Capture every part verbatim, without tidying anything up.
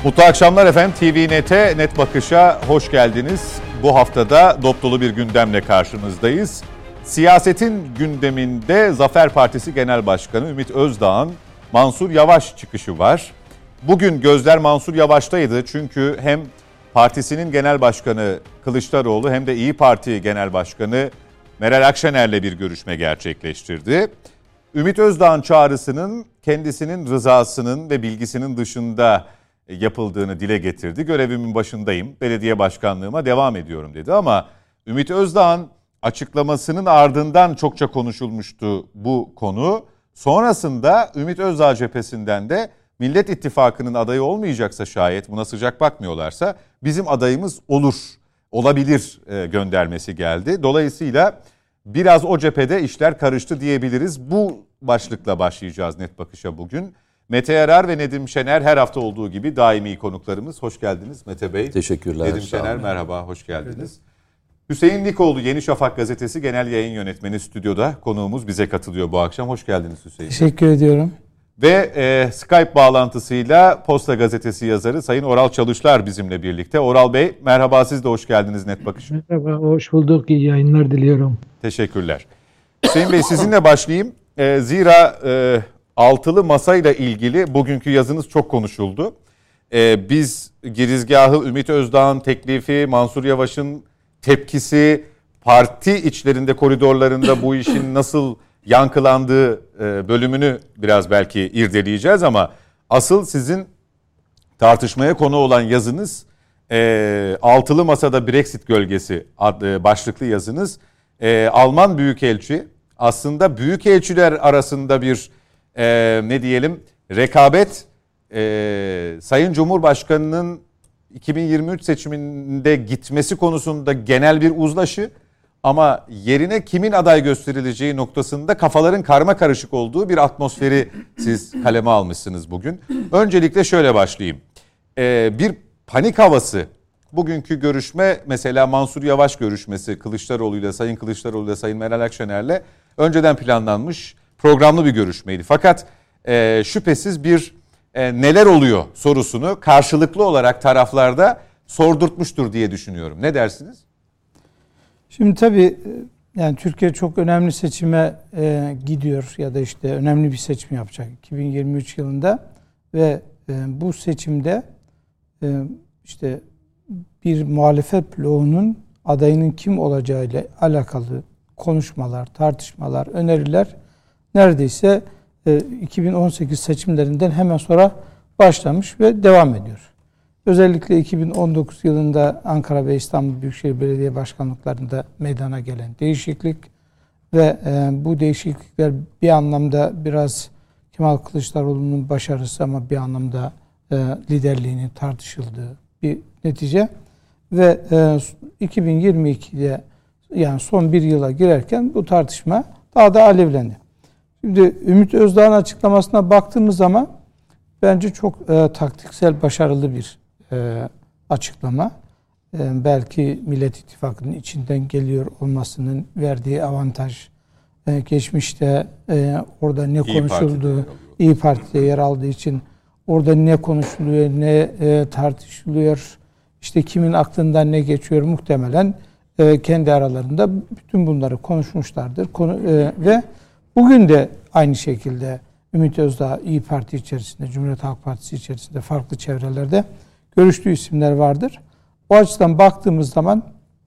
Mutlu akşamlar efendim. T V Net'e, Net Bakış'a hoş geldiniz. Bu haftada dop dolu bir gündemle karşınızdayız. Siyasetin gündeminde Zafer Partisi Genel Başkanı Ümit Özdağ'ın Mansur Yavaş çıkışı var. Bugün gözler Mansur Yavaş'taydı çünkü hem partisinin genel başkanı Kılıçdaroğlu hem de İyi Parti Genel Başkanı Meral Akşener'le bir görüşme gerçekleştirdi. Ümit Özdağ'ın çağrısının kendisinin rızasının ve bilgisinin dışında yapıldığını dile getirdi. Görevimin başındayım, belediye başkanlığıma devam ediyorum dedi ama Ümit Özdağ'ın açıklamasının ardından çokça konuşulmuştu bu konu. Sonrasında Ümit Özdağ cephesinden de Millet İttifakı'nın adayı olmayacaksa şayet, buna sıcak bakmıyorlarsa bizim adayımız olur, olabilir göndermesi geldi. Dolayısıyla biraz o cephede işler karıştı diyebiliriz. Bu başlıkla başlayacağız Net Bakış'a bugün. Mete Yarar ve Nedim Şener her hafta olduğu gibi daimi konuklarımız. Hoş geldiniz Mete Bey. Teşekkürler. Nedim Şener merhaba, hoş geldiniz. Hüseyin Likoğlu, Yeni Şafak Gazetesi Genel Yayın Yönetmeni stüdyoda. Konuğumuz bize katılıyor bu akşam. Hoş geldiniz Hüseyin. Teşekkür ediyorum. Ve e, Skype bağlantısıyla Posta Gazetesi yazarı Sayın Oral Çalışlar bizimle birlikte. Oral Bey merhaba, siz de hoş geldiniz Net Bakış'a. Merhaba, hoş bulduk. İyi yayınlar diliyorum. Teşekkürler. Hüseyin Bey sizinle başlayayım. E, zira e, altılı masayla ilgili bugünkü yazınız çok konuşuldu. E, biz girizgahı, Ümit Özdağ'ın teklifi, Mansur Yavaş'ın tepkisi, parti içlerinde, koridorlarında bu işin nasıl yankılandığı bölümünü biraz belki irdeleyeceğiz ama asıl sizin tartışmaya konu olan yazınız Altılı Masada Brexit Gölgesi adlı başlıklı yazınız. Alman Büyükelçi aslında büyükelçiler arasında bir ne diyelim rekabet, Sayın Cumhurbaşkanı'nın iki bin yirmi üç seçiminde gitmesi konusunda genel bir uzlaşı ama yerine kimin aday gösterileceği noktasında kafaların karma karışık olduğu bir atmosferi siz kaleme almışsınız bugün. Öncelikle şöyle başlayayım. Ee, bir panik havası. Bugünkü görüşme mesela Mansur Yavaş görüşmesi Kılıçdaroğlu ile Sayın Kılıçdaroğlu ile Sayın Meral Akşener'le önceden planlanmış programlı bir görüşmeydi. Fakat e, şüphesiz bir e, neler oluyor sorusunu karşılıklı olarak taraflarda sordurtmuştur diye düşünüyorum. Ne dersiniz? Şimdi tabii yani Türkiye çok önemli seçime e, gidiyor ya da işte önemli bir seçim yapacak iki bin yirmi üç yılında ve e, bu seçimde e, işte bir muhalefet bloğunun adayının kim olacağıyla alakalı konuşmalar, tartışmalar, öneriler neredeyse e, iki bin on sekiz seçimlerinden hemen sonra başlamış ve devam ediyor. Özellikle iki bin on dokuz yılında Ankara ve İstanbul Büyükşehir Belediye Başkanlıklarında meydana gelen değişiklik ve e, bu değişiklikler bir anlamda biraz Kemal Kılıçdaroğlu'nun başarısı ama bir anlamda e, liderliğinin tartışıldığı bir netice ve e, iki bin yirmi ikide yani son bir yıla girerken bu tartışma daha da alevlendi. Şimdi Ümit Özdağ'ın açıklamasına baktığımız zaman bence çok e, taktiksel başarılı bir e, açıklama. E, belki Millet İttifakı'nın içinden geliyor olmasının verdiği avantaj, e, geçmişte e, orada ne İyi konuşulduğu, Parti'de İyi Parti'de yer aldığı için orada ne konuşuluyor, ne e, tartışılıyor, işte kimin aklından ne geçiyor muhtemelen e, kendi aralarında bütün bunları konuşmuşlardır. Konu, e, ve bugün de aynı şekilde Ümit Özdağ İyi Parti içerisinde, Cumhuriyet Halk Partisi içerisinde farklı çevrelerde görüştüğü isimler vardır. O açıdan baktığımız zaman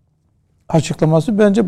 açıklaması bence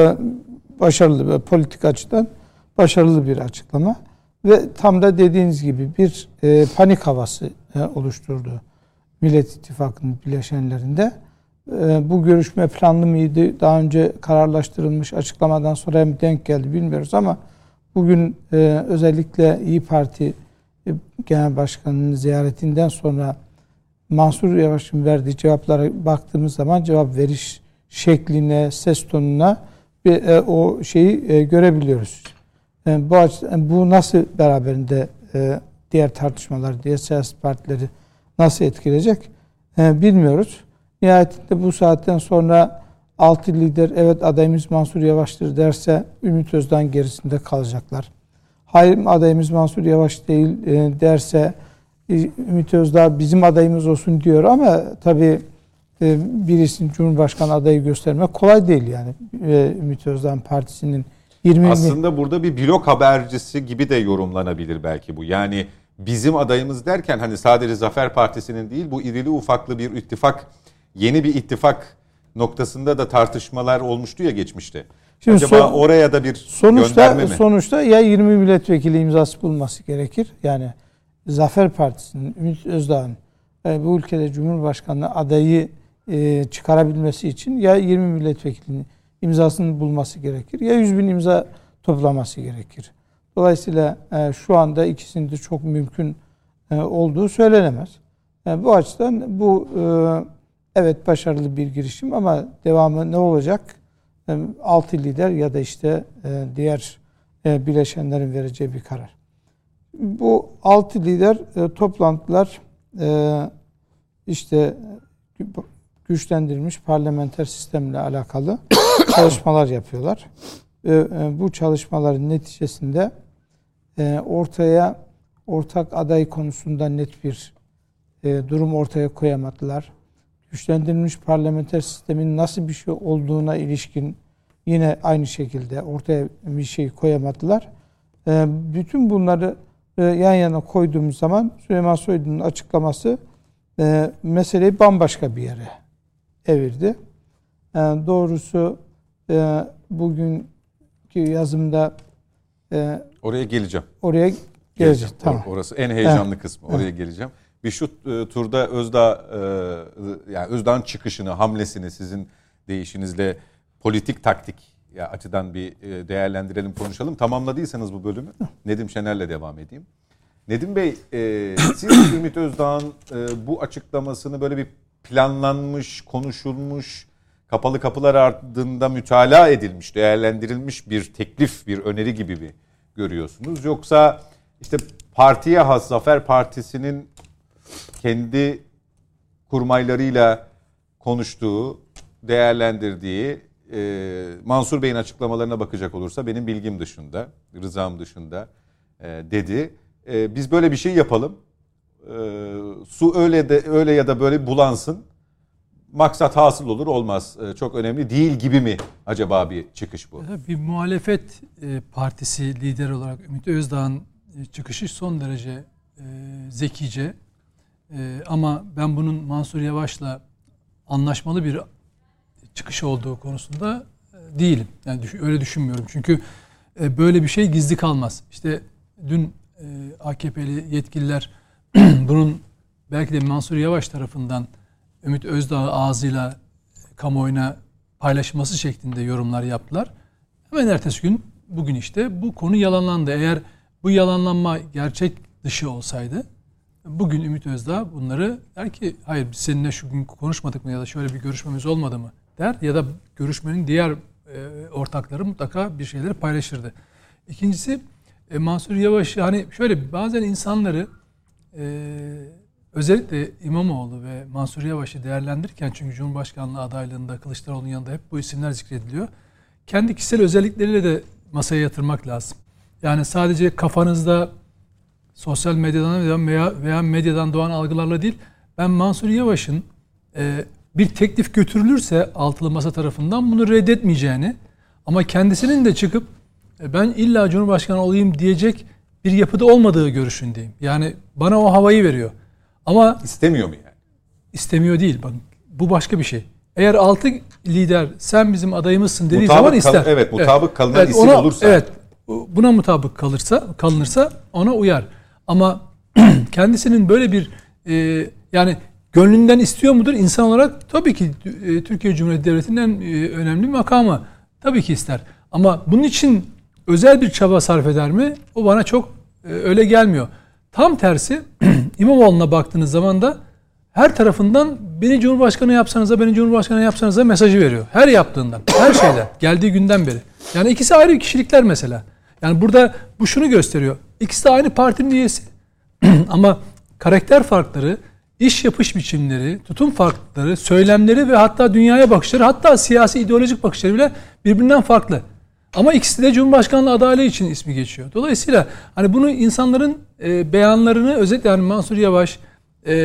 başarılı ve politik açıdan başarılı bir açıklama ve tam da dediğiniz gibi bir panik havası oluşturdu Millet İttifakı'nın bileşenlerinde. Bu görüşme planlı mıydı? Daha önce kararlaştırılmış, açıklamadan sonra mı denk geldi bilmiyoruz ama bugün özellikle İyi Parti Genel Başkanı'nın ziyaretinden sonra Mansur Yavaş'ın verdiği cevaplara baktığımız zaman cevap veriş şekline, ses tonuna bir, e, o şeyi e, görebiliyoruz. E, bu açıdan, bu nasıl beraberinde e, diğer tartışmalar, diğer siyasi partileri nasıl etkileyecek e, bilmiyoruz. Nihayetinde bu saatten sonra altı lider evet adayımız Mansur Yavaş'tır derse Ümit Özdağ'ın gerisinde kalacaklar. Hayır adayımız Mansur Yavaş değil e, derse Ümit Özdağ bizim adayımız olsun diyor ama tabii e, birisinin Cumhurbaşkanı adayı göstermek kolay değil yani. E, Ümit Özdağ'ın partisinin yirmi aslında burada bir blok habercisi gibi de yorumlanabilir belki bu. Yani bizim adayımız derken hani sadece Zafer Partisi'nin değil, bu irili ufaklı bir ittifak, yeni bir ittifak noktasında da tartışmalar olmuştu ya geçmişte. Şimdi acaba son, oraya da bir sonuçta, gönderme mi? Sonuçta ya yirmi milletvekili imzası bulması gerekir. Yani Zafer Partisi'nin, Ümit Özdağ'ın e, bu ülkede Cumhurbaşkanlığı adayı e, çıkarabilmesi için ya yirmi milletvekilinin imzasını bulması gerekir ya yüz bin imza toplaması gerekir. Dolayısıyla e, şu anda ikisinin de çok mümkün e, olduğu söylenemez. E, bu açıdan bu e, evet başarılı bir girişim ama devamı ne olacak? E, altı lider ya da işte e, diğer e, bileşenlerin vereceği bir karar. Bu altı lider e, toplantılar e, işte güçlendirilmiş parlamenter sistemle alakalı çalışmalar yapıyorlar. E, e, bu çalışmaların neticesinde e, ortaya ortak aday konusunda net bir e, durum ortaya koyamadılar. Güçlendirilmiş parlamenter sistemin nasıl bir şey olduğuna ilişkin yine aynı şekilde ortaya bir şey koyamadılar. E, bütün bunları e, yan yana koyduğumuz zaman Süleyman Soylu'nun açıklaması e, meseleyi bambaşka bir yere evirdi. E, doğrusu e, bugünkü yazımda e, oraya geleceğim. Oraya geleceğim. geleceğim. Tamam. Orası en heyecanlı evet. kısmı. Oraya evet. geleceğim. Bir şu e, turda Özdağ e, yani Özdağ'ın çıkışını, hamlesini sizin deyişinizle politik taktik ya açıdan bir e, değerlendirelim, konuşalım. Tamamladıysanız bu bölümü Nedim Şener'le devam edeyim. Nedim Bey, e, siz Ümit Özdağ'ın e, bu açıklamasını böyle bir planlanmış, konuşulmuş, kapalı kapılar ardında mütalaa edilmiş, değerlendirilmiş bir teklif, bir öneri gibi mi görüyorsunuz? Yoksa işte partiye has Zafer Partisi'nin kendi kurmaylarıyla konuştuğu, değerlendirdiği, e, Mansur Bey'in açıklamalarına bakacak olursa benim bilgim dışında, rızam dışında e, dedi. E, biz böyle bir şey yapalım. E, su öyle de öyle ya da böyle bulansın. Maksat hasıl olur olmaz. E, çok önemli değil gibi mi acaba bir çıkış bu? Bir muhalefet e, partisi lideri olarak Ümit Özdağ'ın e, çıkışı son derece e, zekice. E, ama ben bunun Mansur Yavaş'la anlaşmalı bir çıkış olduğu konusunda e, değilim. Yani düş- öyle düşünmüyorum. Çünkü e, böyle bir şey gizli kalmaz. İşte dün e, A K P'li yetkililer bunun belki de Mansur Yavaş tarafından Ümit Özdağ ağzıyla kamuoyuna paylaşılması şeklinde yorumlar yaptılar. Hemen ertesi gün bugün işte bu konu yalanlandı. Eğer bu yalanlanma gerçek dışı olsaydı bugün Ümit Özdağ bunları der ki hayır biz seninle şu gün konuşmadık mı ya da şöyle bir görüşmemiz olmadı mı der ya da görüşmenin diğer e, ortakları mutlaka bir şeyleri paylaşırdı. İkincisi e, Mansur Yavaş hani şöyle bazen insanları e, özellikle İmamoğlu ve Mansur Yavaş'ı değerlendirirken çünkü Cumhurbaşkanlığı adaylığında Kılıçdaroğlu'nun yanında hep bu isimler zikrediliyor. Kendi kişisel özellikleriyle de masaya yatırmak lazım. Yani sadece kafanızda sosyal medyadan veya, veya medyadan doğan algılarla değil, ben Mansur Yavaş'ın e, bir teklif götürülürse altılı masa tarafından bunu reddetmeyeceğini ama kendisinin de çıkıp e, ben illa Cumhurbaşkanı olayım diyecek bir yapıda olmadığı görüşündeyim. Yani bana o havayı veriyor. Ama istemiyor mu yani? İstemiyor değil. Bakın bu başka bir şey. Eğer altı lider sen bizim adayımızsın dediği mutabık zaman kal- ister. Evet, mutabık evet. kalınan evet, isim ona, olursa. Evet. Buna mutabık kalırsa, kalınırsa ona uyar. Ama kendisinin böyle bir e, yani gönlünden istiyor mudur insan olarak? Tabii ki e, Türkiye Cumhuriyeti Devleti'nin en e, önemli makamı. Tabii ki ister. Ama bunun için özel bir çaba sarf eder mi? O bana çok e, öyle gelmiyor. Tam tersi İmamoğlu'na baktığınız zaman da her tarafından beni Cumhurbaşkanı yapsanıza, beni Cumhurbaşkanı yapsanıza mesajı veriyor. Her yaptığından, her şeyden, geldiği günden beri. Yani ikisi ayrı kişilikler mesela. Yani burada bu şunu gösteriyor. İkisi de aynı partinin üyesi. Ama karakter farkları, iş yapış biçimleri, tutum farkları, söylemleri ve hatta dünyaya bakışları, hatta siyasi ideolojik bakışları bile birbirinden farklı. Ama ikisi de Cumhurbaşkanlığı adaylığı için ismi geçiyor. Dolayısıyla hani bunu insanların e, beyanlarını özellikle yani Mansur Yavaş e,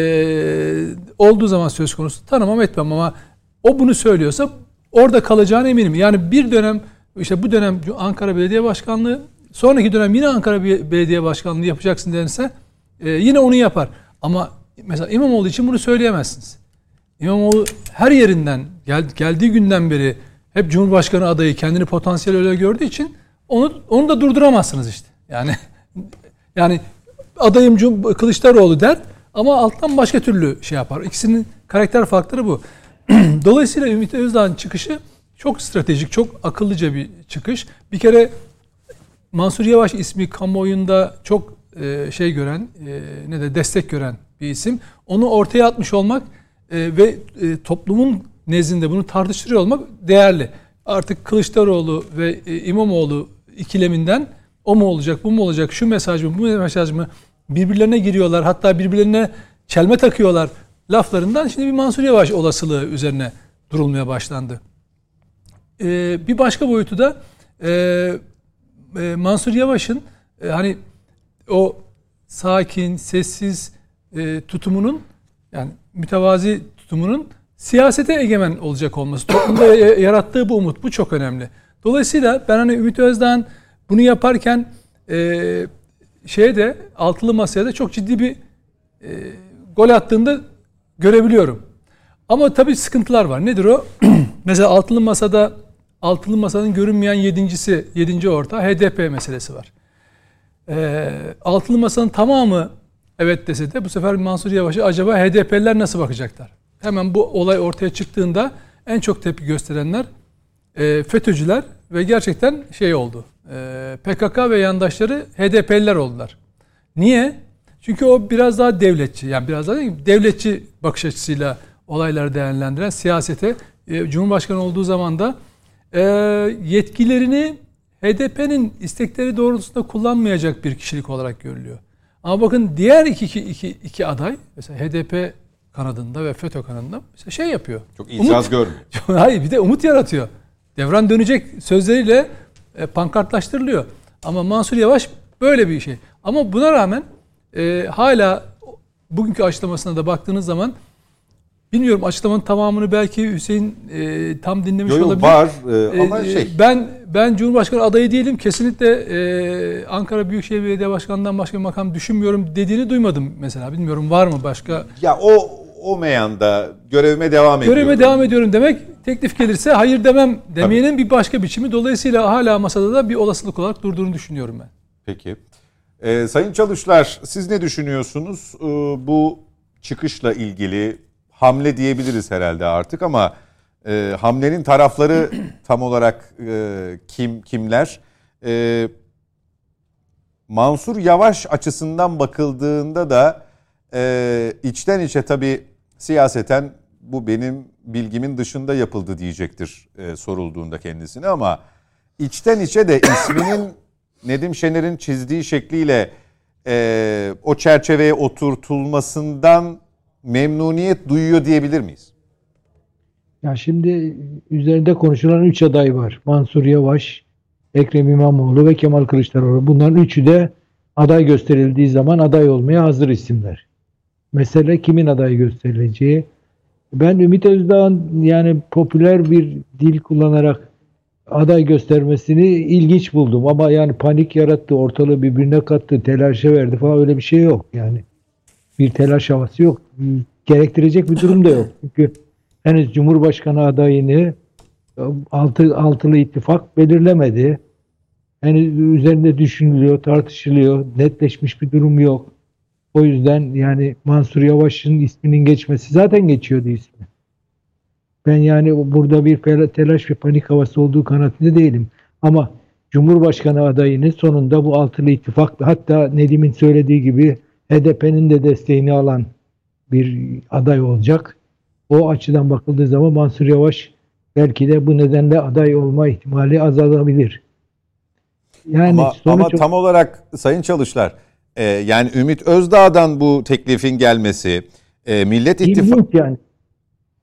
olduğu zaman söz konusu tanımam etmem ama o bunu söylüyorsa orada kalacağına eminim. Yani bir dönem işte bu dönem Ankara Belediye Başkanlığı, sonraki dönem yine Ankara Belediye Başkanlığı yapacaksın denirse e, yine onu yapar. Ama mesela İmamoğlu için bunu söyleyemezsiniz. İmamoğlu her yerinden gel, geldiği günden beri hep Cumhurbaşkanı adayı, kendini potansiyel öyle gördüğü için onu onu da durduramazsınız işte. Yani yani adayım Kılıçdaroğlu der ama alttan başka türlü şey yapar. İkisinin karakter farkları bu. Dolayısıyla Ümit Özdağ'ın çıkışı çok stratejik, çok akıllıca bir çıkış. Bir kere Mansur Yavaş ismi kamuoyunda çok e, şey gören, e, ne de destek gören bir isim. Onu ortaya atmış olmak e, ve e, toplumun nezdinde bunu tartıştırıyor olmak değerli. Artık Kılıçdaroğlu ve e, İmamoğlu ikileminden o mu olacak, bu mu olacak, şu mesaj mı, bu mesaj mı birbirlerine giriyorlar. Hatta birbirlerine çelme takıyorlar laflarından şimdi bir Mansur Yavaş olasılığı üzerine durulmaya başlandı. Ee, bir başka boyutu da e, e, Mansur Yavaş'ın e, hani o sakin, sessiz e, tutumunun yani mütevazi tutumunun siyasete egemen olacak olması. Toplumda yarattığı bu umut. Bu çok önemli. Dolayısıyla ben hani Ümit Özdağ'ın bunu yaparken e, şeye de altılı masaya da çok ciddi bir e, gol attığında görebiliyorum. Ama tabii sıkıntılar var. Nedir o? Mesela altılı masada altılı masanın görünmeyen yedincisi, yedinci ortağı H D P meselesi var. E, altılı masanın tamamı evet dese de bu sefer Mansur Yavaş'a acaba H D P'liler nasıl bakacaklar? Hemen bu olay ortaya çıktığında en çok tepki gösterenler e, FETÖ'cüler ve gerçekten şey oldu. E, P K K ve yandaşları H D P'liler oldular. Niye? Çünkü o biraz daha devletçi, yani biraz daha değil, devletçi bakış açısıyla olayları değerlendiren, siyasete e, Cumhurbaşkanı olduğu zaman da e, yetkilerini H D P'nin istekleri doğrultusunda kullanmayacak bir kişilik olarak görülüyor. Ama bakın diğer iki, iki, iki, iki aday, mesela H D P kanadında ve FETÖ kanadında mesela şey yapıyor. Çok itiraz görmüyor. Hayır, bir de umut yaratıyor. Devran dönecek sözleriyle e, pankartlaştırılıyor. Ama Mansur Yavaş böyle bir şey. Ama buna rağmen e, hala bugünkü açıklamasına da baktığınız zaman bilmiyorum, açıklamanın tamamını belki Hüseyin e, tam dinlemiş Yok, olabilir. Var e, ama e, şey. Ben ben Cumhurbaşkanı adayı değilim. Kesinlikle e, Ankara Büyükşehir Belediye Başkanı'ndan başka bir makam düşünmüyorum dediğini duymadım mesela. Bilmiyorum, var mı başka? Ya o o meyanda görevime devam ediyorum. Görevime devam ediyorum demek, teklif gelirse hayır demem demeyenin bir başka biçimi. Dolayısıyla hala masada da bir olasılık olarak durduğunu düşünüyorum ben. Peki. Ee, Sayın Çalışlar, siz ne düşünüyorsunuz? Ee, bu çıkışla ilgili hamle diyebiliriz herhalde artık ama e, hamlenin tarafları tam olarak e, kim kimler? E, Mansur Yavaş açısından bakıldığında da e, içten içe tabii siyaseten bu benim bilgimin dışında yapıldı diyecektir e, sorulduğunda kendisine, ama içten içe de isminin Nedim Şener'in çizdiği şekliyle e, o çerçeveye oturtulmasından memnuniyet duyuyor diyebilir miyiz? Ya şimdi üzerinde konuşulan üç aday var. Mansur Yavaş, Ekrem İmamoğlu ve Kemal Kılıçdaroğlu. Bunların üçü de aday gösterildiği zaman aday olmaya hazır isimler. Mesele kimin aday gösterileceği. Ben Ümit Özdağ'ın yani popüler bir dil kullanarak aday göstermesini ilginç buldum. Ama yani panik yarattı, ortalığı birbirine kattı, telaşa verdi falan, öyle bir şey yok. Yani bir telaş havası yok. Gerektirecek bir durum da yok. Çünkü henüz Cumhurbaşkanı adayını altı, altılı ittifak belirlemedi. Henüz üzerinde düşünülüyor, tartışılıyor. Netleşmiş bir durum yok. O yüzden yani Mansur Yavaş'ın isminin geçmesi, zaten geçiyordu ismi. Ben yani burada bir telaş ve panik havası olduğu kanaatinde değilim. Ama Cumhurbaşkanı adayını sonunda bu altılı ittifak, hatta Nedim'in söylediği gibi H D P'nin de desteğini alan bir aday olacak. O açıdan bakıldığı zaman Mansur Yavaş belki de bu nedenle aday olma ihtimali azalabilir. Yani ama, ama tam olarak Sayın Çalışlar, e, yani Ümit Özdağ'dan bu teklifin gelmesi, e, Millet İttifakı... İlginç yani.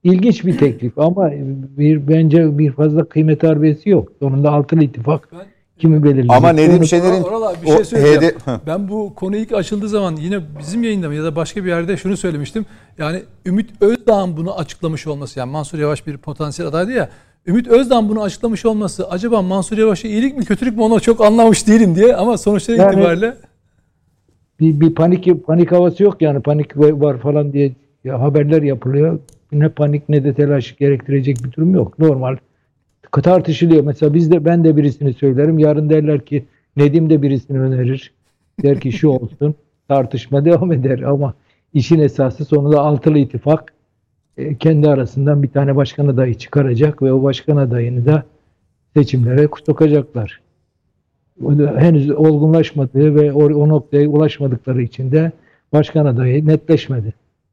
ilginç bir teklif ama bir bence bir fazla kıymet harbiyesi yok. Sonunda altılı ittifak Ben- kimi belirleyecek? Ama Nedim Onu- Şener'in Oral abi bir o şey söyleyeceğim. H D Ben bu konu ilk açıldığı zaman yine bizim yayında mı ya da başka bir yerde şunu söylemiştim. Yani Ümit Özdağ'ın bunu açıklamış olması, yani Mansur Yavaş bir potansiyel adaydı ya. Ümit Özdağ'ın bunu açıklamış olması acaba Mansur Yavaş'a iyilik mi kötülük mü onu çok anlamış değilim diye, ama sonuçta Yani- itibariyle bir, bir panik panik havası yok yani, panik var falan diye ya haberler yapılıyor. Ne panik ne de telaş gerektirecek bir durum yok. Normal tartışılıyor. Mesela biz de, ben de birisini söylerim. Yarın derler ki Nedim de birisini önerir. Der ki şu olsun. Tartışma devam eder ama işin esası sonunda altılı ittifak e, kendi arasından bir tane başkan adayı çıkaracak ve o başkan adayını da seçimlere sokacaklar. O da henüz olgunlaşmadığı ve o, o noktaya ulaşmadıkları için de başkan adayı netleşmedi.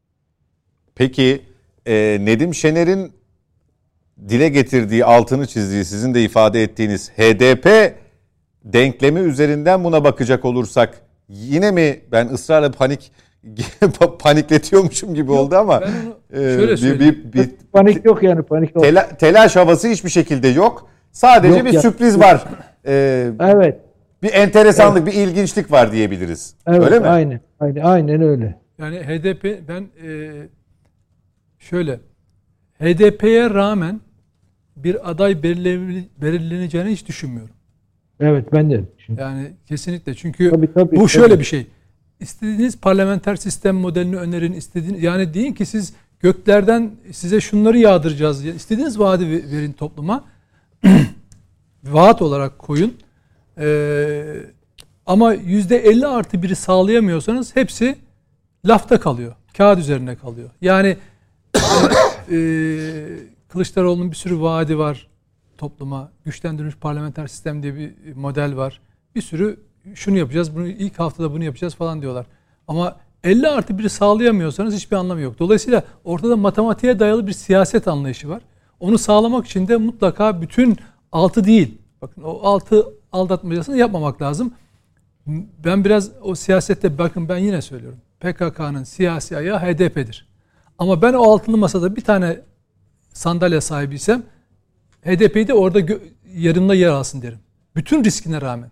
Peki e, Nedim Şener'in dile getirdiği, altını çizdiği, sizin de ifade ettiğiniz H D P denklemi üzerinden buna bakacak olursak yine mi ben ısrarla panik panikletiyormuşum gibi Yok, oldu ama ben onu e, şöyle bir, söyleyeyim. bir, bir Panik yok yani, panik yok. tela, telaş havası hiçbir şekilde yok. Sadece Yok bir ya. sürpriz var. E, Evet. bir enteresanlık, bir ilginçlik var diyebiliriz. Evet, Öyle mi? Aynen, aynen, aynen öyle. yani H D P, ben e, şöyle H D P'ye rağmen bir aday belirle- belirleneceğini hiç düşünmüyorum. Evet, ben de düşünüyorum. Yani kesinlikle, çünkü Tabii, tabii, bu şöyle tabii. bir şey. İstediğiniz parlamenter sistem modelini önerin, istediğiniz, yani deyin ki siz göklerden size şunları yağdıracağız diye istediğiniz vaadi ve- verin topluma. Vaat olarak koyun. Ee, ama yüzde elli artı biri sağlayamıyorsanız hepsi lafta kalıyor. Kağıt üzerine kalıyor. Yani e, Kılıçdaroğlu'nun bir sürü vaadi var topluma. Güçlendirilmiş parlamenter sistem diye bir model var. Bir sürü şunu yapacağız, bunu ilk haftada bunu yapacağız falan diyorlar. Ama elli artı biri sağlayamıyorsanız hiçbir anlamı yok. Dolayısıyla ortada matematiğe dayalı bir siyaset anlayışı var. Onu sağlamak için de mutlaka bütün altı değil. Bakın o altı aldatmacasını yapmamak lazım. Ben biraz o siyasette, bakın ben yine söylüyorum. P K K'nın siyasi ayağı H D P'dir. Ama ben o altılı masada bir tane sandalye sahibiysem H D P'yi de orada gö- yanımda yer alsın derim. Bütün riskine rağmen.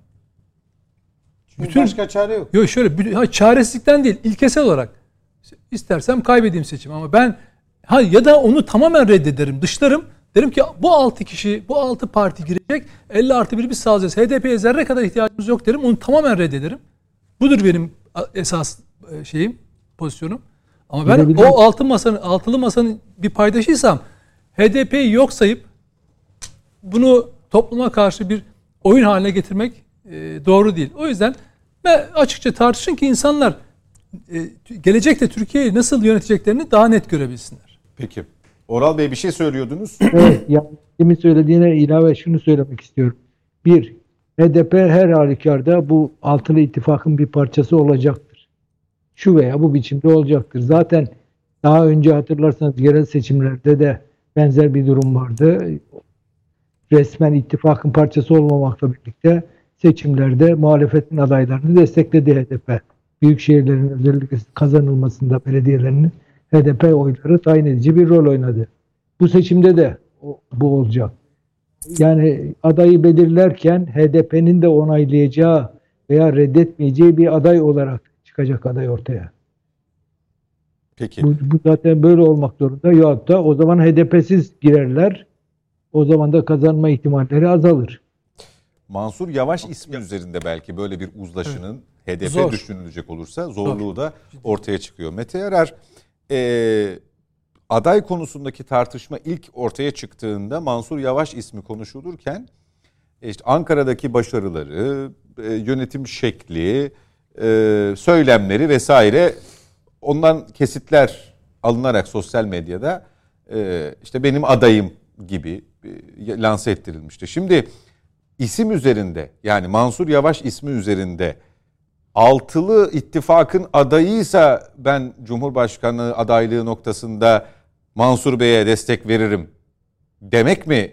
Çünkü Bütün- başka çare yok. Yok şöyle, bir- ha, çaresizlikten değil, ilkesel olarak. İstersem kaybedeyim seçimi ama ben ha ya da onu tamamen reddederim, dışlarım. Derim ki bu altı kişi, bu altı parti girecek, elli artı bir biz sağlayacağız. H D P'ye zerre kadar ihtiyacımız yok derim, onu tamamen reddederim. Budur benim esas şeyim, pozisyonum. Ama ben Bir de bir de- o altı masanın, altılı masanın bir paydaşıysam H D P'yi yok sayıp bunu topluma karşı bir oyun haline getirmek e, doğru değil. O yüzden ben açıkça tartışın ki insanlar e, gelecekte Türkiye'yi nasıl yöneteceklerini daha net görebilsinler. Peki. Oral Bey bir şey söylüyordunuz. Evet, yani kimin söylediğine ilave şunu söylemek istiyorum. Bir, H D P her halükarda bu altılı ittifakın bir parçası olacaktır. Şu veya bu biçimde olacaktır. Zaten daha önce hatırlarsanız yerel seçimlerde de benzer bir durum vardı. Resmen ittifakın parçası olmamakla birlikte seçimlerde muhalefetin adaylarını destekledi H D P. Büyük şehirlerin özellikle kazanılmasında belediyelerinin H D P oyları tayin edici bir rol oynadı. Bu seçimde de o- bu olacak. Yani adayı belirlerken H D P'nin de onaylayacağı veya reddetmeyeceği bir aday olarak çıkacak aday ortaya. Peki. Bu, bu zaten böyle olmak zorunda. Ya da o zaman H D P'siz girerler. O zaman da kazanma ihtimalleri azalır. Mansur Yavaş ismi üzerinde belki böyle bir uzlaşının H D P Zor. düşünülecek olursa zorluğu da ortaya çıkıyor. Mete Yarar, e, aday konusundaki tartışma ilk ortaya çıktığında Mansur Yavaş ismi konuşulurken işte Ankara'daki başarıları, e, yönetim şekli, e, söylemleri vesaire ondan kesitler alınarak sosyal medyada e, işte benim adayım gibi e, lanse ettirilmişti. Şimdi isim üzerinde, yani Mansur Yavaş ismi üzerinde altılı ittifakın adayıysa ben Cumhurbaşkanlığı adaylığı noktasında Mansur Bey'e destek veririm demek mi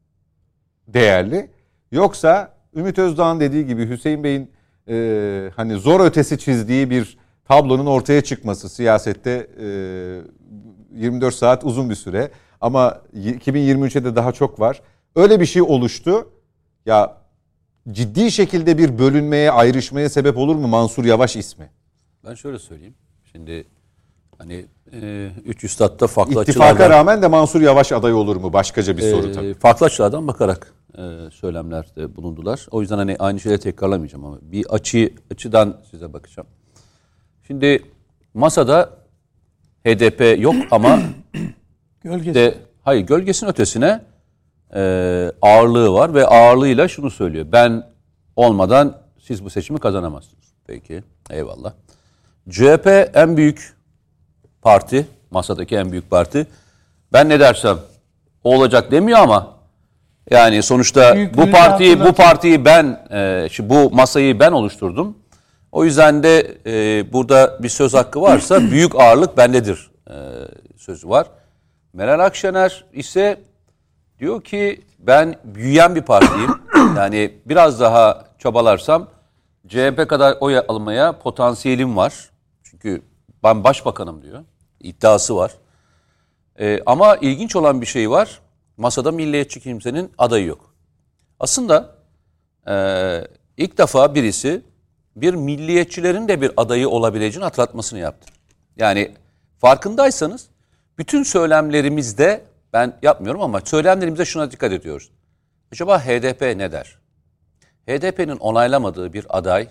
değerli? Yoksa Ümit Özdağ'ın dediği gibi Hüseyin Bey'in e, hani zor ötesi çizdiği bir tablonun ortaya çıkması, siyasette e, yirmi dört saat uzun bir süre. Ama iki bin yirmi üçe de daha çok var. Öyle bir şey oluştu. Ya ciddi şekilde bir bölünmeye, ayrışmaya sebep olur mu Mansur Yavaş ismi? Ben şöyle söyleyeyim. Şimdi hani e, üç üstadda farklı İttifaka açılardan, rağmen de Mansur Yavaş aday olur mu? Başkaca bir soru e, tabii. farklı açılardan bakarak e, söylemlerde bulundular. O yüzden hani aynı şeyleri tekrarlamayacağım ama bir açı açıdan size bakacağım. Şimdi masada H D P yok ama Gölgesi. de hayır gölgesinin ötesine e, ağırlığı var ve ağırlığıyla şunu söylüyor. Ben olmadan siz bu seçimi kazanamazsınız. Peki, eyvallah. C H P en büyük parti, masadaki en büyük parti. Ben ne dersem o olacak demiyor ama yani sonuçta Büyük bu büyük partiyi bu hatırlatıyor. partiyi ben e, şu bu masayı ben oluşturdum. O yüzden de e, burada bir söz hakkı varsa büyük ağırlık bendedir e, sözü var. Meral Akşener ise diyor ki ben büyüyen bir partiyim. Yani biraz daha çabalarsam C H P kadar oy almaya potansiyelim var. Çünkü ben başbakanım diyor. İddiası var. Ee, ama ilginç olan bir şey var. Masada milliyetçi kimsenin adayı yok. Aslında e, ilk defa birisi bir milliyetçilerin de bir adayı olabileceğini hatırlatmasını yaptı. Yani farkındaysanız bütün söylemlerimizde ben yapmıyorum ama söylemlerimizde şuna dikkat ediyoruz. Acaba H D P ne der? H D P'nin onaylamadığı bir aday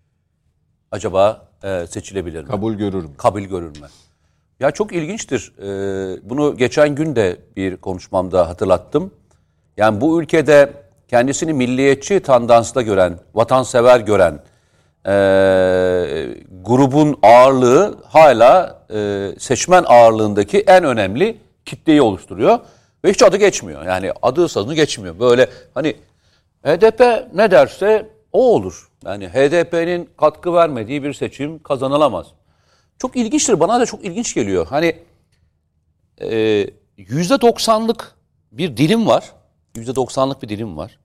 acaba e, seçilebilir mi? Kabul görür mü? Kabul görür mü? Ya çok ilginçtir. Ee, bunu geçen gün de bir konuşmamda hatırlattım. Yani bu ülkede kendisini milliyetçi tandansda gören, vatansever gören e, grubun ağırlığı hala e, seçmen ağırlığındaki en önemli kitleyi oluşturuyor. Ve hiç adı geçmiyor. Yani adı sazını geçmiyor. Böyle hani H D P ne derse o olur. Yani H D P'nin katkı vermediği bir seçim kazanılamaz. Çok ilginçtir. Bana da çok ilginç geliyor. Hani e, yüzde doksanlık bir dilim var. Yüzde doksanlık bir dilim var.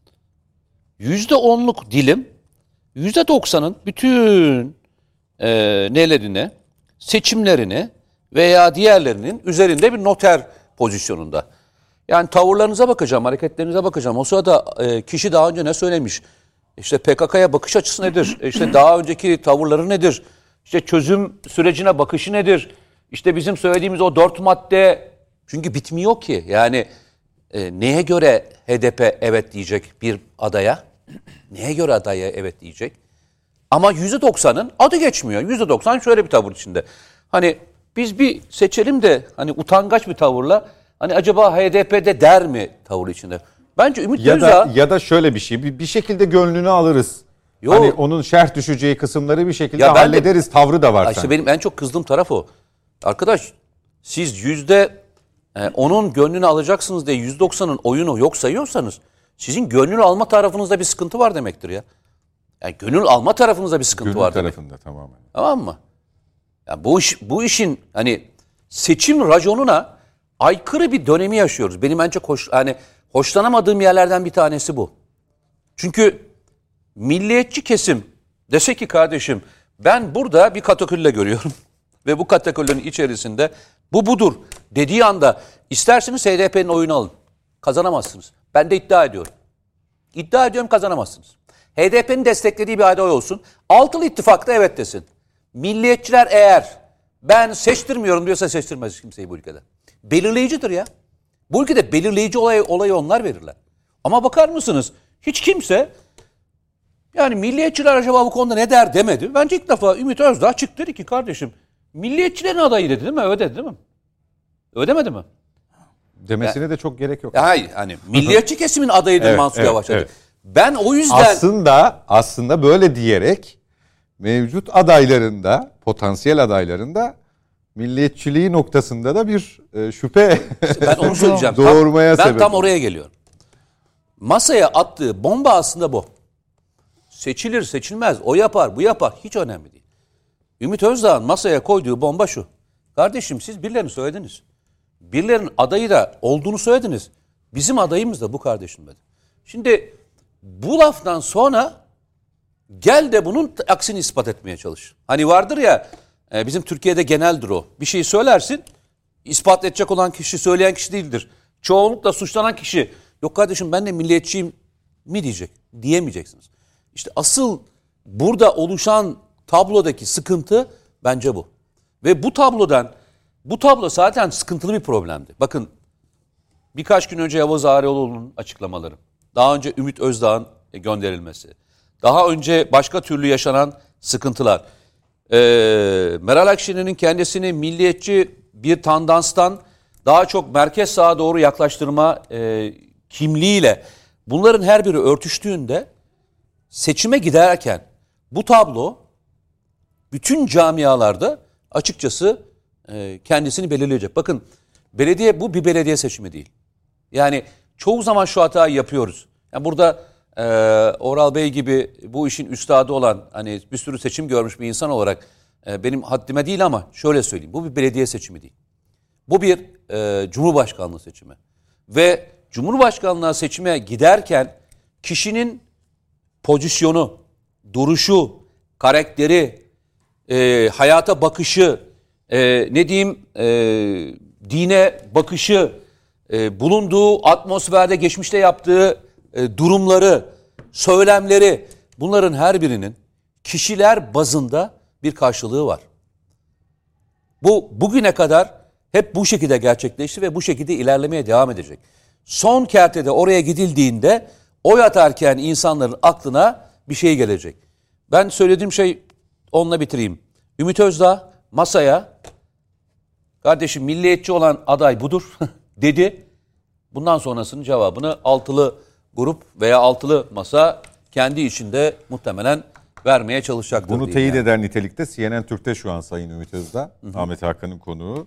Yüzde onluk dilim yüzde doksanın bütün e, nelerine, seçimlerini veya diğerlerinin üzerinde bir noter pozisyonunda. Yani tavırlarınıza bakacağım, hareketlerinize bakacağım. O sırada e, kişi daha önce ne söylemiş? İşte P K K'ya bakış açısı nedir? İşte daha önceki tavırları nedir? İşte çözüm sürecine bakışı nedir? İşte bizim söylediğimiz o dört madde çünkü bitmiyor ki. Yani e, neye göre H D P evet diyecek bir adaya? Neye göre adaya evet diyecek? Ama yüzde doksanın adı geçmiyor. yüzde doksan şöyle bir tavır içinde. Hani biz bir seçelim de hani utangaç bir tavırla hani acaba H D P'de der mi tavır içinde? Bence Ümit Ya Özdağ... da, ya da şöyle bir şey, bir, bir şekilde gönlünü alırız. Yo. Hani onun şerh düşeceği kısımları bir şekilde Ya ben de- hallederiz tavrı da var. Ya işte sanki. benim en çok kızdığım taraf o. Arkadaş siz yüzde e, onun gönlünü alacaksınız diye yüzde doksanın oyunu yok sayıyorsanız sizin gönlünü alma tarafınızda bir sıkıntı var demektir ya. Yani gönül alma tarafınızda bir sıkıntı Gönül var demek. tarafında tamamen. Tamam mı? Ya bu iş bu işin hani seçim raconuna aykırı bir dönemi yaşıyoruz. Benim en çok hoş, hani hoşlanamadığım yerlerden bir tanesi bu. Çünkü milliyetçi kesim dese ki kardeşim ben burada bir katakulle görüyorum ve bu katakullenin içerisinde bu budur dediği anda isterseniz H D P'nin oyunu alın. Kazanamazsınız. Ben de iddia ediyorum. İddia ediyorum kazanamazsınız. H D P'nin desteklediği bir aday olsun. Altılı ittifakta evet desin. Milliyetçiler eğer ben seçtirmiyorum diyorsa seçtirmez kimseyi bu ülkede. Belirleyicidir ya. Bu ülkede belirleyici olay, olayı onlar verirler. Ama bakar mısınız hiç kimse yani milliyetçiler acaba bu konuda ne der demedi. Bence ilk defa Ümit Özdağ çıktı dedi ki kardeşim milliyetçilerin adayı dedi değil mi? Öyle dedi değil mi? Öyle demedi mi? Demesine de çok gerek yok. Ya hayır hani milliyetçi kesimin adayıdır Evet, Mansur evet, Yavaş. evet. Ben o yüzden Aslında aslında böyle diyerek mevcut adaylarında, potansiyel adaylarında milliyetçiliği noktasında da bir e, şüphe ben onu söyleyeceğim. doğurmaya tam, ben sebep. tam oraya geliyorum. Masaya attığı bomba aslında bu. Seçilir seçilmez o yapar bu yapar hiç önemli değil. Ümit Özdağ'ın masaya koyduğu bomba şu. Kardeşim siz birilerini söylediniz. Birilerinin adayı da olduğunu söylediniz. Bizim adayımız da bu kardeşim dedi. Şimdi bu laftan sonra gel de bunun aksini ispat etmeye çalış. Hani vardır ya bizim Türkiye'de geneldir o. Bir şey söylersin ispat edecek olan kişi, söyleyen kişi değildir. Çoğunlukla suçlanan kişi, yok kardeşim ben de milliyetçiyim mi diyecek, diyemeyeceksiniz. İşte asıl burada oluşan tablodaki sıkıntı bence bu. Ve bu tablodan, bu tablo zaten sıkıntılı bir problemdi. Bakın birkaç gün önce Yavuz Ağaoğlu'nun açıklamaları, daha önce Ümit Özdağ'ın gönderilmesi, daha önce başka türlü yaşanan sıkıntılar, ee, Meral Akşener'in kendisini milliyetçi bir tandanstan daha çok merkez sağa doğru yaklaştırma e, kimliğiyle bunların her biri örtüştüğünde seçime giderken bu tablo bütün camialarda açıkçası e, kendisini belirleyecek. Bakın belediye, bu bir belediye seçimi değil. Yani çoğu zaman şu hatayı yapıyoruz. Yani burada e, Oral Bey gibi bu işin üstadı olan, hani bir sürü seçim görmüş bir insan olarak e, benim haddime değil ama şöyle söyleyeyim. Bu bir belediye seçimi değil. Bu bir e, Cumhurbaşkanlığı seçimi. Ve Cumhurbaşkanlığı seçime giderken kişinin pozisyonu, duruşu, karakteri, e, hayata bakışı, e, ne diyeyim, e, dine bakışı, e, bulunduğu atmosferde geçmişte yaptığı e, durumları, söylemleri, bunların her birinin kişiler bazında bir karşılığı var. Bu bugüne kadar hep bu şekilde gerçekleşti ve bu şekilde ilerlemeye devam edecek. Son kertede oraya gidildiğinde oy atarken insanların aklına bir şey gelecek. Ben söylediğim şey, onunla bitireyim. Ümit Özdağ masaya, kardeşim milliyetçi olan aday budur dedi. Bundan sonrasının cevabını altılı grup veya altılı masa kendi içinde muhtemelen vermeye çalışacaktır. Bunu teyit yani. eder nitelikte C N N Türk'te şu an Sayın Ümit Özdağ, hı hı. Ahmet Hakan'ın konuğu.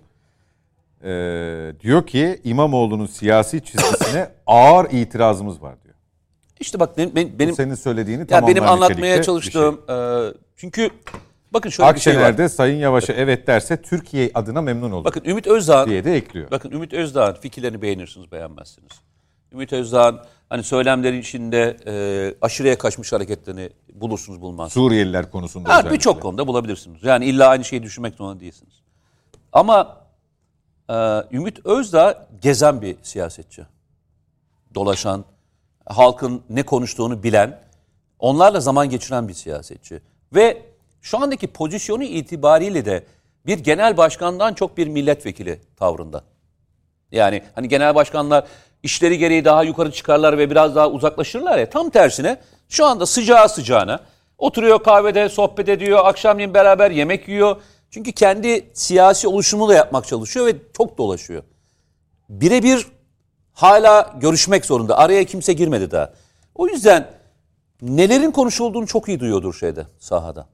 Ee, diyor ki İmamoğlu'nun siyasi çizgisine ağır itirazımız var diyor. İşte bak benim, benim, benim senin söylediğini yani tamamlayan benim anlatmaya çalıştığım şey. e, çünkü bakın şöyle bir şey var. Akşener'de Sayın Yavaş'a evet derse Türkiye adına memnun olur. Bakın Ümit Özdağ diye de ekliyor. Bakın Ümit Özdağ'ın fikirlerini beğenirsiniz, beğenmezsiniz. Ümit Özdağ'ın hani söylemleri içinde e, aşırıya kaçmış hareketlerini bulursunuz, bulmazsınız. Suriyeliler konusunda Evet, özellikle. birçok konuda bulabilirsiniz. Yani illa aynı şeyi düşünmek zorunda değilsiniz. Ama e, Ümit Özdağ gezen bir siyasetçi. Dolaşan, halkın ne konuştuğunu bilen, onlarla zaman geçiren bir siyasetçi. Ve şu andaki pozisyonu itibariyle de bir genel başkandan çok bir milletvekili tavrında. Yani hani genel başkanlar işleri gereği daha yukarı çıkarlar ve biraz daha uzaklaşırlar ya, tam tersine şu anda sıcağı sıcağına oturuyor, kahvede sohbet ediyor, akşamleyin beraber yemek yiyor. Çünkü kendi siyasi oluşumunu da yapmak çalışıyor ve çok dolaşıyor. Birebir hala görüşmek zorunda. Araya kimse girmedi daha. O yüzden nelerin konuşulduğunu çok iyi duyuyordur şeyde, sahada.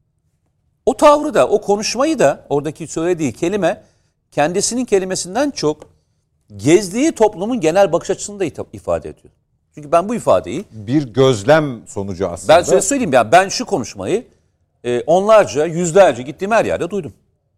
O tavrı da, o konuşmayı da, oradaki söylediği kelime kendisinin kelimesinden çok gezdiği toplumun genel bakış açısını da ifade ediyor. Çünkü ben bu ifadeyi... Bir gözlem sonucu aslında. Ben size söyleyeyim ya, ben şu konuşmayı e, onlarca, yüzlerce gittiğim her yerde duydum.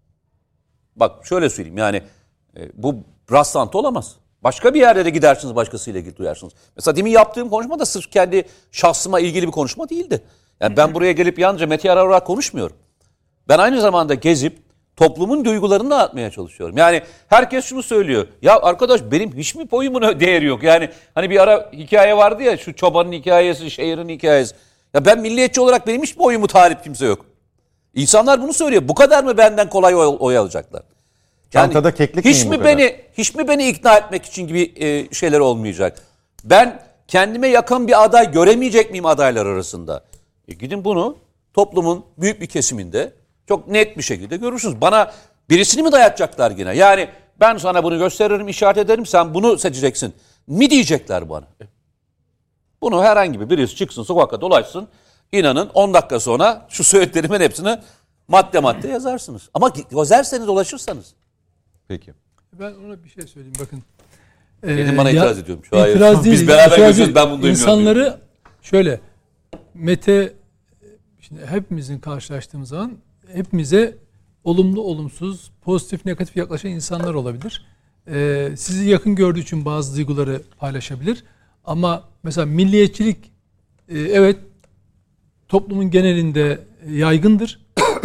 Bak şöyle söyleyeyim yani e, bu rastlantı olamaz. Başka bir yerde de gidersiniz, başkasıyla ilgili duyarsınız. Mesela demin yaptığım konuşma da sırf kendi şahsıma ilgili bir konuşma değildi. Yani ben buraya gelip yalnızca Mete Yarar olarak konuşmuyorum. Ben aynı zamanda gezip toplumun duygularını dağıtmaya çalışıyorum. Yani herkes şunu söylüyor. Ya arkadaş benim hiç mi boyumun değeri yok? Yani hani bir ara hikaye vardı ya, şu çobanın hikayesi, şehrin hikayesi. Ya ben milliyetçi olarak benim hiç boyumu talip kimse yok. İnsanlar bunu söylüyor. Bu kadar mı benden kolay oy, oy alacaklar? Yani Çantada keklik hiç miyim mi beni hiç mi beni ikna etmek için gibi e, şeyler olmayacak? Ben kendime yakın bir aday göremeyecek miyim adaylar arasında? E gidin bunu toplumun büyük bir kesiminde çok net bir şekilde görürsünüz. Bana birisini mi dayatacaklar yine? Yani ben sana bunu gösteririm, işaret ederim, sen bunu seçeceksin mi diyecekler bana? Bunu herhangi birisi çıksın, sokakta dolaşsın. İnanın on dakika sonra şu söylediklerimin hepsini madde madde yazarsınız. Ama gezerseniz, dolaşırsanız. Peki. Ben ona bir şey söyleyeyim bakın. Dedim bana Ee, itiraz ya, ediyorum. Şu hayır. itiraz değil, Biz beraber itiraz geziyoruz, değil. ben bunu duymuyorum. İnsanları şöyle, Mete, şimdi hepimizin karşılaştığımız zaman hepimize olumlu, olumsuz, pozitif, negatif yaklaşan insanlar olabilir. Ee, sizi yakın gördüğü için bazı duyguları paylaşabilir. Ama mesela milliyetçilik e, evet toplumun genelinde yaygındır.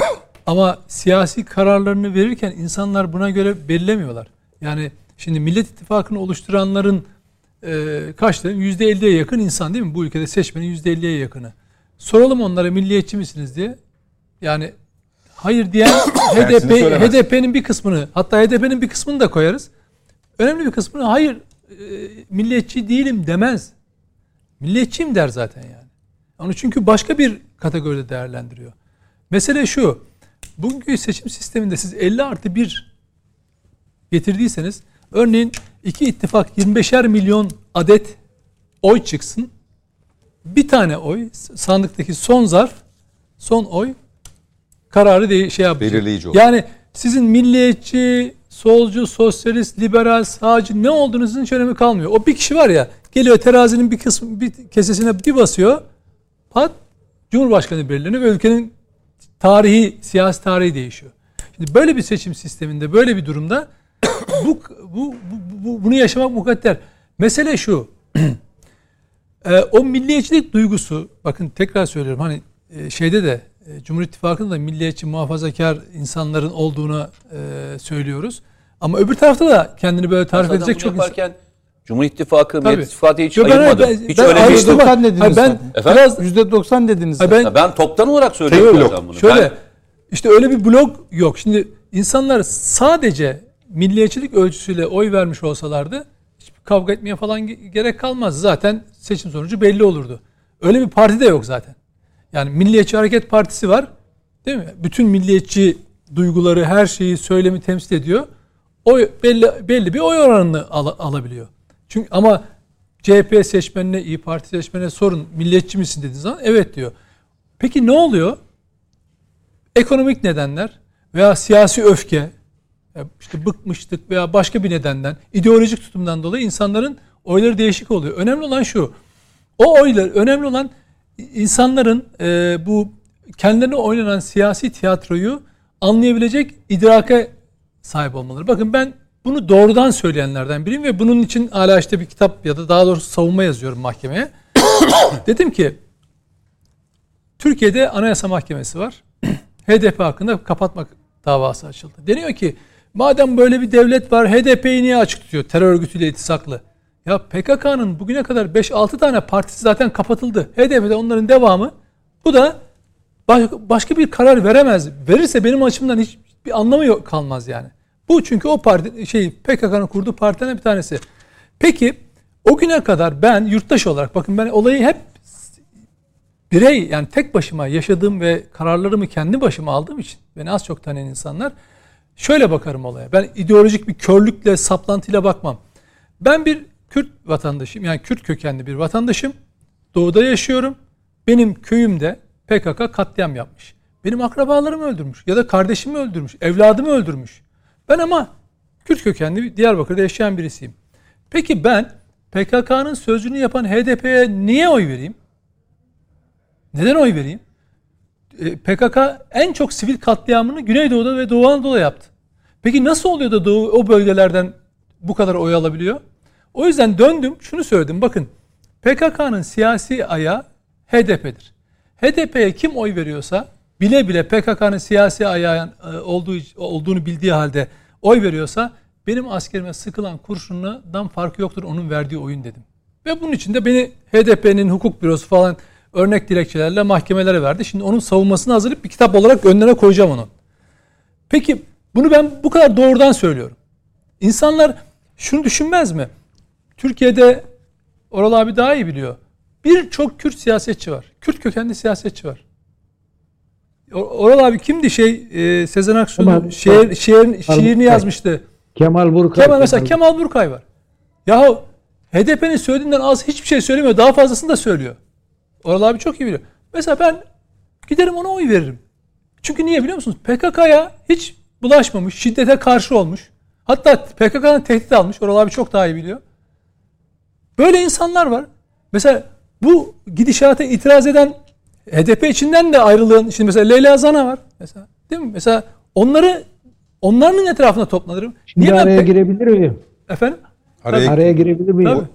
Ama siyasi kararlarını verirken insanlar buna göre belirlemiyorlar. Yani şimdi Millet İttifakı'nı oluşturanların e, kaçları? yüzde elliye yakın insan değil mi? Bu ülkede seçmenin yüzde elliye yakını. Soralım onlara milliyetçi misiniz diye. Yani hayır diyen H D P, H D P'nin bir kısmını, hatta H D P'nin bir kısmını da koyarız. Önemli bir kısmını hayır e, milliyetçi değilim demez. Milliyetçiyim der zaten yani. Onu çünkü başka bir kategoride değerlendiriyor. Mesele şu. Bugünkü seçim sisteminde siz elli artı bir getirdiyseniz, örneğin iki ittifak yirmi beşer milyon adet oy çıksın. Bir tane oy, sandıktaki son zarf, son oy kararı de şey yapacak. Belirleyici olur. Yani sizin milliyetçi, solcu, sosyalist, liberal, sağcı ne olduğunuzun hiç önemi kalmıyor. O bir kişi var ya, geliyor terazinin bir kısmı, bir kesesine bir basıyor, pat, Cumhurbaşkanı belirleniyor ve ülkenin tarihi, siyasi tarihi değişiyor. Şimdi böyle bir seçim sisteminde, böyle bir durumda bu, bu, bu, bu bunu yaşamak mukadder. Mesele şu. e, o milliyetçilik duygusu, bakın tekrar söylüyorum, hani e, şeyde de e, Cumhur İttifakı'nda da milliyetçi, muhafazakar insanların olduğunu e, söylüyoruz. Ama öbür tarafta da kendini böyle tarif Zaten edecek çok insan. yaparken Cumhur İttifakı, Tabii. Millet İttifakı hiç Yo, ben- ayırmadım. ben- hiç ben öyle bir ayrıştırma- doksan dediniz Hayır, ben zaten. biraz yüzde doksan dediniz. Hayır, zaten. ben Ya ben toptan olarak söylüyorum Tek zaten bunu. Şöyle, Ben- işte öyle bir blok yok. Şimdi insanlar sadece milliyetçilik ölçüsüyle oy vermiş olsalardı hiç kavga etmeye falan ge- gerek kalmaz. Zaten seçim sonucu belli olurdu. Öyle bir parti de yok zaten. Yani Milliyetçi Hareket Partisi var. Değil mi? Bütün milliyetçi duyguları, her şeyi, söylemi temsil ediyor. Oy belli belli bir oy oranını al- alabiliyor. Çünkü ama C H P seçmenine, İYİ Parti seçmenine sorun, milliyetçi misin dediğiniz zaman evet diyor. Peki ne oluyor? Ekonomik nedenler veya siyasi öfke, işte bıkmıştık veya başka bir nedenden, ideolojik tutumdan dolayı insanların oyları değişik oluyor. Önemli olan şu, o oylar, önemli olan insanların e, bu kendilerine oynanan siyasi tiyatroyu anlayabilecek idrake sahip olmaları. Bakın ben bunu doğrudan söyleyenlerden biriyim ve bunun için hala işte bir kitap ya da daha doğrusu savunma yazıyorum mahkemeye. Dedim ki Türkiye'de Anayasa Mahkemesi var. H D P hakkında kapatma davası açıldı. Deniyor ki madem böyle bir devlet var H D P'yi niye açık tutuyor terör örgütüyle iltisaklı? Ya P K K'nın bugüne kadar beş altı tane partisi zaten kapatıldı. H D P'de onların devamı. Bu da başka bir karar veremez. Verirse benim açımdan hiçbir anlamı yok, kalmaz yani. Bu çünkü o parti şey P K K'nın kurduğu partilerden bir tanesi. Peki o güne kadar ben yurttaş olarak, bakın ben olayı hep birey, yani tek başıma yaşadığım ve kararlarımı kendi başıma aldığım için beni az çok tanıyan insanlar şöyle bakarım olaya. Ben ideolojik bir körlükle, saplantıyla bakmam. Ben bir Kürt vatandaşıyım. Yani Kürt kökenli bir vatandaşım. Doğuda yaşıyorum. Benim köyümde P K K katliam yapmış. Benim akrabalarımı öldürmüş ya da kardeşimi öldürmüş, evladımı öldürmüş. Ben ama Kürt kökenli Diyarbakır'da yaşayan birisiyim. Peki ben P K K'nın sözcülüğünü yapan H D P'ye niye oy vereyim? Neden oy vereyim? E, P K K en çok sivil katliamını Güneydoğu'da ve Doğu Anadolu'da yaptı. Peki nasıl oluyor da Doğu o bölgelerden bu kadar oy alabiliyor? O yüzden döndüm, şunu söyledim. Bakın P K K'nın siyasi ayağı H D P'dir. H D P'ye kim oy veriyorsa, bile bile P K K'nın siyasi ayağı olduğu, olduğunu bildiği halde oy veriyorsa, benim askerime sıkılan kurşundan farkı yoktur onun verdiği oyun dedim. Ve bunun için de beni H D P'nin hukuk bürosu falan örnek dilekçelerle mahkemelere verdi. Şimdi onun savunmasını hazırlayıp bir kitap olarak önlerine koyacağım onu. Peki bunu ben bu kadar doğrudan söylüyorum. İnsanlar şunu düşünmez mi? Türkiye'de Oral abi daha iyi biliyor. Birçok Kürt siyasetçi var. Kürt kökenli siyasetçi var. Oral abi kimdi şey e, Sezen Aksu'nun şiir, şiir, şiirini yazmıştı. Kemal Burkay. Kemal, mesela Kemal Burkay var. Yahu H D P'nin söylediğinden az hiçbir şey söylemiyor. Daha fazlasını da söylüyor. Oral abi çok iyi biliyor. Mesela ben giderim ona oy veririm. Çünkü niye biliyor musunuz? P K K'ya hiç bulaşmamış. Şiddete karşı olmuş. Hatta P K K'nın tehdit almış. Oral abi çok daha iyi biliyor. Böyle insanlar var. Mesela bu gidişata itiraz eden H D P içinden de ayrılığın, şimdi mesela Leyla Zana var. Mesela, değil mi? Mesela onları onların etrafına toplanırım. Şimdi niye araya ben pe- girebilir miyim? Efendim? Araya, Araya girebilir miyim? Tabii.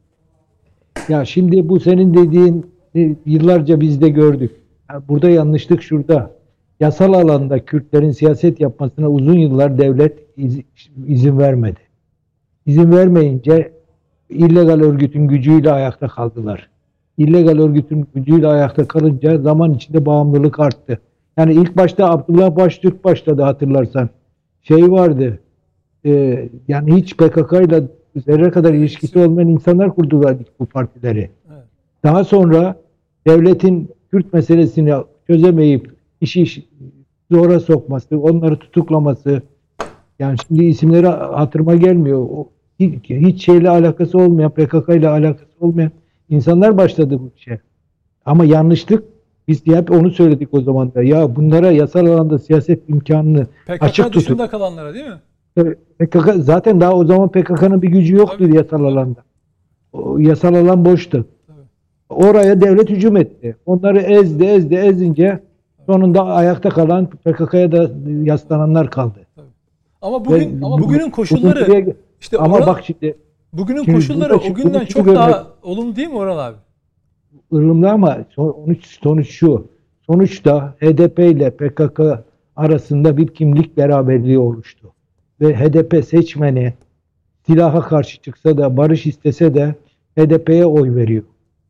Ya şimdi bu senin dediğin yıllarca biz de gördük. Yani burada yanlışlık şurada. yasal alanda Kürtlerin siyaset yapmasına uzun yıllar devlet iz, izin vermedi. İzin vermeyince illegal örgütün gücüyle ayakta kaldılar. İllegal örgütün gücüyle ayakta kalınca zaman içinde bağımlılık arttı. Yani ilk başta Abdullah Baştürk başladı, hatırlarsan. Şey vardı, e, yani hiç P K K ile zerre kadar ilişkisi olmayan insanlar kurdular bu partileri. Evet. Daha sonra devletin Kürt meselesini çözemeyip işi zora sokması, onları tutuklaması, yani şimdi isimleri hatırıma gelmiyor. O, hiç, hiç şeyle alakası olmayan, P K K ile alakası olmayan insanlar başladı bu işe. Ama yanlışlık, biz hep onu söyledik o zaman da. Ya bunlara yasal alanda siyaset imkanını P K K açık tutun. P K K dışında kalanlara değil mi? P K K zaten daha o zaman P K K'nın bir gücü yoktu. Tabii. Yasal alanda. O, yasal alan boştu. Tabii. Oraya devlet hücum etti. Onları ezdi, ezdi, ezince sonunda ayakta kalan P K K'ya da yaslananlar kaldı. Tabii. Ama bugün Ve, ama bugünün koşulları bugün, işte ama Oral, bak şimdi bugünün şimdi koşulları o günden çok görmek, daha olumlu değil mi Oral abi? Ilımlı ama sonuç, sonuç şu. Sonuçta H D P ile P K K arasında bir kimlik beraberliği oluştu. Ve H D P seçmeni silaha karşı çıksa da, barış istese de H D P'ye oy veriyor.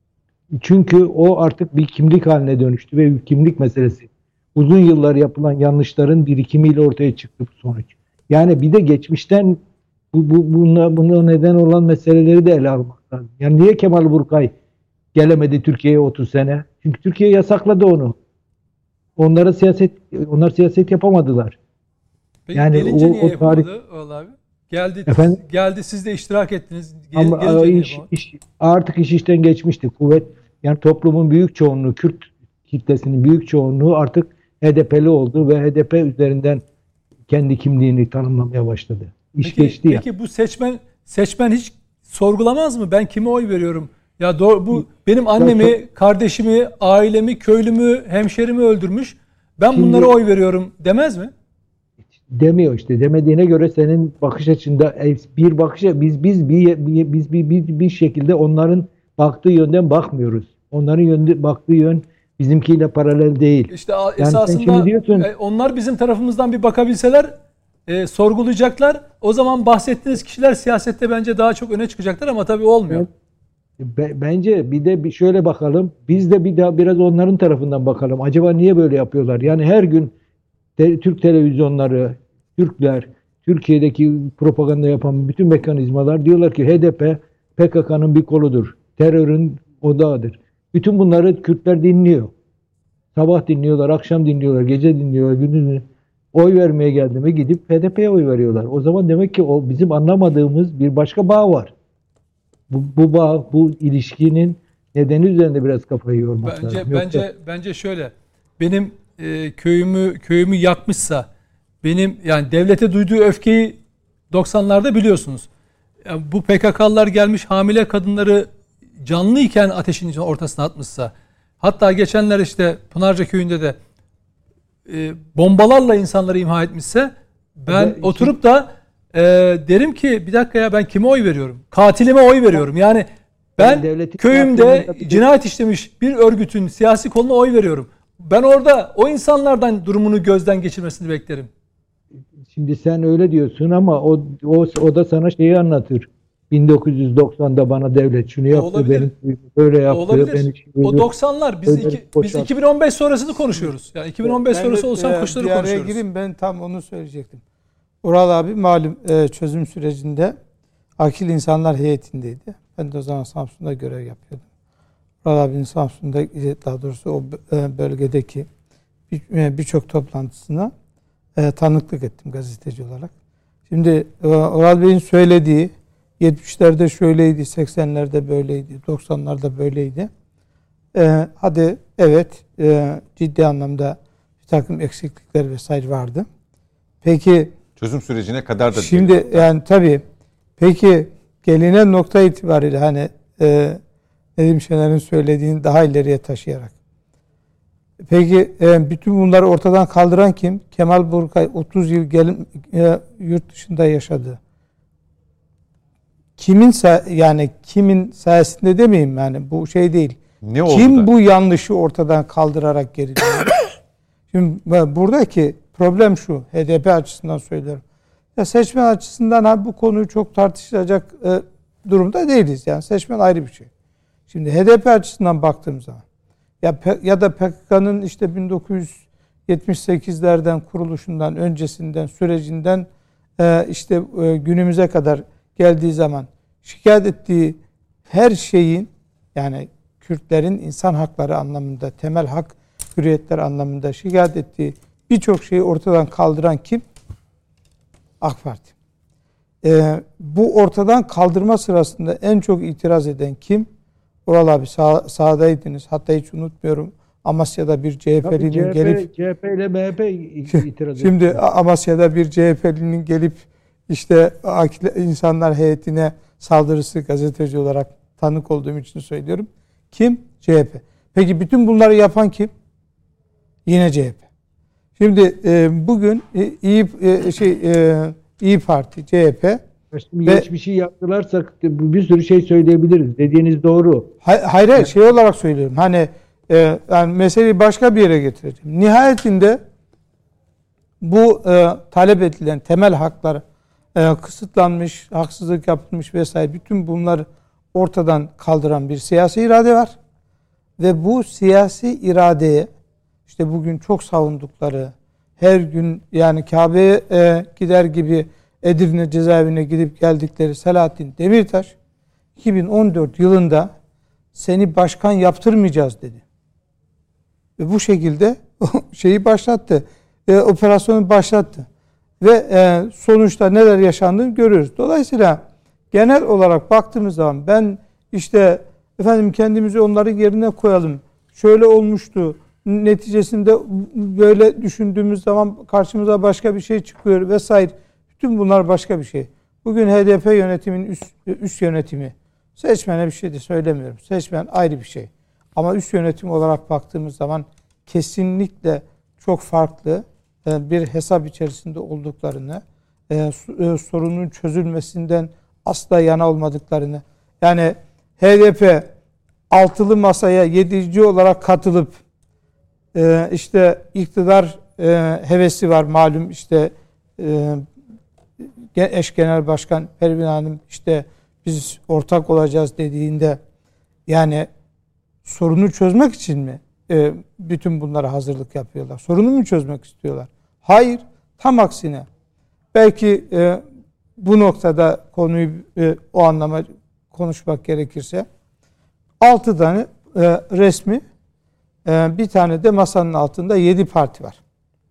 Çünkü o artık bir kimlik haline dönüştü ve bir kimlik meselesi. Uzun yıllar yapılan yanlışların birikimiyle ortaya çıktı bu sonuç. Yani bir de geçmişten bu, bu, buna, buna neden olan meseleleri de ele almak lazım. Yani niye Kemal Burkay gelemedi Türkiye'ye otuz sene? Çünkü Türkiye yasakladı onu. Onlara siyaset, onlar siyaset yapamadılar. Peki yani gelince o, niye o yapamadı tarih... abi? Geldi, Efendim? geldi siz de iştirak ettiniz. Gel, Ama iş, iş, artık iş işten geçmişti. Kuvvet, yani toplumun büyük çoğunluğu, Kürt kitlesinin büyük çoğunluğu artık H D P'li oldu ve H D P üzerinden kendi kimliğini tanımlamaya başladı. İş peki, geçti ya. Peki bu seçmen seçmen hiç sorgulamaz mı? Ben kime oy veriyorum? Ya doğru, bu benim annemi, ya çok... kardeşimi, ailemi, köylümü, hemşerimi öldürmüş. Ben Şimdi, bunlara oy veriyorum demez mi? Demiyor işte. Demediğine göre senin bakış açında bir bakış biz biz bir biz bir, bir bir şekilde onların baktığı yönden bakmıyoruz. Onların yönde baktığı yön bizimkiyle paralel değil. İşte yani esasında diyorsun, onlar bizim tarafımızdan bir bakabilseler e, sorgulayacaklar. O zaman bahsettiğiniz kişiler siyasette bence daha çok öne çıkacaklar ama tabii olmuyor. Evet. Bence bir de bir şöyle bakalım. Biz de bir daha biraz onların tarafından bakalım. Acaba niye böyle yapıyorlar? Yani her gün te, Türk televizyonları, Türkler, Türkiye'deki propaganda yapan bütün mekanizmalar diyorlar ki H D P P K K'nın bir koludur. Terörün odağıdır. Bütün bunları Kürtler dinliyor. Sabah dinliyorlar, akşam dinliyorlar, gece dinliyorlar, gündüz oy vermeye geldi mi gidip H D P'ye oy veriyorlar. O zaman demek ki o bizim anlamadığımız bir başka bağ var. Bu, bu bağ, bu ilişkinin nedeni üzerinde biraz kafayı yormak bence, lazım. Bence Yoksa... bence şöyle. Benim e, köyümü köyümü yakmışsa, benim yani devlete duyduğu öfkeyi doksanlarda biliyorsunuz. Yani bu P K K'lılar gelmiş hamile kadınları canlıyken ateşin ortasına atmışsa, hatta geçenler işte Pınarca köyünde de e, bombalarla insanları imha etmişse, ben evet, oturup da e, derim ki bir dakika ya, ben kime oy veriyorum? Katilime oy veriyorum. Yani ben köyümde cinayet işlemiş bir örgütün siyasi koluna oy veriyorum. Ben orada o insanlardan durumunu gözden geçirmesini beklerim. Şimdi sen öyle diyorsun ama o o, o da sana şeyi anlatır. bin dokuz yüz doksanda bana devlet şunu yaptı, benim böyle yaptı. Beni o doksanlar biz iki, biz iki bin on beş sonrasını konuşuyoruz. Yani iki bin on beş ben sonrası olsam koşulları konuşuyoruz. Bir araya gireyim, ben tam onu söyleyecektim. Ural abi malum çözüm sürecinde Akil İnsanlar heyetindeydi. Ben de o zaman Samsun'da görev yapıyordum. Ural abinin Samsun'da, daha doğrusu o bölgedeki birçok toplantısına tanıklık ettim gazeteci olarak. Şimdi Ural Bey'in söylediği yetmişlerde şöyleydi, seksenlerde böyleydi, doksanlarda böyleydi. Ee, hadi evet e, ciddi anlamda bir takım eksiklikler vesaire vardı. Peki çözüm sürecine kadar da şimdi değil. Yani tabii peki gelinen nokta itibariyle hani e, Nedim Şener'in söylediğini daha ileriye taşıyarak. Peki e, bütün bunları ortadan kaldıran kim? Kemal Burkay otuz yıl gelin e, yurt dışında yaşadı. Kimin yani kimin sayesinde demeyeyim, yani bu şey değil. Ne Kim da? Bu yanlışı ortadan kaldırarak geri dönüyor? Şimdi buradaki problem şu, H D P açısından söylüyorum. Ya seçmen açısından abi bu konuyu çok tartışılacak e, durumda değiliz. Yani seçmen ayrı bir şey. Şimdi H D P açısından baktığımız zaman ya ya da P K K'nın işte bin dokuz yüz yetmiş sekizlerden kuruluşundan, öncesinden, sürecinden e, işte e, günümüze kadar geldiği zaman şikayet ettiği her şeyin, yani Kürtlerin insan hakları anlamında, temel hak hürriyetler anlamında şikayet ettiği birçok şeyi ortadan kaldıran kim? AK Parti. Ee, bu ortadan kaldırma sırasında en çok itiraz eden kim? Oral abi sağ, sağdaydınız. Hatta hiç unutmuyorum. Amasya'da bir C H P'linin gelip C H P ile M H P itiraz etti. Şimdi Amasya'da bir C H P'linin gelip işte insanlar heyetine saldırısı, gazeteci olarak tanık olduğum için söylüyorum. Kim? C H P. Peki bütün bunları yapan kim? Yine C H P. Şimdi e, bugün e, İyi e, şey e, İyi Parti, C H P Şimdi ve, geçmişi yaptılarsa bir sürü şey söyleyebiliriz. Dediğiniz doğru. Hayır, hayır şey olarak söylüyorum. Hani e, yani meseleyi başka bir yere getireceğim. Nihayetinde bu e, talep edilen temel haklar e, kısıtlanmış, haksızlık yapılmış vesaire, bütün bunları ortadan kaldıran bir siyasi irade var. Ve bu siyasi iradeye işte bugün çok savundukları, her gün yani Kabe'ye e, gider gibi Edirne cezaevine gidip geldikleri Selahattin Demirtaş iki bin on dört yılında seni başkan yaptırmayacağız dedi. Ve bu şekilde şeyi başlattı. E, operasyonu başlattı. Ve e, sonuçta neler yaşandığını görüyoruz. Dolayısıyla genel olarak baktığımız zaman ben işte efendim kendimizi onların yerine koyalım. Şöyle olmuştu. Neticesinde böyle düşündüğümüz zaman karşımıza başka bir şey çıkıyor vesaire. Bütün bunlar başka bir şey. Bugün H D P yönetiminin üst, üst yönetimi, seçmene bir şey de söylemiyorum. Seçmen ayrı bir şey. Ama üst yönetim olarak baktığımız zaman kesinlikle çok farklı bir hesap içerisinde olduklarını, sorunun çözülmesinden asla yana olmadıklarını, yani H D P altılı masaya yedinci olarak katılıp işte iktidar hevesi var malum, işte eş genel başkan Pervin Hanım işte biz ortak olacağız dediğinde, yani sorunu çözmek için mi e, bütün bunlara hazırlık yapıyorlar? Sorunu mu çözmek istiyorlar? Hayır, tam aksine. Belki e, bu noktada konuyu e, o anlama konuşmak gerekirse altı tane e, resmi, e, bir tane de masanın altında yedi parti var.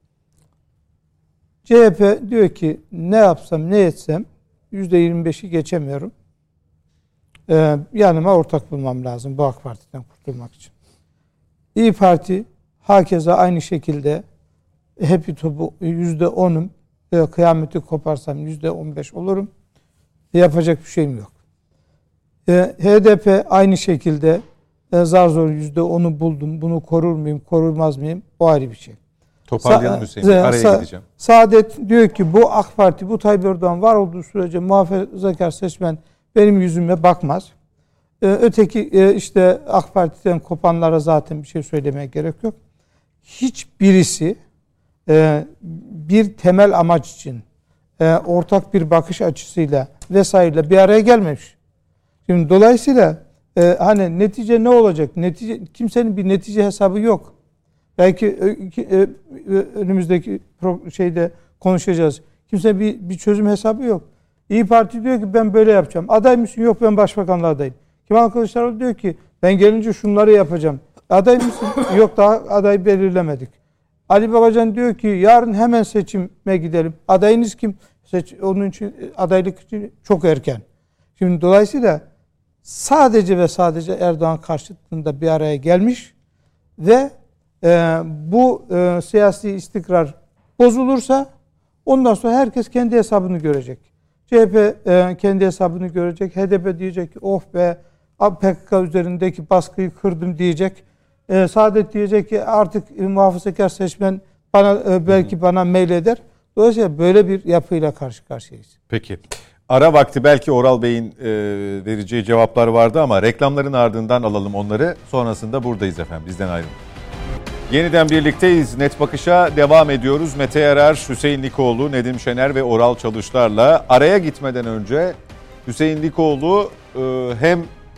C H P diyor ki ne yapsam ne etsem yüzde yirmi beşi geçemiyorum. Ee, yanıma ortak bulmam lazım bu AK Parti'den kurtulmak için. İyi Parti hakeza aynı şekilde hepi topu yüzde onum, e, kıyameti koparsam yüzde on beş olurum. E, yapacak bir şeyim yok. E, H D P aynı şekilde e, zar zor yüzde onu buldum. Bunu korur muyum, korumaz mıyım? O ayrı bir şey. Toparlayalım Sa- Hüseyin. Araya Sa- gideceğim. Saadet diyor ki bu AK Parti, bu Tayyip Erdoğan var olduğu sürece muhafazakar seçmen benim yüzüme bakmaz. Ee, öteki e, işte AK Parti'den kopanlara zaten bir şey söylemeye gerek yok. Hiçbirisi e, bir temel amaç için e, ortak bir bakış açısıyla vesaireyle bir araya gelmemiş. Şimdi dolayısıyla e, hani netice ne olacak? Netice, kimsenin bir netice hesabı yok. Belki önümüzdeki şeyde konuşacağız. Kimse bir, bir çözüm hesabı yok. İyi Parti diyor ki ben böyle yapacağım. Aday mısın? Yok, ben başbakanlığa adayım. Kemal Kılıçdaroğlu diyor ki ben gelince şunları yapacağım. Aday mısın? Yok, daha aday belirlemedik. Ali Babacan diyor ki yarın hemen seçime gidelim. Adayınız kim? Seç, onun için adaylık için çok erken. Şimdi dolayısıyla sadece ve sadece Erdoğan karşıtında bir araya gelmiş ve Ee, bu e, siyasi istikrar bozulursa ondan sonra herkes kendi hesabını görecek. C H P e, kendi hesabını görecek. H D P diyecek ki oh be P K K üzerindeki baskıyı kırdım diyecek. E, Saadet diyecek ki artık e, muhafazakar seçmen bana e, belki bana meyleder. Dolayısıyla böyle bir yapıyla karşı karşıyayız. Peki. Ara vakti belki Oral Bey'in e, vereceği cevaplar vardı ama reklamların ardından alalım onları. Sonrasında buradayız efendim. Bizden ayrılın. Yeniden birlikteyiz. Net Bakış'a devam ediyoruz. Mete Yarar, Hüseyin Likoğlu, Nedim Şener ve Oral Çalışlar'la. Araya gitmeden önce Hüseyin Likoğlu hem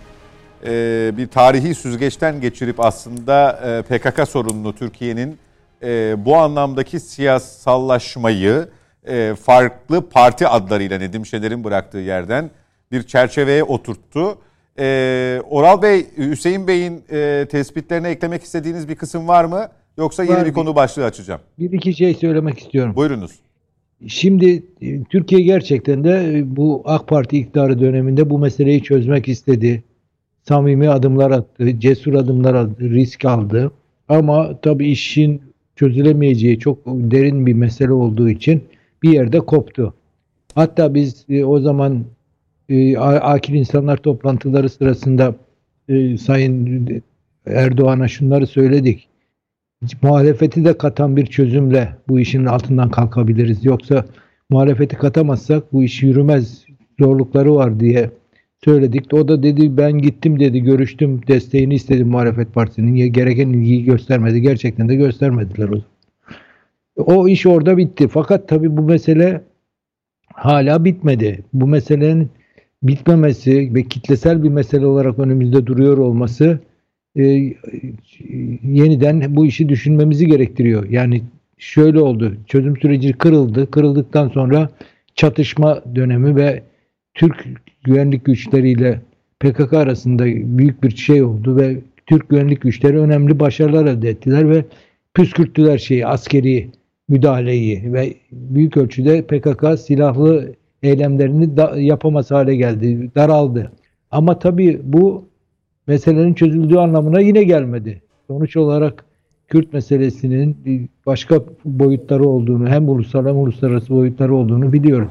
bir tarihi süzgeçten geçirip aslında P K K sorununu, Türkiye'nin bu anlamdaki siyasallaşmayı farklı parti adlarıyla Nedim Şener'in bıraktığı yerden bir çerçeveye oturttu. Ee, Oral Bey, Hüseyin Bey'in e, tespitlerine eklemek istediğiniz bir kısım var mı? Yoksa yeni var, bir konu başlığı açacağım. Bir iki şey söylemek istiyorum. Buyurunuz. Şimdi Türkiye gerçekten de bu AK Parti iktidarı döneminde bu meseleyi çözmek istedi. Samimi adımlar attı, cesur adımlar attı, risk aldı. Ama tabii işin çözülemeyeceği çok derin bir mesele olduğu için bir yerde koptu. Hatta biz e, o zaman e, akil insanlar toplantıları sırasında e, Sayın Erdoğan'a şunları söyledik. Muhalefeti de katan bir çözümle bu işin altından kalkabiliriz. Yoksa muhalefeti katamazsak bu iş yürümez, zorlukları var diye söyledik. O da dedi ben gittim dedi, görüştüm, desteğini istedim muhalefet partisinin. Gereken ilgiyi göstermedi. Gerçekten de göstermediler o. O iş orada bitti. Fakat tabii bu mesele hala bitmedi. Bu meselenin bitmemesi ve kitlesel bir mesele olarak önümüzde duruyor olması e, yeniden bu işi düşünmemizi gerektiriyor. Yani şöyle oldu. Çözüm süreci kırıldı. Kırıldıktan sonra çatışma dönemi ve Türk güvenlik güçleriyle P K K arasında büyük bir şey oldu ve Türk güvenlik güçleri önemli başarılar elde ettiler ve püskürttüler şeyi, askeri müdahaleyi ve büyük ölçüde P K K silahlı eylemlerini da yapamaz hale geldi, daraldı. Ama tabii bu meselenin çözüldüğü anlamına yine gelmedi. Sonuç olarak Kürt meselesinin başka boyutları olduğunu, hem ulusal hem uluslararası boyutları olduğunu biliyoruz.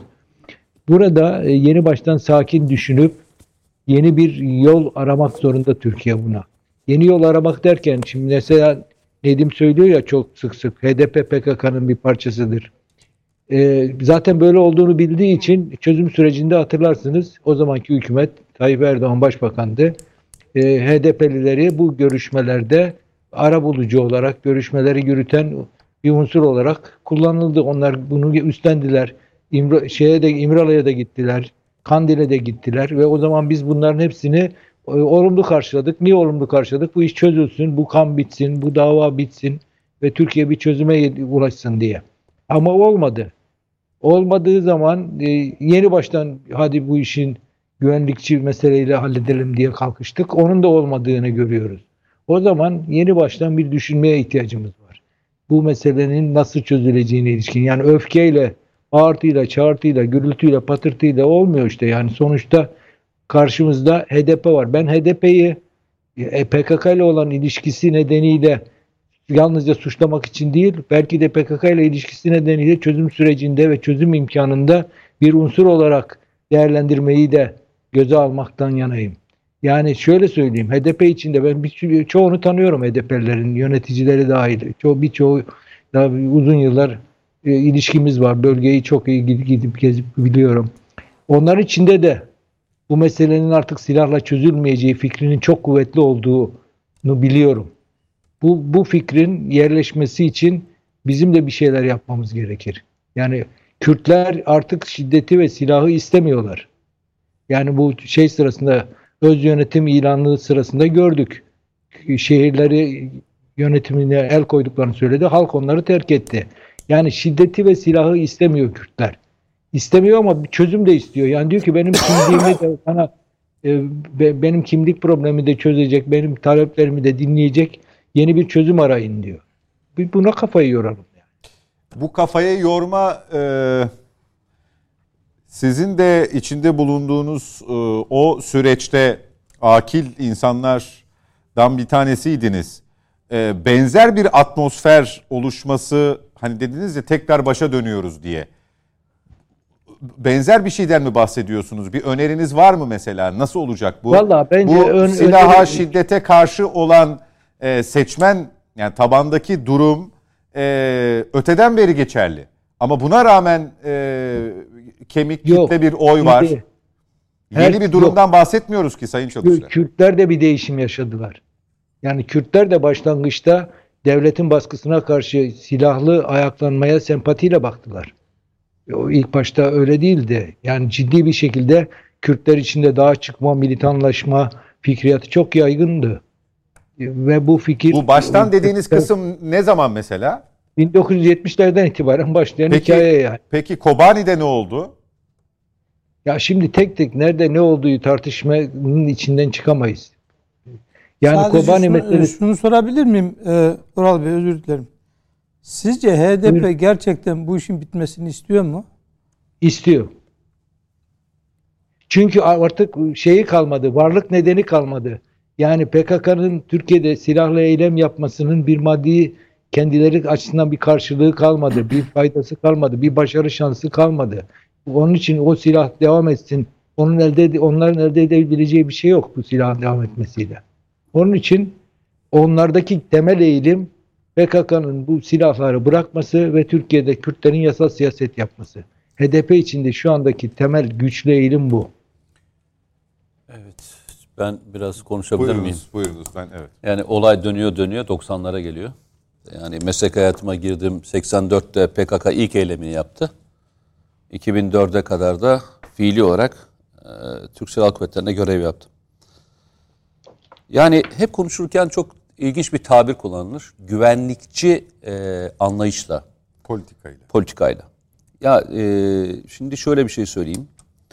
Burada yeni baştan sakin düşünüp yeni bir yol aramak zorunda Türkiye buna. Yeni yol aramak derken şimdi mesela Nedim söylüyor ya çok sık sık H D P P K K'nın bir parçasıdır. Ee, zaten böyle olduğunu bildiği için çözüm sürecinde hatırlarsınız o zamanki hükümet Tayyip Erdoğan Başbakan'dı. Ee, H D P'lileri bu görüşmelerde arabulucu olarak görüşmeleri yürüten bir unsur olarak kullanıldı. Onlar bunu üstlendiler. İmra, şeye de İmralı'ya da gittiler. Kandil'e de gittiler ve o zaman biz bunların hepsini e, olumlu karşıladık. Niye olumlu karşıladık? Bu iş çözülsün, bu kan bitsin, bu dava bitsin ve Türkiye bir çözüme ulaşsın diye. Ama olmadı. Olmadığı zaman e, yeni baştan hadi bu işin güvenlikçi meseleyle halledelim diye kalkıştık. Onun da olmadığını görüyoruz. O zaman yeni baştan bir düşünmeye ihtiyacımız var. Bu meselenin nasıl çözüleceğine ilişkin. Yani öfkeyle, bağırtıyla, çağırtıyla, gürültüyle, patırtıyla olmuyor işte. Yani sonuçta karşımızda H D P var. Ben H D P'yi e, P K K ile olan ilişkisi nedeniyle yalnızca suçlamak için değil, belki de P K K ile ilişkisi nedeniyle çözüm sürecinde ve çözüm imkanında bir unsur olarak değerlendirmeyi de göze almaktan yanayım. Yani şöyle söyleyeyim, H D P içinde ben bir, çoğunu tanıyorum H D P'lilerin, yöneticileri dahil. Ço birçoğu daha uzun yıllar e, ilişkimiz var. Bölgeyi çok iyi gidip, gidip gezip biliyorum. Onlar içinde de bu meselenin artık silahla çözülmeyeceği fikrinin çok kuvvetli olduğunu biliyorum. Bu, bu fikrin yerleşmesi için bizim de bir şeyler yapmamız gerekir. Yani Kürtler artık şiddeti ve silahı istemiyorlar. Yani bu şey sırasında öz yönetim ilanı sırasında gördük. Şehirleri yönetimine el koyduklarını söyledi. Halk onları terk etti. Yani şiddeti ve silahı istemiyor Kürtler. İstemiyor ama bir çözüm de istiyor. Yani diyor ki benim kimliğimi de bana e, benim kimlik problemi de çözecek, benim taleplerimi de dinleyecek yeni bir çözüm arayın diyor. Buna kafayı yoralım. Yani. Bu kafayı yorma e, sizin de içinde bulunduğunuz e, o süreçte akil insanlardan bir tanesiydiniz. E, benzer bir atmosfer oluşması, hani dediniz ya tekrar başa dönüyoruz diye. Benzer bir şeyden mi bahsediyorsunuz? Bir öneriniz var mı mesela? Nasıl olacak bu? Vallahi bence bu ön, silaha, öneri... şiddete karşı olan e, seçmen, yani tabandaki durum e, öteden beri geçerli. Ama buna rağmen e, kemik yok, kitle bir oy var. Her, Yeni bir durumdan yok. bahsetmiyoruz ki Sayın Çalışlar. Kürtler de bir değişim yaşadılar. Yani Kürtler de başlangıçta devletin baskısına karşı silahlı ayaklanmaya sempatiyle baktılar. O ilk başta öyle değildi. Yani ciddi bir şekilde Kürtler içinde dağa çıkma, militanlaşma fikriyatı çok yaygındı. Ve bu fikir... Bu baştan dediğiniz kısım ne zaman mesela? bin dokuz yüz yetmişlerden itibaren başlayan Peki, hikaye yani. Peki Kobani'de ne oldu? Ya şimdi tek tek nerede ne olduğu tartışmanın içinden çıkamayız. Yani Sadece Kobani şunu, meselesi... şunu sorabilir miyim ee, Ural Bey, özür dilerim. Sizce H D P Buyurun. gerçekten bu işin bitmesini istiyor mu? İstiyor. Çünkü artık şeyi kalmadı, varlık nedeni kalmadı. Yani P K K'nın Türkiye'de silahlı eylem yapmasının bir maddi kendileri açısından bir karşılığı kalmadı, bir faydası kalmadı, bir başarı şansı kalmadı. Onun için o silah devam etsin. Onun elde onların elde edebileceği bir şey yok bu silahın devam etmesiyle. Onun için onlardaki temel eğilim P K K'nın bu silahları bırakması ve Türkiye'de Kürtlerin yasal siyaset yapması. H D P içinde şu andaki temel güçlü eğilim bu. Evet. Ben biraz konuşabilir miyim? Buyurunuz, buyurunuz. Ben evet. Yani olay dönüyor dönüyor doksanlara geliyor. Yani meslek hayatıma girdim seksen dörtte P K K ilk eylemini yaptı. iki bin dörde kadar da fiili olarak e, Türk Silahlı Kuvvetleri'nde görev yaptım. Yani hep konuşurken çok ilginç bir tabir kullanılır. Güvenlikçi e, anlayışla, Politikayla. politikayla. Ya e, şimdi şöyle bir şey söyleyeyim.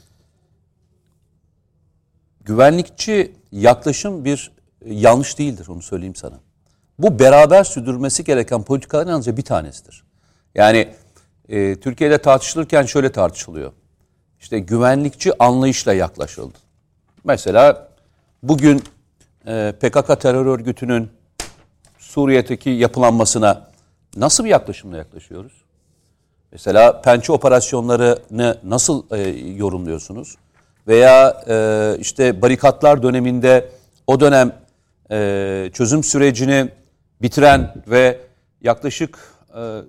Güvenlikçi yaklaşım bir e, yanlış değildir, onu söyleyeyim sana. Bu beraber sürdürmesi gereken politikaların yalnızca bir tanesidir. Yani e, Türkiye'de tartışılırken şöyle tartışılıyor. İşte güvenlikçi anlayışla yaklaşıldı. Mesela bugün e, P K K terör örgütünün Suriye'deki yapılanmasına nasıl bir yaklaşımla yaklaşıyoruz? Mesela Pençe operasyonlarını nasıl e, yorumluyorsunuz? Veya e, işte barikatlar döneminde o dönem e, çözüm sürecini bitiren ve yaklaşık e,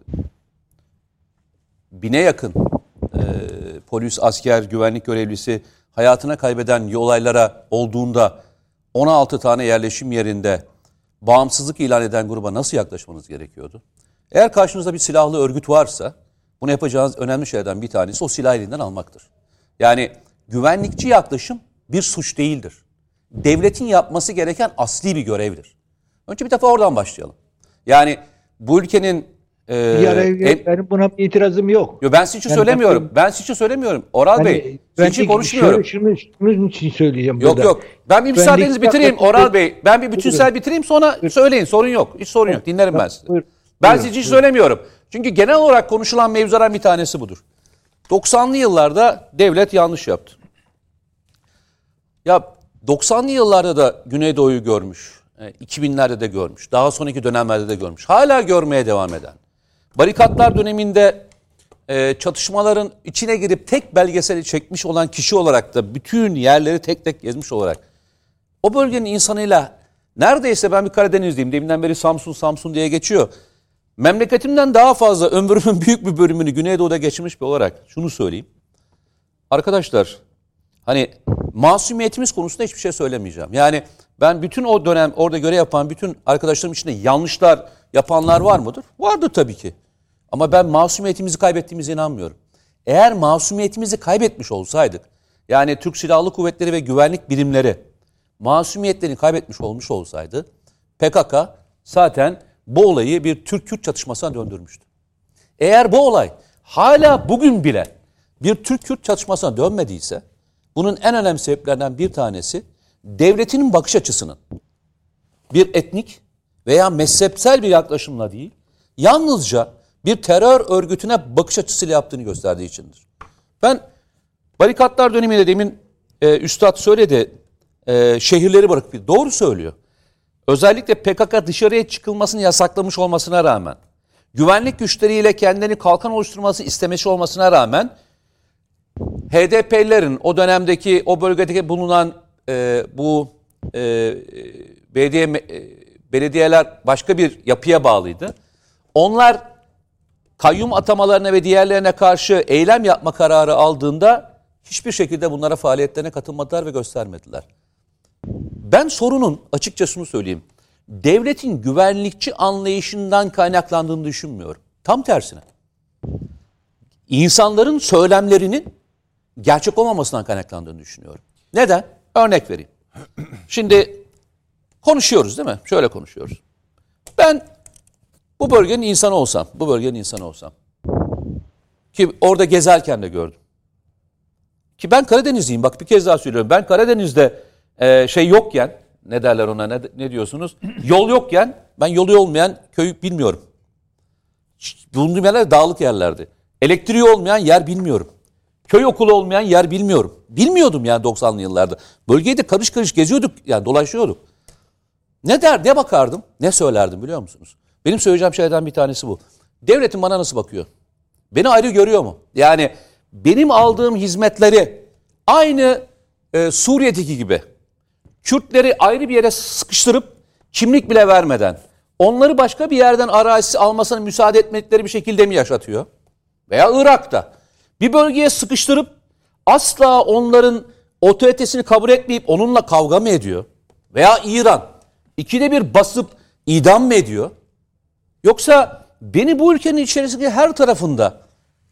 bine yakın e, polis, asker, güvenlik görevlisi hayatına kaybeden olaylara olduğunda on altı tane yerleşim yerinde bağımsızlık ilan eden gruba nasıl yaklaşmanız gerekiyordu? Eğer karşınızda bir silahlı örgüt varsa bunu yapacağınız önemli şeylerden bir tanesi o silahı elinden almaktır. Yani güvenlikçi yaklaşım bir suç değildir. Devletin yapması gereken asli bir görevdir. Önce bir defa oradan başlayalım. Yani bu ülkenin e, Bir araya en, benim buna bir itirazım yok. yo ben siz için Yani söylemiyorum. bakın, Ben siz için söylemiyorum. Oral hani Bey, ben siz için konuşmuyorum. Şunu, şunu, şunun için söyleyeceğim. Yok burada. yok. Ben bir müsaadenizi Güvenlik- bitireyim Oral Bey. Ben bir bütünsel Buyurun. bitireyim sonra söyleyin. Sorun yok. Hiç sorun yok. Dinlerim ben sizi. Buyurun. Ben Buyurun. siz için söylemiyorum. Çünkü genel olarak konuşulan mevzulardan bir tanesi budur. doksanlı yıllarda devlet yanlış yaptı. Ya doksanlı yıllarda da Güneydoğu'yu görmüş. iki binlerde de görmüş. Daha sonraki dönemlerde de görmüş. Hala görmeye devam eden. Barikatlar döneminde e, çatışmaların içine girip tek belgeseli çekmiş olan kişi olarak da bütün yerleri tek tek gezmiş olarak o bölgenin insanıyla neredeyse ben bir Karadenizliyim. Deminden beri Samsun Samsun diye geçiyor. Memleketimden daha fazla ömrümün büyük bir bölümünü Güneydoğu'da geçirmiş bir olarak şunu söyleyeyim. Arkadaşlar hani masumiyetimiz konusunda hiçbir şey söylemeyeceğim. Yani ben bütün o dönem orada görev yapan bütün arkadaşlarım içinde yanlışlar yapanlar var mıdır? Vardır tabii ki. Ama ben masumiyetimizi kaybettiğimize inanmıyorum. Eğer masumiyetimizi kaybetmiş olsaydık, yani Türk Silahlı Kuvvetleri ve güvenlik birimleri masumiyetlerini kaybetmiş olmuş olsaydı, P K K zaten bu olayı bir Türk-Kürt çatışmasına döndürmüştü. Eğer bu olay hala bugün bile bir Türk-Kürt çatışmasına dönmediyse, bunun en önemli sebeplerinden bir tanesi devletinin bakış açısının bir etnik veya mezhepsel bir yaklaşımla değil, yalnızca bir terör örgütüne bakış açısıyla yaptığını gösterdiği içindir. Ben barikatlar döneminde demin e, Üstad söyledi, e, şehirleri bırakıp doğru söylüyor. Özellikle P K K dışarıya çıkılmasını yasaklamış olmasına rağmen, güvenlik güçleriyle kendini kalkan oluşturması istemesi olmasına rağmen, H D P'lilerin o dönemdeki o bölgedeki bulunan e, bu e, belediye e, belediyeler başka bir yapıya bağlıydı. Onlar kayyum atamalarına ve diğerlerine karşı eylem yapma kararı aldığında hiçbir şekilde bunlara faaliyetlerine katılmadılar ve göstermediler. Ben sorunun açıkça şunu söyleyeyim. devletin güvenlikçi anlayışından kaynaklandığını düşünmüyorum. Tam tersine. İnsanların söylemlerinin gerçek olmamasından kaynaklandığını düşünüyorum. Neden? Örnek vereyim. Şimdi konuşuyoruz değil mi? Şöyle konuşuyoruz. Ben bu bölgenin insanı olsam, bu bölgenin insanı olsam ki orada gezerken de gördüm. Ki ben Karadenizliyim, bak bir kez daha söylüyorum. Ben Karadeniz'de e, şey yokken, ne derler ona, ne, ne diyorsunuz? Yol yokken, ben yolu olmayan köyü bilmiyorum. Bulunduğum yerler dağlık yerlerdi. Elektriği olmayan yer bilmiyorum. Köy okulu olmayan yer bilmiyorum. Bilmiyordum yani doksanlı yıllarda. Bölgeyi de karış karış geziyorduk, yani dolaşıyorduk. Ne der, ne bakardım, ne söylerdim biliyor musunuz? Benim söyleyeceğim şeylerden bir tanesi bu. Devletin bana nasıl bakıyor? Beni ayrı görüyor mu? Yani benim aldığım hizmetleri aynı e, Suriye'deki gibi Kürtleri ayrı bir yere sıkıştırıp kimlik bile vermeden onları başka bir yerden arazisi almasına müsaade etmedikleri bir şekilde mi yaşatıyor? Veya Irak'ta bir bölgeye sıkıştırıp asla onların otoritesini kabul etmeyip onunla kavga mı ediyor? Veya İran ikide bir basıp idam mı ediyor? Yoksa beni bu ülkenin içerisindeki her tarafında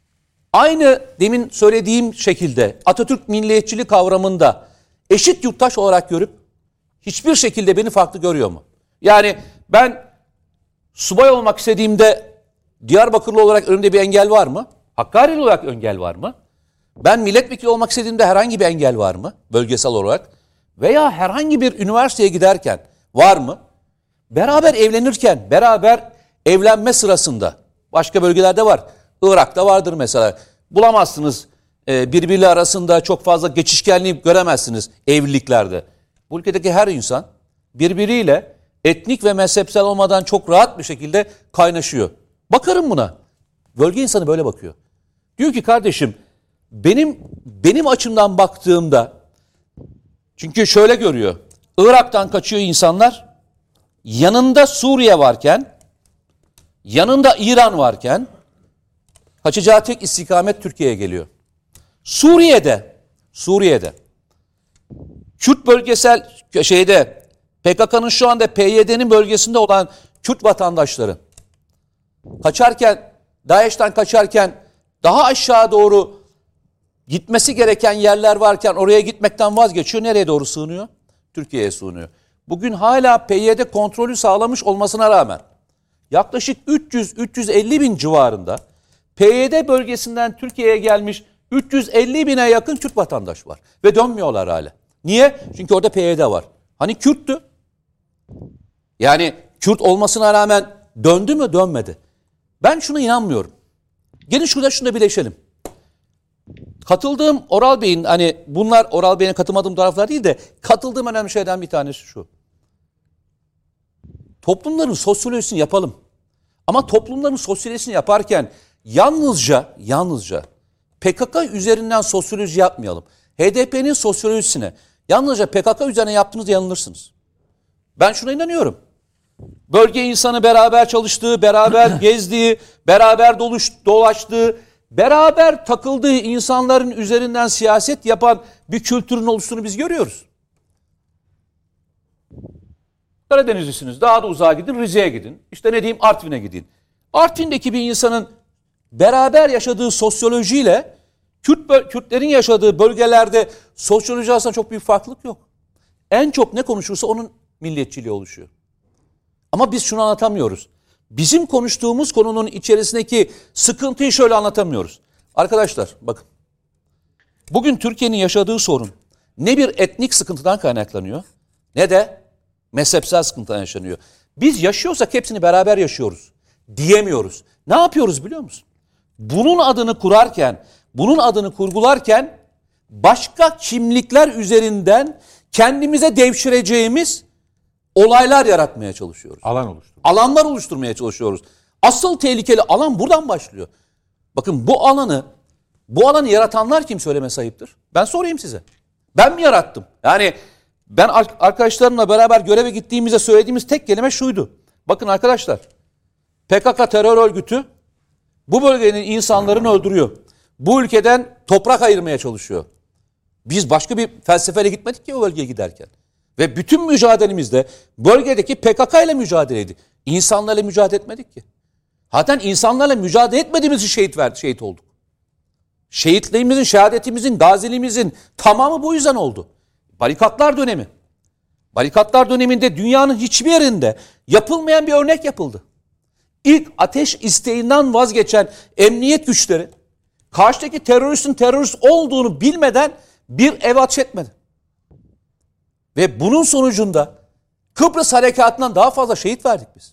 aynı demin söylediğim şekilde Atatürk milliyetçiliği kavramında eşit yurttaş olarak görüp hiçbir şekilde beni farklı görüyor mu? Yani ben subay olmak istediğimde Diyarbakırlı olarak önümde bir engel var mı? Hakkari'li olarak engel var mı? Ben milletvekili olmak istediğimde herhangi bir engel var mı? Bölgesel olarak. Veya herhangi bir üniversiteye giderken var mı? Beraber evlenirken, beraber evlenme sırasında başka bölgelerde var. Irak'ta vardır mesela. Bulamazsınız e, birbirleri arasında çok fazla geçişkenliği göremezsiniz evliliklerde. Bu ülkedeki her insan birbiriyle etnik ve mezhepsel olmadan çok rahat bir şekilde kaynaşıyor. Bakarım buna. Bölge insanı böyle bakıyor. Diyor ki kardeşim benim benim açımdan baktığımda çünkü şöyle görüyor. Irak'tan kaçıyor insanlar. Yanında Suriye varken, yanında İran varken kaçacağı tek istikamet Türkiye'ye geliyor. Suriye'de, Suriye'de Kürt bölgesel şeyde P K K'nın şu anda P Y D'nin bölgesinde olan Kürt vatandaşları kaçarken, DAEŞ'ten kaçarken daha aşağı doğru gitmesi gereken yerler varken oraya gitmekten vazgeçiyor. Nereye doğru sığınıyor? Türkiye'ye sığınıyor. Bugün hala P Y D kontrolü sağlamış olmasına rağmen yaklaşık üç yüz üç yüz elli bin civarında P Y D bölgesinden Türkiye'ye gelmiş üç yüz elli bine yakın Kürt vatandaş var. Ve dönmüyorlar hala. Niye? Çünkü orada P Y D var. Hani Kürttü. Yani Kürt olmasına rağmen döndü mü? Dönmedi. Ben şuna inanmıyorum. Gelin şurada şunu da birleşelim. Katıldığım Oral Bey'in hani bunlar Oral Bey'ine katılmadığım taraflar değil de katıldığım önemli şeyden bir tanesi şu. Toplumların sosyolojisini yapalım. Ama toplumların sosyolojisini yaparken yalnızca yalnızca P K K üzerinden sosyoloji yapmayalım. H D P'nin sosyolojisine yalnızca P K K üzerine yaptığınızda yanılırsınız. Ben şuna inanıyorum. Bölge insanı beraber çalıştığı, beraber gezdiği, beraber doluş, dolaştığı, beraber takıldığı insanların üzerinden siyaset yapan bir kültürün oluştuğunu biz görüyoruz. Karadenizlisiniz, daha da uzağa gidin, Rize'ye gidin. İşte ne diyeyim, Artvin'e gidin. Artvin'deki bir insanın beraber yaşadığı sosyolojiyle Kürt, Kürtlerin yaşadığı bölgelerde sosyoloji arasında çok büyük farklılık yok. En çok ne konuşursa onun milliyetçiliği oluşuyor. Ama biz şunu anlatamıyoruz. Bizim konuştuğumuz konunun içerisindeki sıkıntıyı şöyle anlatamıyoruz. Arkadaşlar bakın. Bugün Türkiye'nin yaşadığı sorun ne bir etnik sıkıntıdan kaynaklanıyor ne de mezhepsel sıkıntıdan yaşanıyor. Biz yaşıyorsak hepsini beraber yaşıyoruz diyemiyoruz. Ne yapıyoruz biliyor musun? Bunun adını kurarken, bunun adını kurgularken başka kimlikler üzerinden kendimize devşireceğimiz olaylar yaratmaya çalışıyoruz. Alan oluşturmak. Alanlar oluşturmaya çalışıyoruz. Asıl tehlikeli alan buradan başlıyor. Bakın bu alanı, bu alanı yaratanlar kim söylemesi ayıptır? Ben sorayım size. Ben mi yarattım? Yani ben arkadaşlarımla beraber göreve gittiğimizde söylediğimiz tek kelime şuydu. Bakın arkadaşlar, P K K terör örgütü bu bölgenin insanlarını öldürüyor. Bu ülkeden toprak ayırmaya çalışıyor. Biz başka bir felsefeyle gitmedik ki o bölgeye giderken. Ve bütün mücadelemizde bölgedeki P K K ile mücadeleydi. İnsanlarla mücadele etmedik ki. Zaten insanlarla mücadele etmediğimiz için şehit verdi, şehit olduk. Şehitliğimizin, şehadetimizin, gaziliğimizin tamamı bu yüzden oldu. Barikatlar dönemi. Barikatlar döneminde dünyanın hiçbir yerinde yapılmayan bir örnek yapıldı. İlk ateş isteğinden vazgeçen emniyet güçleri karşıdaki teröristin terörist olduğunu bilmeden bir ev ateş etmedi. Ve bunun sonucunda Kıbrıs harekatından daha fazla şehit verdik biz.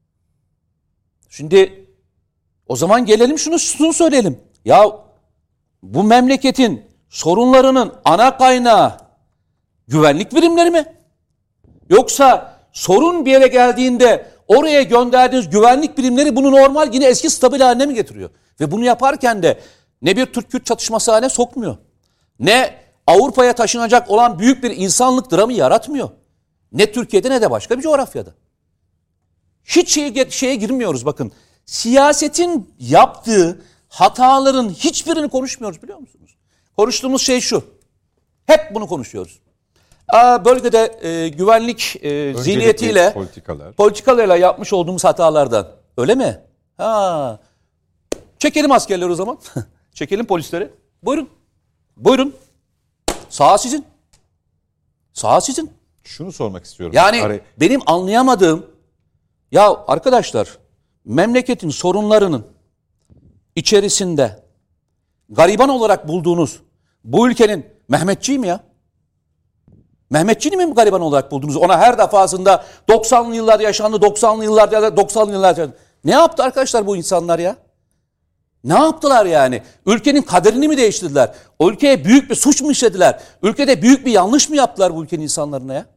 Şimdi o zaman gelelim şunu, şunu söyleyelim. Ya bu memleketin sorunlarının ana kaynağı güvenlik birimleri mi? Yoksa sorun bir yere geldiğinde oraya gönderdiğiniz güvenlik birimleri bunu normal yine eski stabil haline mi getiriyor? Ve bunu yaparken de ne bir Türk-Kürt çatışması haline sokmuyor. Ne Avrupa'ya taşınacak olan büyük bir insanlık dramı yaratmıyor. Ne Türkiye'de ne de başka bir coğrafyada. Hiç şeye, şeye girmiyoruz bakın. Siyasetin yaptığı hataların hiçbirini konuşmuyoruz biliyor musunuz? Konuştuğumuz şey şu. Hep bunu konuşuyoruz. Aa, bölgede e, güvenlik e, zihniyetiyle, politikalar. politikalarla yapmış olduğumuz hatalardan. Öyle mi? Ha. Çekelim askerleri o zaman. Çekelim polisleri. Buyurun. Buyurun. Sağ sizin. Sağ sizin. Şunu sormak istiyorum. Yani Araya... benim anlayamadığım, ya arkadaşlar memleketin sorunlarının içerisinde gariban olarak bulduğunuz bu ülkenin Mehmetçiği mi ya? Mehmetçiğini mi gariban olarak buldunuz? Ona her defasında doksanlı yıllar yaşandı, doksanlı yıllar ya da doksanlı yıllar yaşandı. Ne yaptı arkadaşlar bu insanlar ya? Ne yaptılar yani? Ülkenin kaderini mi değiştirdiler? O ülkeye büyük bir suç mu işlediler? Ülkede büyük bir yanlış mı yaptılar bu ülkenin insanlarına ya?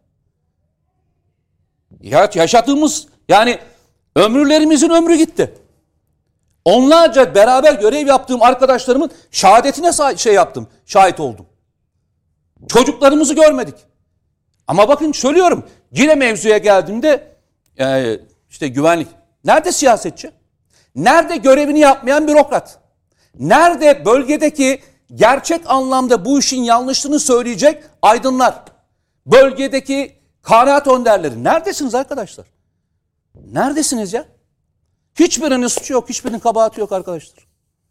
Ya yaşadığımız yani ömürlerimizin ömrü gitti. Onlarca beraber görev yaptığım arkadaşlarımın şehadetine şey yaptım, şahit oldum. Çocuklarımızı görmedik. Ama bakın söylüyorum, yine mevzuya geldiğimde e, işte güvenlik. Nerede siyasetçi? Nerede görevini yapmayan bürokrat? Nerede bölgedeki gerçek anlamda bu işin yanlışlığını söyleyecek aydınlar? Bölgedeki kanaat önderleri. Neredesiniz arkadaşlar? Neredesiniz ya? Hiçbirinin suçu yok, hiçbirinin kabahati yok arkadaşlar.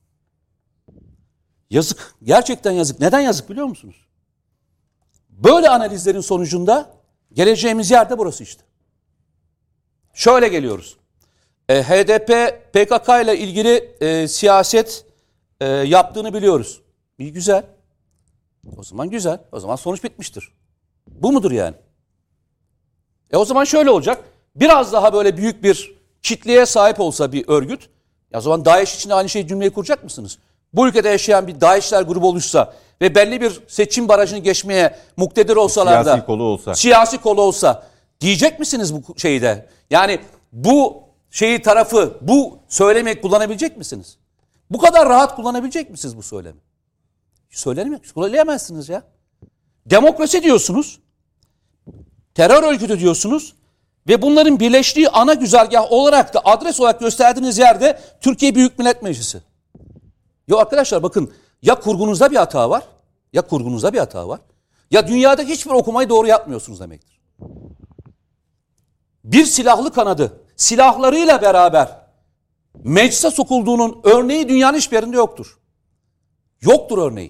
Yazık, gerçekten yazık. Neden yazık biliyor musunuz? Böyle analizlerin sonucunda geleceğimiz yer de burası işte. Şöyle geliyoruz. E, H D P P K K ile ilgili e, siyaset e, yaptığını biliyoruz. İyi güzel. O zaman güzel. O zaman sonuç bitmiştir. Bu mudur yani? E o zaman şöyle olacak. Biraz daha böyle büyük bir kitleye sahip olsa bir örgüt, ya o zaman DAEŞ için aynı şey cümleyi kuracak mısınız? Bu ülkede yaşayan bir DAEŞ'ler grubu oluşsa ve belli bir seçim barajını geçmeye muktedir olsalar da, siyasi kolu olsa, siyasi kolu olsa diyecek misiniz bu şeyde? Yani bu şeyi tarafı, bu söylemi kullanabilecek misiniz? Bu kadar rahat kullanabilecek misiniz bu söylemi? Söyleyemez, söyleyemezsiniz ya. Demokrasi diyorsunuz, terör örgütü diyorsunuz ve bunların birleştiği ana güzergah olarak da adres olarak gösterdiğiniz yerde Türkiye Büyük Millet Meclisi. Yok arkadaşlar bakın, ya kurgunuzda bir hata var, ya kurgunuzda bir hata var, ya dünyada hiçbir okumayı doğru yapmıyorsunuz demektir. Bir silahlı kanadı silahlarıyla beraber meclise sokulduğunun örneği dünyanın hiçbir yerinde yoktur. Yoktur örneği.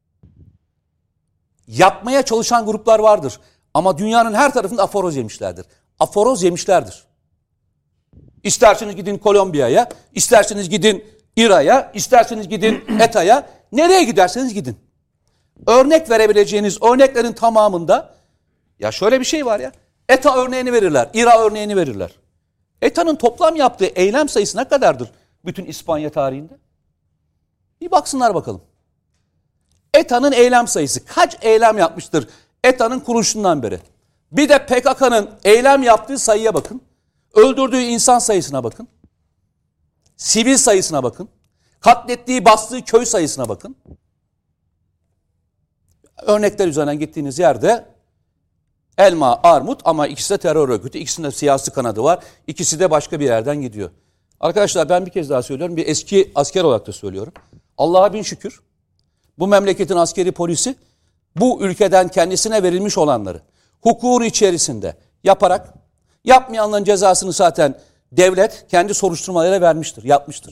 Yapmaya çalışan gruplar vardır ama dünyanın her tarafında aforoz yemişlerdir. Aforoz yemişlerdir. İsterseniz gidin Kolombiya'ya, isterseniz gidin İRA'ya, isterseniz gidin E T A'ya, nereye giderseniz gidin. Örnek verebileceğiniz örneklerin tamamında ya şöyle bir şey var ya, E T A örneğini verirler, İRA örneğini verirler. E T A'nın toplam yaptığı eylem sayısı ne kadardır bütün İspanya tarihinde? Bir baksınlar bakalım. E T A'nın eylem sayısı kaç eylem yapmıştır E T A'nın kuruluşundan beri? Bir de P K K'nın eylem yaptığı sayıya bakın. Öldürdüğü insan sayısına bakın. Sivil sayısına bakın. Katlettiği, bastığı köy sayısına bakın. Örnekler üzerinden gittiğiniz yerde elma, armut ama ikisi de terör örgütü, ikisinde siyasi kanadı var. İkisi de başka bir yerden gidiyor. Arkadaşlar ben bir kez daha söylüyorum. Bir eski asker olarak da söylüyorum. Allah'a bin şükür. Bu memleketin askeri polisi bu ülkeden kendisine verilmiş olanları, hukukun içerisinde yaparak, yapmayanların cezasını zaten devlet kendi soruşturmalarıyla vermiştir, yapmıştır.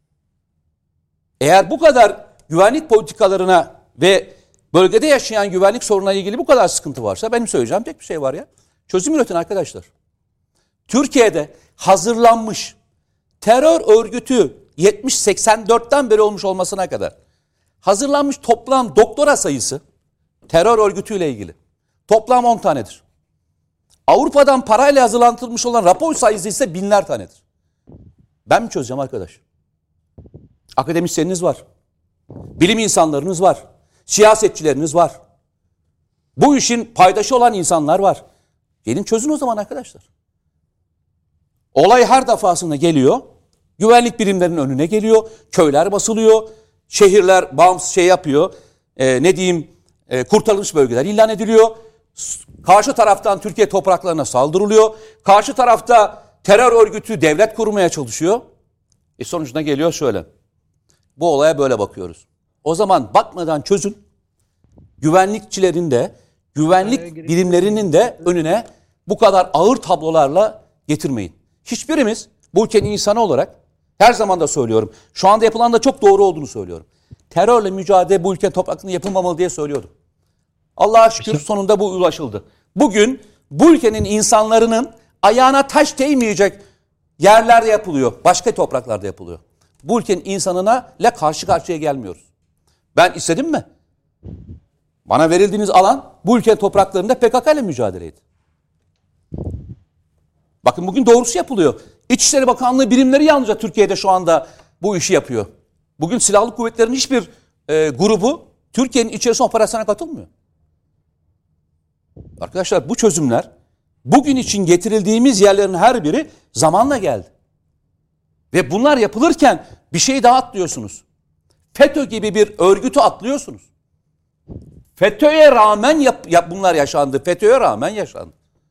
Eğer bu kadar güvenlik politikalarına ve bölgede yaşayan güvenlik sorununa ilgili bu kadar sıkıntı varsa benim söyleyeceğim tek bir şey var ya. Çözüm üretin arkadaşlar. Türkiye'de hazırlanmış terör örgütü yetmiş seksen dörtten beri olmuş olmasına kadar hazırlanmış toplam doktora sayısı terör örgütüyle ilgili toplam on tanedir. Avrupa'dan parayla hazırlanmış olan rapor sayısı ise binler tanedir. Ben mi çözeceğim arkadaş? Akademisyeniniz var. Bilim insanlarınız var. Siyasetçileriniz var. Bu işin paydaşı olan insanlar var. Gelin çözün o zaman arkadaşlar. Olay her defasında geliyor. Güvenlik birimlerinin önüne geliyor. Köyler basılıyor. Şehirler bağımsız şey yapıyor. Ee, ne diyeyim e, kurtarılmış bölgeler ilan ediliyor. Karşı taraftan Türkiye topraklarına saldırılıyor. Karşı tarafta terör örgütü devlet kurmaya çalışıyor. E sonucuna geliyor şöyle. Bu olaya böyle bakıyoruz. O zaman bakmadan çözün. Güvenlikçilerin de, güvenlik birimlerinin de önüne bu kadar ağır tablolarla getirmeyin. Hiçbirimiz bu ülkenin insanı olarak her zaman da söylüyorum. Şu anda yapılan da çok doğru olduğunu söylüyorum. Terörle mücadele bu ülkenin topraklarında yapılmamalı diye söylüyordum. Allah'a şükür sonunda bu ulaşıldı. Bugün bu ülkenin insanların ayağına taş değmeyecek yerlerde yapılıyor. Başka topraklarda yapılıyor. Bu ülkenin insanına ile karşı karşıya gelmiyoruz. Ben istedim mi? Bana verildiğiniz alan bu ülkenin topraklarında P K K ile mücadeleydi. Bakın bugün doğrusu yapılıyor. İçişleri Bakanlığı birimleri yalnızca Türkiye'de şu anda bu işi yapıyor. Bugün silahlı kuvvetlerin hiçbir e, grubu Türkiye'nin içerisinde operasyona katılmıyor. Arkadaşlar bu çözümler bugün için getirildiğimiz yerlerin her biri zamanla geldi. Ve bunlar yapılırken bir şey daha atlıyorsunuz. FETÖ gibi bir örgütü atlıyorsunuz. FETÖ'ye rağmen yap, yap bunlar yaşandı. FETÖ'ye rağmen yaşandı.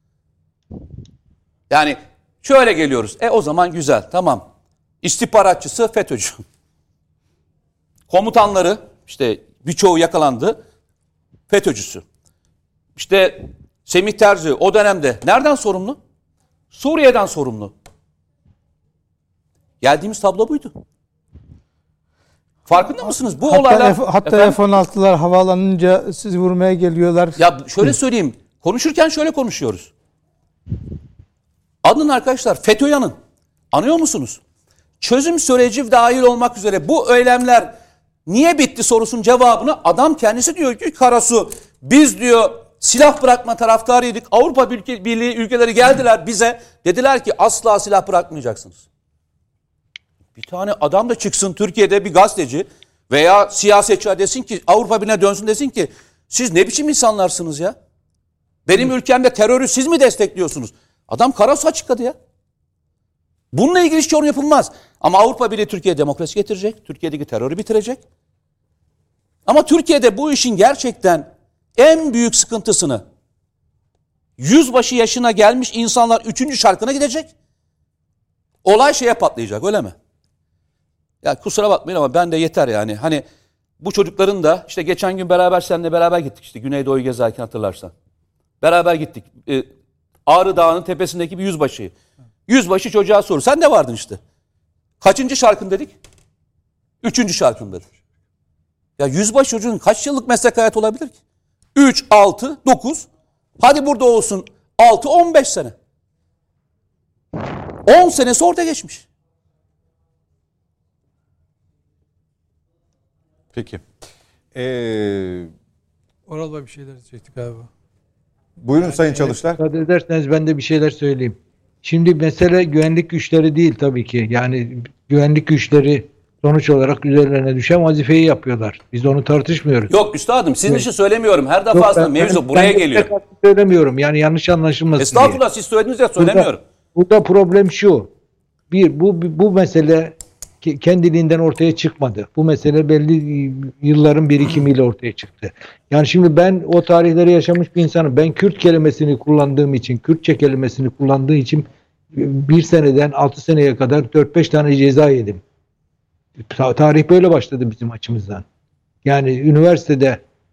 Yani şöyle geliyoruz. E o zaman güzel, tamam. İstihbaratçısı FETÖ'cü. Komutanları işte birçoğu yakalandı. FETÖ'cüsü. İşte Semih Terzi o dönemde nereden sorumlu? Suriye'den sorumlu. Geldiğimiz tablo buydu. Farkında mısınız? Bu hatta olaylar... F, hatta F on altılar havalanınca sizi vurmaya geliyorlar. Ya şöyle söyleyeyim. Konuşurken şöyle konuşuyoruz. Anın arkadaşlar, FETÖ'yü anın. Anıyor musunuz? Çözüm süreci dahil olmak üzere bu eylemler niye bitti sorusunun cevabını adam kendisi diyor ki Karasu, biz diyor silah bırakma taraftarıydık. Avrupa Birliği ülkeleri geldiler bize. Dediler ki asla silah bırakmayacaksınız. Bir tane adam da çıksın Türkiye'de bir gazeteci veya siyasetçi desin ki Avrupa Birliği'ne dönsün desin ki siz ne biçim insanlarsınız ya? Benim ülkemde terörü siz mi destekliyorsunuz? Adam Karasu açıkladı ya. Bununla ilgili hiç yorum yapılmaz. Ama Avrupa Birliği Türkiye'ye demokrasi getirecek. Türkiye'deki terörü bitirecek. Ama Türkiye'de bu işin gerçekten en büyük sıkıntısını yüzbaşı yaşına gelmiş insanlar üçüncü şarkına gidecek. Olay şeye patlayacak öyle mi? Ya kusura bakmayın ama ben de yeter yani. Hani bu çocukların da işte geçen gün beraber seninle beraber gittik işte Güneydoğu'yu gezerken hatırlarsan. Beraber gittik. Ee, Ağrı Dağı'nın tepesindeki bir yüzbaşıyı. Yüzbaşı çocuğa soru. Sen de vardın işte. Kaçıncı şarkın dedik? Üçüncü şarkın dedik. Ya yüzbaşı çocuğun kaç yıllık meslek hayatı olabilir ki? Üç, altı, dokuz. Hadi burada olsun altı, on beş sene. On senesi orada geçmiş. Peki. Ee, Oral Bey bir şeyler diyecektik galiba. buyurun Sayın Çalışlar. Müsaade ederseniz ben de bir şeyler söyleyeyim. Şimdi mesele güvenlik güçleri değil tabii ki. Yani güvenlik güçleri sonuç olarak üzerlerine düşen vazifeyi yapıyorlar. Biz onu tartışmıyoruz. Yok üstadım sizin Yok. için söylemiyorum. Her Yok, defasında ben- mevzu ben- buraya ben geliyor. de söylemiyorum. Yani yanlış anlaşılmasın Estağfurullah diye. siz söylediniz ya söylemiyorum. Burada, burada problem şu. Bir, bu, bu mesele ke- kendiliğinden ortaya çıkmadı. Bu mesele belli yılların birikimiyle ortaya çıktı. Yani şimdi ben o tarihleri yaşamış bir insanım. Ben Kürt kelimesini kullandığım için, Kürtçe kelimesini kullandığı için bir seneden altı seneye kadar dört beş tane ceza yedim. Ta- Tarih böyle başladı bizim açımızdan. Yani üniversitede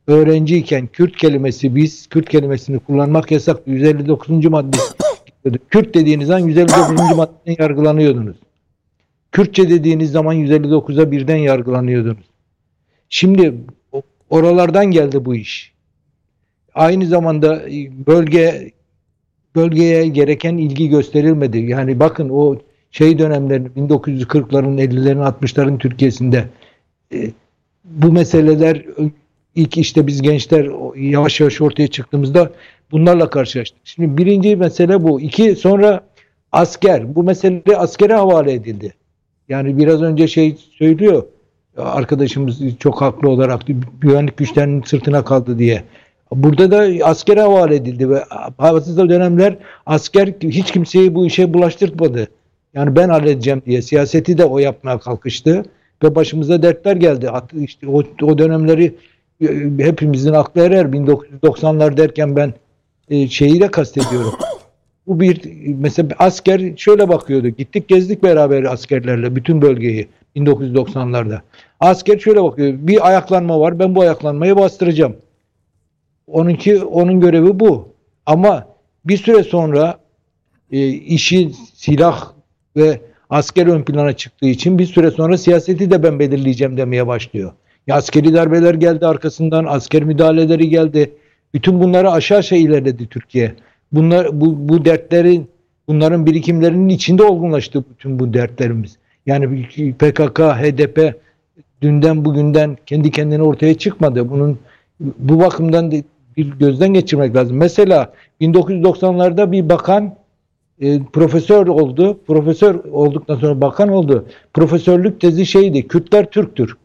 öğrenciyken Kürt kelimesi, biz Kürt kelimesini kullanmak yasak. yüz elli dokuzuncu madde. Kürt dediğiniz zaman yüz elli dokuzuncu maddeden yargılanıyordunuz. Kürtçe dediğiniz zaman yüz elli dokuza birden yargılanıyordunuz. Şimdi oralardan geldi bu iş. Aynı zamanda bölge bölgeye gereken ilgi gösterilmedi. Yani bakın o şey dönemlerin bin dokuz yüz kırkların, ellilerin, altmışların Türkiye'sinde e, bu meseleler ilk işte biz gençler yavaş yavaş ortaya çıktığımızda bunlarla karşılaştık. Şimdi birinci mesele bu. İki, sonra asker. Bu mesele askere havale edildi. Yani biraz önce şey söylüyor arkadaşımız çok haklı olarak, güvenlik güçlerinin sırtına kaldı diye. Burada da askere havale edildi ve bazı dönemler asker hiç kimseyi bu işe bulaştırmadı. Yani ben halledeceğim diye siyaseti de o yapmaya kalkıştı ve başımıza dertler geldi. İşte o, o dönemleri hepimizin aklı erer. bin dokuz yüz doksanlar derken ben e, şeyi de kastediyorum. Bu bir mesela asker şöyle bakıyordu. Gittik gezdik beraber askerlerle bütün bölgeyi bin dokuz yüz doksanlarda. Asker şöyle bakıyor. Bir ayaklanma var. Ben bu ayaklanmayı bastıracağım. Onunki onun görevi bu. Ama bir süre sonra e, işi silah ve asker ön plana çıktığı için bir süre sonra siyaseti de ben belirleyeceğim demeye başlıyor. Ya askeri darbeler geldi arkasından, asker müdahaleleri geldi. Bütün bunları aşağı aşağı ilerledi Türkiye. Bunlar bu bu dertlerin, bunların birikimlerinin içinde olgunlaştı bütün bu dertlerimiz. Yani P K K, H D P dünden bugünden kendi kendine ortaya çıkmadı. Bunun bu bakımdan bir gözden geçirmek lazım. Mesela bin dokuz yüz doksanlarda bir bakan e, profesör oldu. Profesör olduktan sonra bakan oldu. Profesörlük tezi şeydi. Kürtler Türktür.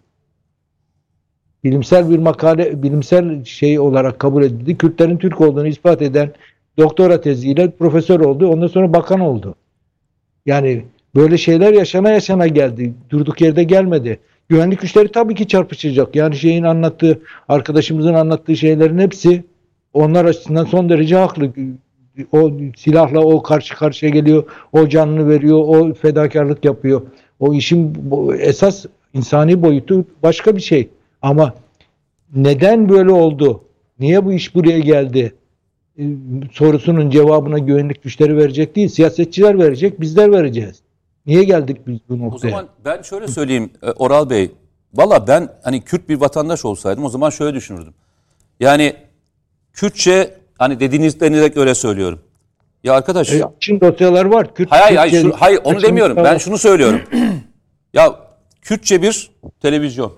Bilimsel bir makale, bilimsel şey olarak kabul edildi. Kürtlerin Türk olduğunu ispat eden doktora teziyle profesör oldu. Ondan sonra bakan oldu. Yani böyle şeyler yaşana yaşana geldi. Durduk yerde gelmedi. Güvenlik güçleri tabii ki çarpışacak. Yani şeyin anlattığı, arkadaşımızın anlattığı şeylerin hepsi onlar açısından son derece haklı. O silahla o karşı karşıya geliyor. O canını veriyor. O fedakarlık yapıyor. O işin esas insani boyutu başka bir şey. Ama neden böyle oldu? Niye bu iş buraya geldi? Ee, sorusunun cevabına güvenlik güçleri verecek değil. Siyasetçiler verecek. Bizler vereceğiz. Niye geldik biz bu noktaya? O zaman ben şöyle söyleyeyim Oral Bey. Valla ben hani Kürt bir vatandaş olsaydım o zaman şöyle düşünürdüm. Yani Kürtçe hani dediğiniz denilerek öyle söylüyorum. Ya arkadaş. E, Çin dosyalar var. Kürt, hayır hayır, Kürtçe, hayır, şu, hayır onu demiyorum. Ben var. Şunu söylüyorum. Ya Kürtçe bir televizyon.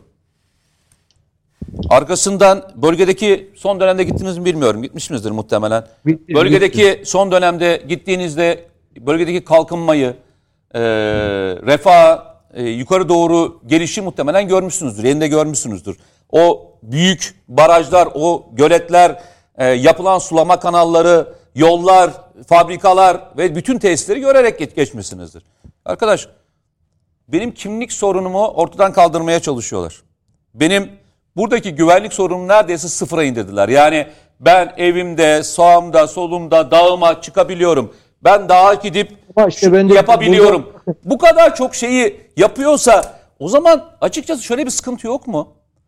Arkasından bölgedeki son dönemde gittiniz mi bilmiyorum. Gitmişsinizdir muhtemelen. Bitti, bölgedeki bitti. Son dönemde gittiğinizde bölgedeki kalkınmayı, e, refah, e, yukarı doğru gelişi muhtemelen görmüşsünüzdür. Yerinde görmüşsünüzdür. O büyük barajlar, o göletler, e, yapılan sulama kanalları, yollar, fabrikalar ve bütün tesisleri görerek geçmişsinizdir. Arkadaş, benim kimlik sorunumu ortadan kaldırmaya çalışıyorlar. Benim buradaki güvenlik sorununu neredeyse sıfıra indirdiler. Yani ben evimde, sağımda, solumda, dağıma çıkabiliyorum. Ben dağa gidip işte ben de yapabiliyorum. Burada... Bu kadar çok şeyi yapıyorsa o zaman açıkçası şöyle bir sıkıntı yok mu?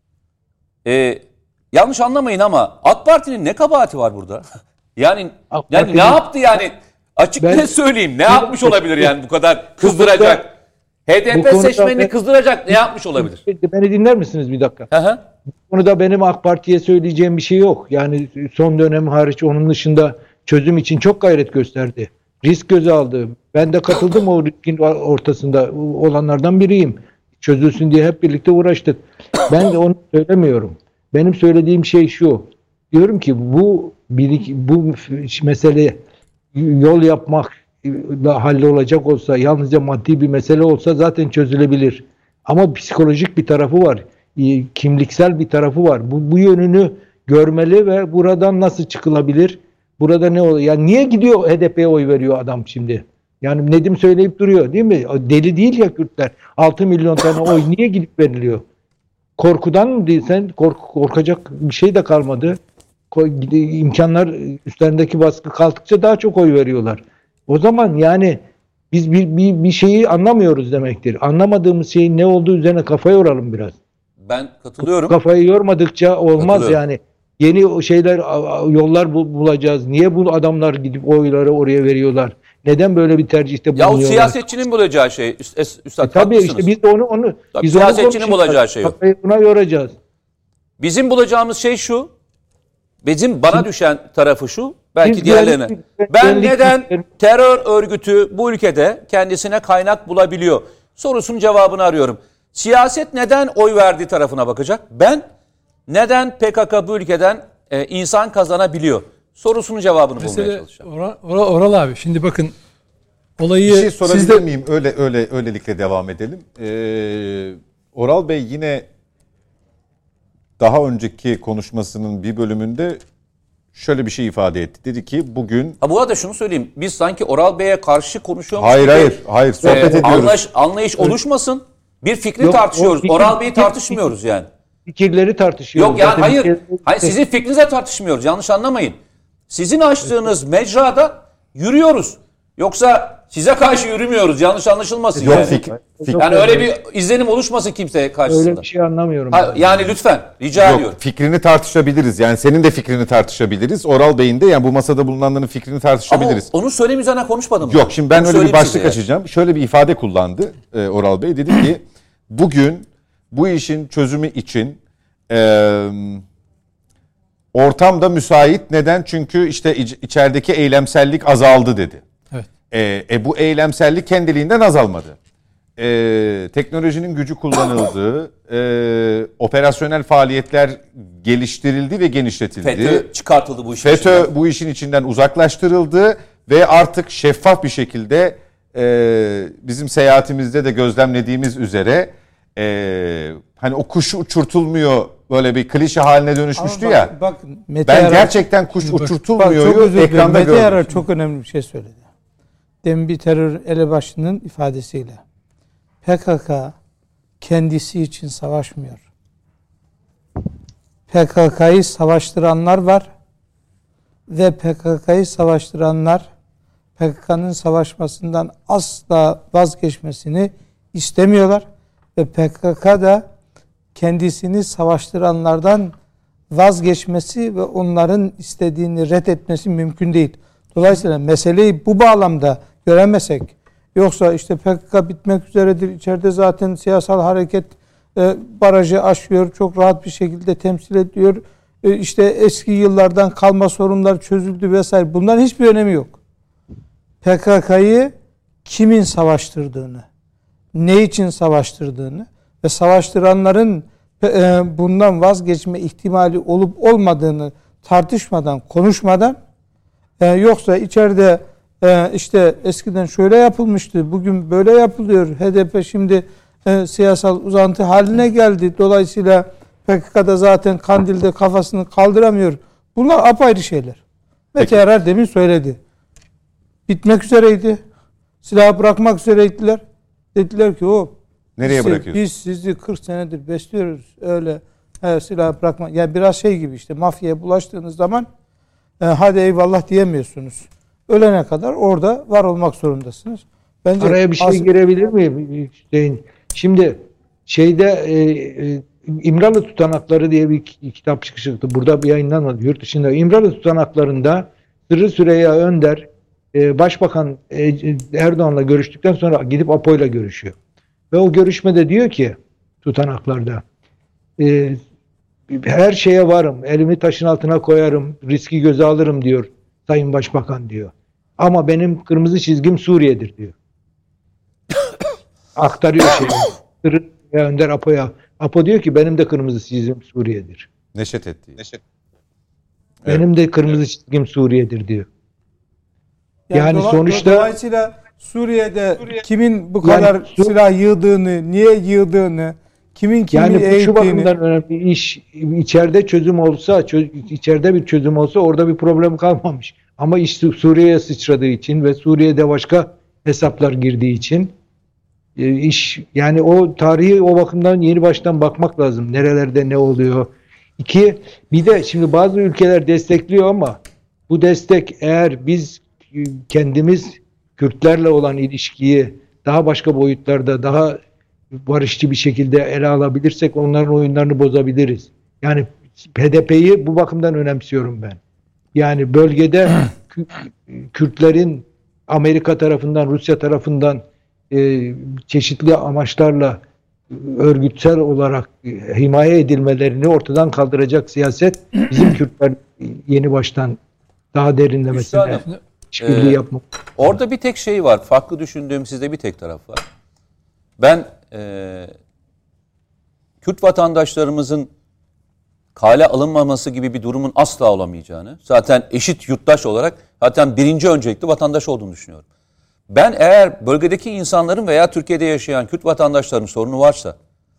Ee, yanlış anlamayın ama AK Parti'nin ne kabahati var burada? yani yani ne yaptı yani? Açık ben... ne söyleyeyim? Ne yapmış olabilir yani bu kadar kızdıracak? H D P seçmenini ben... kızdıracak ne yapmış olabilir? Beni dinler misiniz bir dakika? Hı hı. Bu konuda benim AK Parti'ye söyleyeceğim bir şey yok. Yani son dönem hariç onun dışında çözüm için çok gayret gösterdi. Risk göze aldı. Ben de katıldım o riskin ortasında olanlardan biriyim. Çözülsün diye hep birlikte uğraştık. Ben de onu söylemiyorum. Benim söylediğim şey şu. Diyorum ki bu bu mesele yol yapmakla hallolacak olsa, yalnızca maddi bir mesele olsa zaten çözülebilir. Ama psikolojik bir tarafı var. Kimliksel bir tarafı var. Bu, bu yönünü görmeli ve buradan nasıl çıkılabilir? Burada ne oluyor? Yani niye gidiyor H D P'ye oy veriyor adam şimdi? Yani Nedim söyleyip duruyor değil mi? Deli değil ya Kürtler. altı milyon tane oy niye gidip veriliyor? Korkudan mı değilsen kork, korkacak bir şey de kalmadı. İmkanlar üstlerindeki baskı kalktıkça daha çok oy veriyorlar. O zaman yani biz bir, bir, bir şeyi anlamıyoruz demektir. Anlamadığımız şeyin ne olduğu üzerine kafa yoralım biraz. Ben katılıyorum. Kafayı yormadıkça olmaz Katılıyorum. yani. Yeni şeyler, yollar bulacağız. Niye bu adamlar gidip oyları oraya veriyorlar? Neden böyle bir tercihte Ya bulunuyorlar? o siyasetçinin bulacağı şey. Üst, üstad, E tabii haklısınız. işte biz de onu onu Tabii biz siyasetçinin onu konuşacağız. bulacağı şey o. Kafayı buna yoracağız. Bizim bulacağımız şey şu. Bizim bana düşen tarafı şu. Belki Biz diğerlerine. güvenlik- Ben güvenlik neden güçleri- terör örgütü bu ülkede kendisine kaynak bulabiliyor? Sorusunun cevabını arıyorum. Siyaset neden oy verdiği tarafına bakacak? Ben neden P K K bu ülkeden e, insan kazanabiliyor? Sorusunun cevabını bulmaya Mesela çalışacağım. Oral, Oral, Oral abi şimdi bakın olayı Bir şey sorabilir siz de miyim? Öyle öyle öylelikle devam edelim. Ee, Oral Bey yine daha önceki konuşmasının bir bölümünde şöyle bir şey ifade etti. Dedi ki bugün Ha, bu arada şunu söyleyeyim. Biz sanki Oral Bey'e karşı konuşuyormuş hayır gibi, hayır hayır sohbet e, ediyoruz. anlaş, anlayış oluşmasın. Bir fikri Yok, tartışıyoruz. o fikir- Oral Bey'i fikir- tartışmıyoruz yani. Fikirleri tartışıyoruz. Yok yani Zaten hayır. fikir- Hayır sizin fikrinize tartışmıyoruz. Yanlış anlamayın. Sizin açtığınız mecrada yürüyoruz. Yoksa size karşı yürümüyoruz. Yanlış anlaşılmasın. Yok yani. fikir, fikir, Yani öyle bir izlenim oluşmasın kimseye karşısında. Öyle bir şey anlamıyorum. Ha, ben. yani lütfen rica yok, ediyorum. fikrini tartışabiliriz. Yani senin de fikrini tartışabiliriz. Oral Bey'in de yani bu masada bulunanların fikrini Ama tartışabiliriz. onun söylem üzerine konuşmadım. ben. Yok şimdi ben Onu öyle bir söyleyeyim başlık size. açacağım. Şöyle bir ifade kullandı e, Oral Bey. Dedi ki bugün bu işin çözümü için e, ortam da müsait. Neden? Çünkü işte iç- içerideki eylemsellik azaldı dedi. evet. E, e, bu eylemsellik kendiliğinden azalmadı. E, teknolojinin gücü kullanıldı. E, operasyonel faaliyetler geliştirildi ve genişletildi. FETÖ çıkartıldı bu işin FETÖ içinden. bu işin içinden uzaklaştırıldı ve artık şeffaf bir şekilde e, bizim seyahatimizde de gözlemlediğimiz üzere e, hani o kuş uçurtulmuyor böyle bir klişe haline dönüşmüştü Ama ya. bak- bakın, Mete Ben Yarar- gerçekten kuş Şimdi bak- Bak, çok uçurtulmuyor özür dilerim. ekranda Mete Yarar gördüm. çok önemli bir şey söyledi. Demin bir terör elebaşının ifadesiyle. P K K kendisi için savaşmıyor. P K K'yı savaştıranlar var ve P K K'yı savaştıranlar P K K'nın savaşmasından asla vazgeçmesini istemiyorlar ve P K K da kendisini savaştıranlardan vazgeçmesi ve onların istediğini reddetmesi mümkün değil. Dolayısıyla meseleyi bu bağlamda göremesek, yoksa işte P K K bitmek üzeredir, içeride zaten siyasal hareket e, barajı aşıyor, çok rahat bir şekilde temsil ediyor, e, işte eski yıllardan kalma sorunlar çözüldü vesaire. Bunların hiçbir önemi yok. P K K'yı kimin savaştırdığını, ne için savaştırdığını ve savaştıranların e, bundan vazgeçme ihtimali olup olmadığını tartışmadan, konuşmadan, e, yoksa içeride e, işte eskiden şöyle yapılmıştı, bugün böyle yapılıyor, H D P şimdi e, siyasal uzantı haline geldi, dolayısıyla P K K'da zaten Kandil'de kafasını kaldıramıyor. Bunlar apayrı şeyler. Mete Yarar demin söyledi. Bitmek üzereydi. Silahı bırakmak üzereydiler. Dediler ki o Nereye biz, bırakıyorsun? Biz sizi kırk senedir besliyoruz. Öyle he, silahı bırakma. Yani biraz şey gibi işte mafyaya bulaştığınız zaman e, hadi eyvallah diyemiyorsunuz. Ölene kadar orada var olmak zorundasınız. Bence Araya bir şey as- girebilir miyim Hüseyin? Şimdi şeyde e, e, İmralı Tutanakları diye bir kitap çıktı. Burada bir yayınlanmadı. Yurt dışında. İmralı Tutanaklarında Sırrı Süreyya Önder e, Başbakan e, Erdoğan'la görüştükten sonra gidip Apo'yla görüşüyor. Ve o görüşmede diyor ki tutanaklarda e, her şeye varım. Elimi taşın altına koyarım. Riski göze alırım diyor Sayın Başbakan diyor. Ama benim kırmızı çizgim Suriye'dir diyor. Aktarıyor şeyi. Sırrı Süreyya Önder Apo'ya. Apo diyor ki benim de kırmızı çizgim Suriye'dir. Neşet etti. Neşet. Benim de kırmızı çizgim Suriye'dir diyor. Yani dola- sonuçta- dolayısıyla Suriye'de kimin bu Yani kadar Su- silah yığdığını, niye yığdığını, kimin kimi Yani bu şu eğittiğini, bakımdan önemli iş içeride çözüm olsa, çö- içeride bir çözüm olsa orada bir problem kalmamış. Ama iş Su- Suriye'ye sıçradığı için ve Suriye'de başka hesaplar girdiği için e, iş yani o tarihi o bakımdan yeni baştan bakmak lazım. Nerelerde ne oluyor? İki, bir de şimdi bazı ülkeler destekliyor ama bu destek eğer biz e, kendimiz Kürtlerle olan ilişkiyi daha başka boyutlarda daha barışçı bir şekilde ele alabilirsek onların oyunlarını bozabiliriz. Yani H D P'yi bu bakımdan önemsiyorum ben. Yani bölgede Kürtlerin Amerika tarafından, Rusya tarafından e, çeşitli amaçlarla örgütsel olarak himaye edilmelerini ortadan kaldıracak siyaset bizim Kürtler yeni baştan daha derinlemesine işbirliği e, yapmak. Orada bir tek şey var. Farklı düşündüğüm sizde bir tek taraf var. Ben e, Kürt vatandaşlarımızın kale alınmaması gibi bir durumun asla olamayacağını, zaten eşit yurttaş olarak zaten birinci öncelikli vatandaş olduğunu düşünüyorum. Ben eğer bölgedeki insanların veya Türkiye'de yaşayan Kürt vatandaşların sorunu varsa,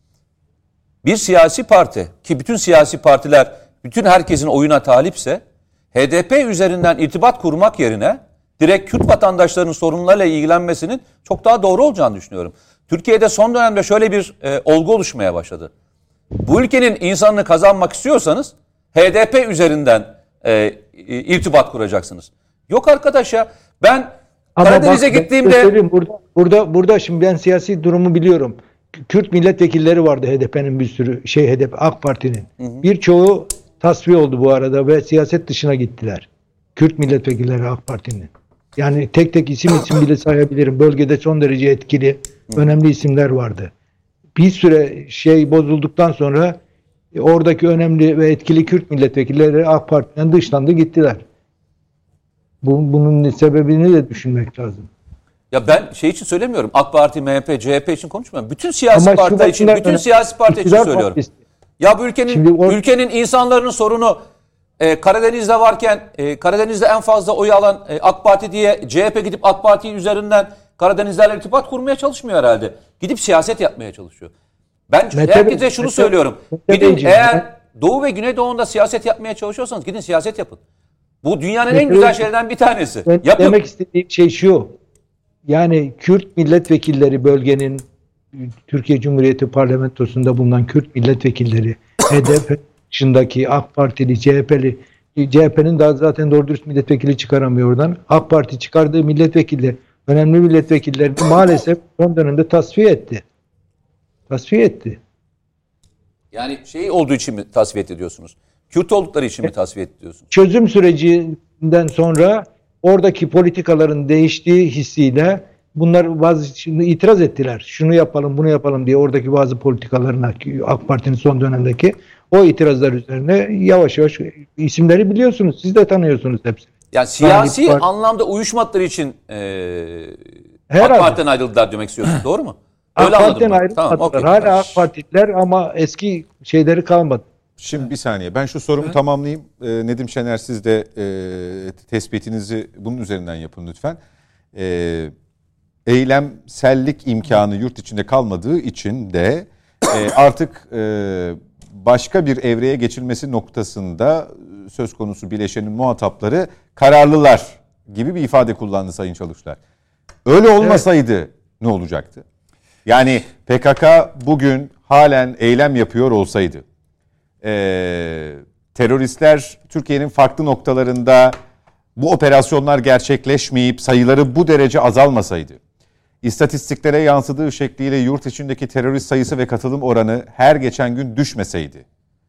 bir siyasi parti ki bütün siyasi partiler, bütün herkesin oyuna talipse, H D P üzerinden irtibat kurmak yerine direkt Kürt vatandaşlarının sorunlarıyla ilgilenmesinin çok daha doğru olacağını düşünüyorum. Türkiye'de son dönemde şöyle bir e, olgu oluşmaya başladı. Bu ülkenin insanını kazanmak istiyorsanız H D P üzerinden e, irtibat kuracaksınız. Yok arkadaş ya, ben Ama Karadeniz'e bak, gittiğimde... Burada, burada, burada şimdi ben siyasi durumu biliyorum. Kürt milletvekilleri vardı H D P'nin bir sürü, şey H D P, AK Parti'nin. Birçoğu tasfiye oldu bu arada ve siyaset dışına gittiler. Kürt milletvekilleri AK Parti'nin. Yani tek tek isim isim bile sayabilirim. Bölgede son derece etkili, önemli isimler vardı. Bir süre şey bozulduktan sonra oradaki önemli ve etkili Kürt milletvekilleri AK Parti'den dışlandı, gittiler. Bu, bunun sebebini de düşünmek lazım. Ya ben şey için söylemiyorum. AK Parti, M H P, C H P için konuşmuyorum. Bütün siyasi Ama partiler için, bütün önemli. siyasi parti için İktidar söylüyorum. partisi. Ya bu ülkenin o... ülkenin insanların sorunu e, Karadeniz'de varken e, Karadeniz'de en fazla oy alan e, AK Parti diye C H P gidip AK Parti üzerinden Karadenizlerle irtibat kurmaya çalışmıyor herhalde. Gidip siyaset yapmaya çalışıyor. Ben Mete herkese Bey, şunu Mete, söylüyorum. Mete Gidin Beyciğim, eğer ben... Doğu ve Güneydoğu'nda siyaset yapmaya çalışıyorsanız gidin siyaset yapın. Bu dünyanın Mete en güzel Bey, şeylerden bir tanesi. Ben Yapın. Demek istediğim şey şu. Yani Kürt milletvekilleri, bölgenin Türkiye Cumhuriyeti Parlamentosu'nda bulunan Kürt milletvekilleri, H D P dışındaki AK Partili, C H P'li, C H P'nin daha zaten doğru dürüst milletvekili çıkaramıyor oradan. AK Parti çıkardığı milletvekilleri, önemli milletvekillerini maalesef son dönemde tasfiye etti. Tasfiye etti. Yani şey olduğu için mi tasfiye ediyorsunuz? Kürt oldukları için mi tasfiye ediyorsunuz? Çözüm sürecinden sonra oradaki politikaların değiştiği hissiyle bunlar bazı şimdi itiraz ettiler. Şunu yapalım, bunu yapalım diye oradaki bazı politikalarına, AK Parti'nin son dönemdeki o itirazlar üzerine yavaş yavaş isimleri biliyorsunuz. Siz de tanıyorsunuz hepsini. Yani siyasi Parti, anlamda uyuşmadıkları için e, Herhalde. AK Parti'den ayrıldılar demek istiyorsunuz. Doğru mu? AK Öyle Parti'den anladım. Tamam, ayrılmadılar. okay. Hala AK Partililer ama eski şeyleri kalmadı. Şimdi bir saniye. Ben şu sorumu evet. tamamlayayım. Ee, Nedim Şener, siz de e, tespitinizi bunun üzerinden yapın lütfen. E, eylemsellik imkanı yurt içinde kalmadığı için de e, artık e, başka bir evreye geçilmesi noktasında söz konusu bileşenin muhatapları kararlılar gibi bir ifade kullandı Sayın Çalışlar. Öyle olmasaydı evet. ne olacaktı? Yani P K K bugün halen eylem yapıyor olsaydı, Ee, teröristler Türkiye'nin farklı noktalarında bu operasyonlar gerçekleşmeyip sayıları bu derece azalmasaydı, istatistiklere yansıdığı şekliyle yurt içindeki terörist sayısı ve katılım oranı her geçen gün düşmeseydi,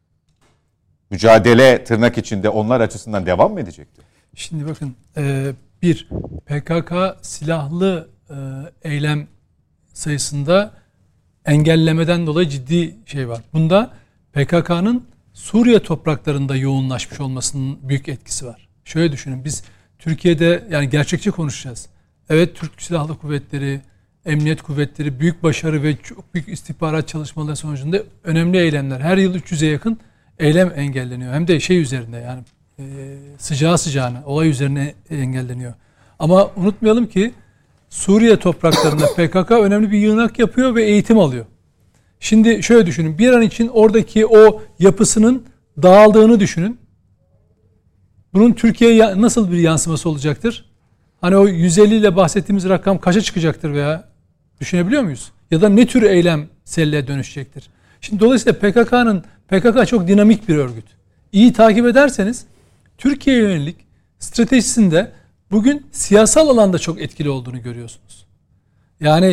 mücadele tırnak içinde onlar açısından devam mı edecekti? Şimdi bakın, e, bir P K K silahlı e, eylem sayısında engellemeden dolayı ciddi şey var. Bunda P K K'nın Suriye topraklarında yoğunlaşmış olmasının büyük etkisi var. Şöyle düşünün, biz Türkiye'de, yani gerçekçi konuşacağız. Evet, Türk Silahlı Kuvvetleri, Emniyet Kuvvetleri büyük başarı ve çok büyük istihbarat çalışmaları sonucunda önemli eylemler. Her yıl üç yüze yakın eylem engelleniyor. Hem de şey üzerinde, yani e, sıcağı sıcağına, olay üzerine engelleniyor. Ama unutmayalım ki Suriye topraklarında P K K önemli bir yığınak yapıyor ve eğitim alıyor. Şimdi şöyle düşünün, bir an için oradaki o yapısının dağıldığını düşünün. Bunun Türkiye'ye nasıl bir yansıması olacaktır? Hani o yüz elli ile bahsettiğimiz rakam kaça çıkacaktır veya düşünebiliyor muyuz? Ya da ne tür eylemselliğe dönüşecektir? Şimdi dolayısıyla P K K'nın, P K K çok dinamik bir örgüt. İyi takip ederseniz Türkiye'ye yönelik stratejisinde bugün siyasal alanda çok etkili olduğunu görüyorsunuz. Yani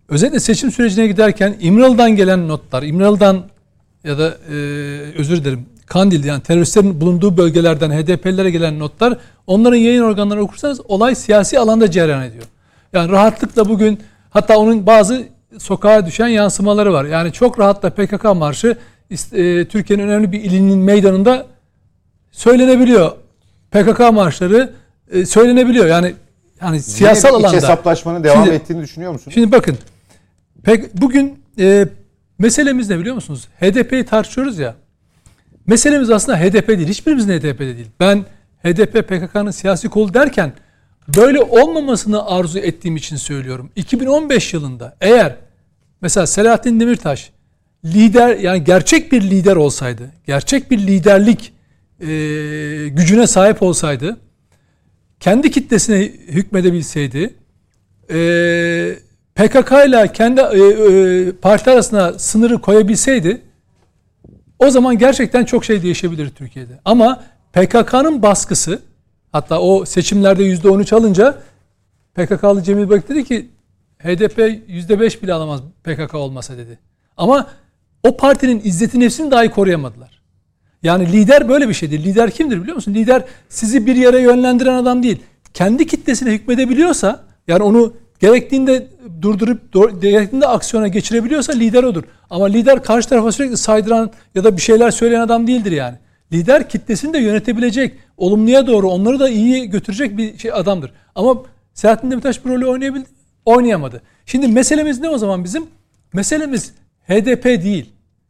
özellikle seçim sürecine giderken İmralı'dan gelen notlar, İmralı'dan ya da e, özür dilerim Kandil, yani teröristlerin bulunduğu bölgelerden H D P'lilere gelen notlar, onların yayın organlarını okursanız olay siyasi alanda cereyan ediyor. Yani rahatlıkla bugün, hatta onun bazı sokağa düşen yansımaları var. Yani çok rahatla P K K marşı e, Türkiye'nin önemli bir ilinin meydanında söylenebiliyor. P K K marşları e, söylenebiliyor. Yani yani siyasal Yine bir alanda. iç hesaplaşmanın devam Şimdi, ettiğini düşünüyor musunuz? Şimdi bakın. Pek, bugün e, meselemiz ne biliyor musunuz? H D P'yi tartışıyoruz ya. Meselemiz aslında H D P değil. Hiçbirimizin H D P'de değil. Ben H D P P K K'nın siyasi kolu derken böyle olmamasını arzu ettiğim için söylüyorum. iki bin on beş yılında eğer mesela Selahattin Demirtaş lider, yani gerçek bir lider olsaydı, gerçek bir liderlik e, gücüne sahip olsaydı, kendi kitlesine hükmedebilseydi, e, P K K ile kendi e, e, parti arasında sınırı koyabilseydi, o zaman gerçekten çok şey değişebilir Türkiye'de. Ama P K K'nın baskısı, hatta o seçimlerde yüzde on üç alınca P K K'lı Cemil Bayık dedi ki H D P yüzde beş bile alamaz P K K olmasa dedi. Ama o partinin izzeti nefsini dahi koruyamadılar. Yani lider böyle bir şeydir. Lider kimdir biliyor musun? Lider sizi bir yere yönlendiren adam değil. Kendi kitlesine hükmedebiliyorsa, yani onu gerektiğinde durdurup gerektiğinde aksiyona geçirebiliyorsa lider odur. Ama lider karşı tarafa sürekli saydıran ya da bir şeyler söyleyen adam değildir yani. Lider kitlesini de yönetebilecek, olumluya doğru onları da iyi götürecek bir şey adamdır. Ama Selahattin Demirtaş bu rolü oynayabildi, oynayamadı. Şimdi meselemiz ne o zaman bizim? Meselemiz H D P değil.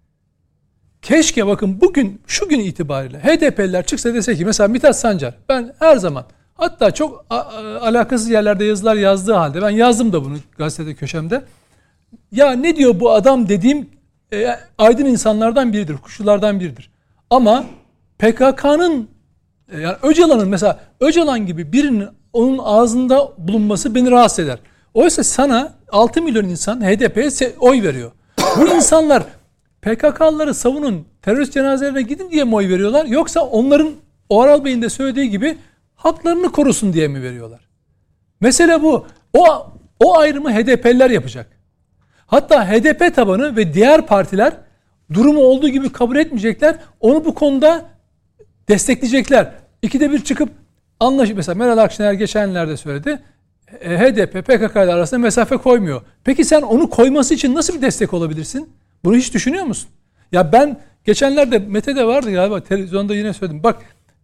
Keşke bakın bugün, şu gün itibariyle H D P'liler çıksa dese ki, mesela Mithat Sancar, ben her zaman, hatta çok a- a- alakasız yerlerde yazılar yazdığı halde, ben yazdım da bunu gazetede köşemde. Ya ne diyor bu adam dediğim e, aydın insanlardan biridir, hukukçulardan biridir. Ama P K K'nın e, yani Öcalan'ın, mesela Öcalan gibi birinin onun ağzında bulunması beni rahatsız eder. Oysa sana altı milyon insan H D P'ye oy veriyor. Bu insanlar P K K'lıları savunun, terörist cenazelerine gidin diye mi oy veriyorlar? Yoksa onların, Oral Bey'in de söylediği gibi, haklarını korusun diye mi veriyorlar? Mesele bu. O, o ayrımı H D P'liler yapacak. Hatta H D P tabanı ve diğer partiler durumu olduğu gibi kabul etmeyecekler. Onu bu konuda destekleyecekler. İkide bir çıkıp anlaşıp, mesela Meral Akşener geçenlerde söyledi. H D P P K K ile arasında mesafe koymuyor. Peki sen onu koyması için nasıl bir destek olabilirsin? Bunu hiç düşünüyor musun? Ya ben geçenlerde Mete'de vardı galiba, televizyonda yine söyledim. Bak,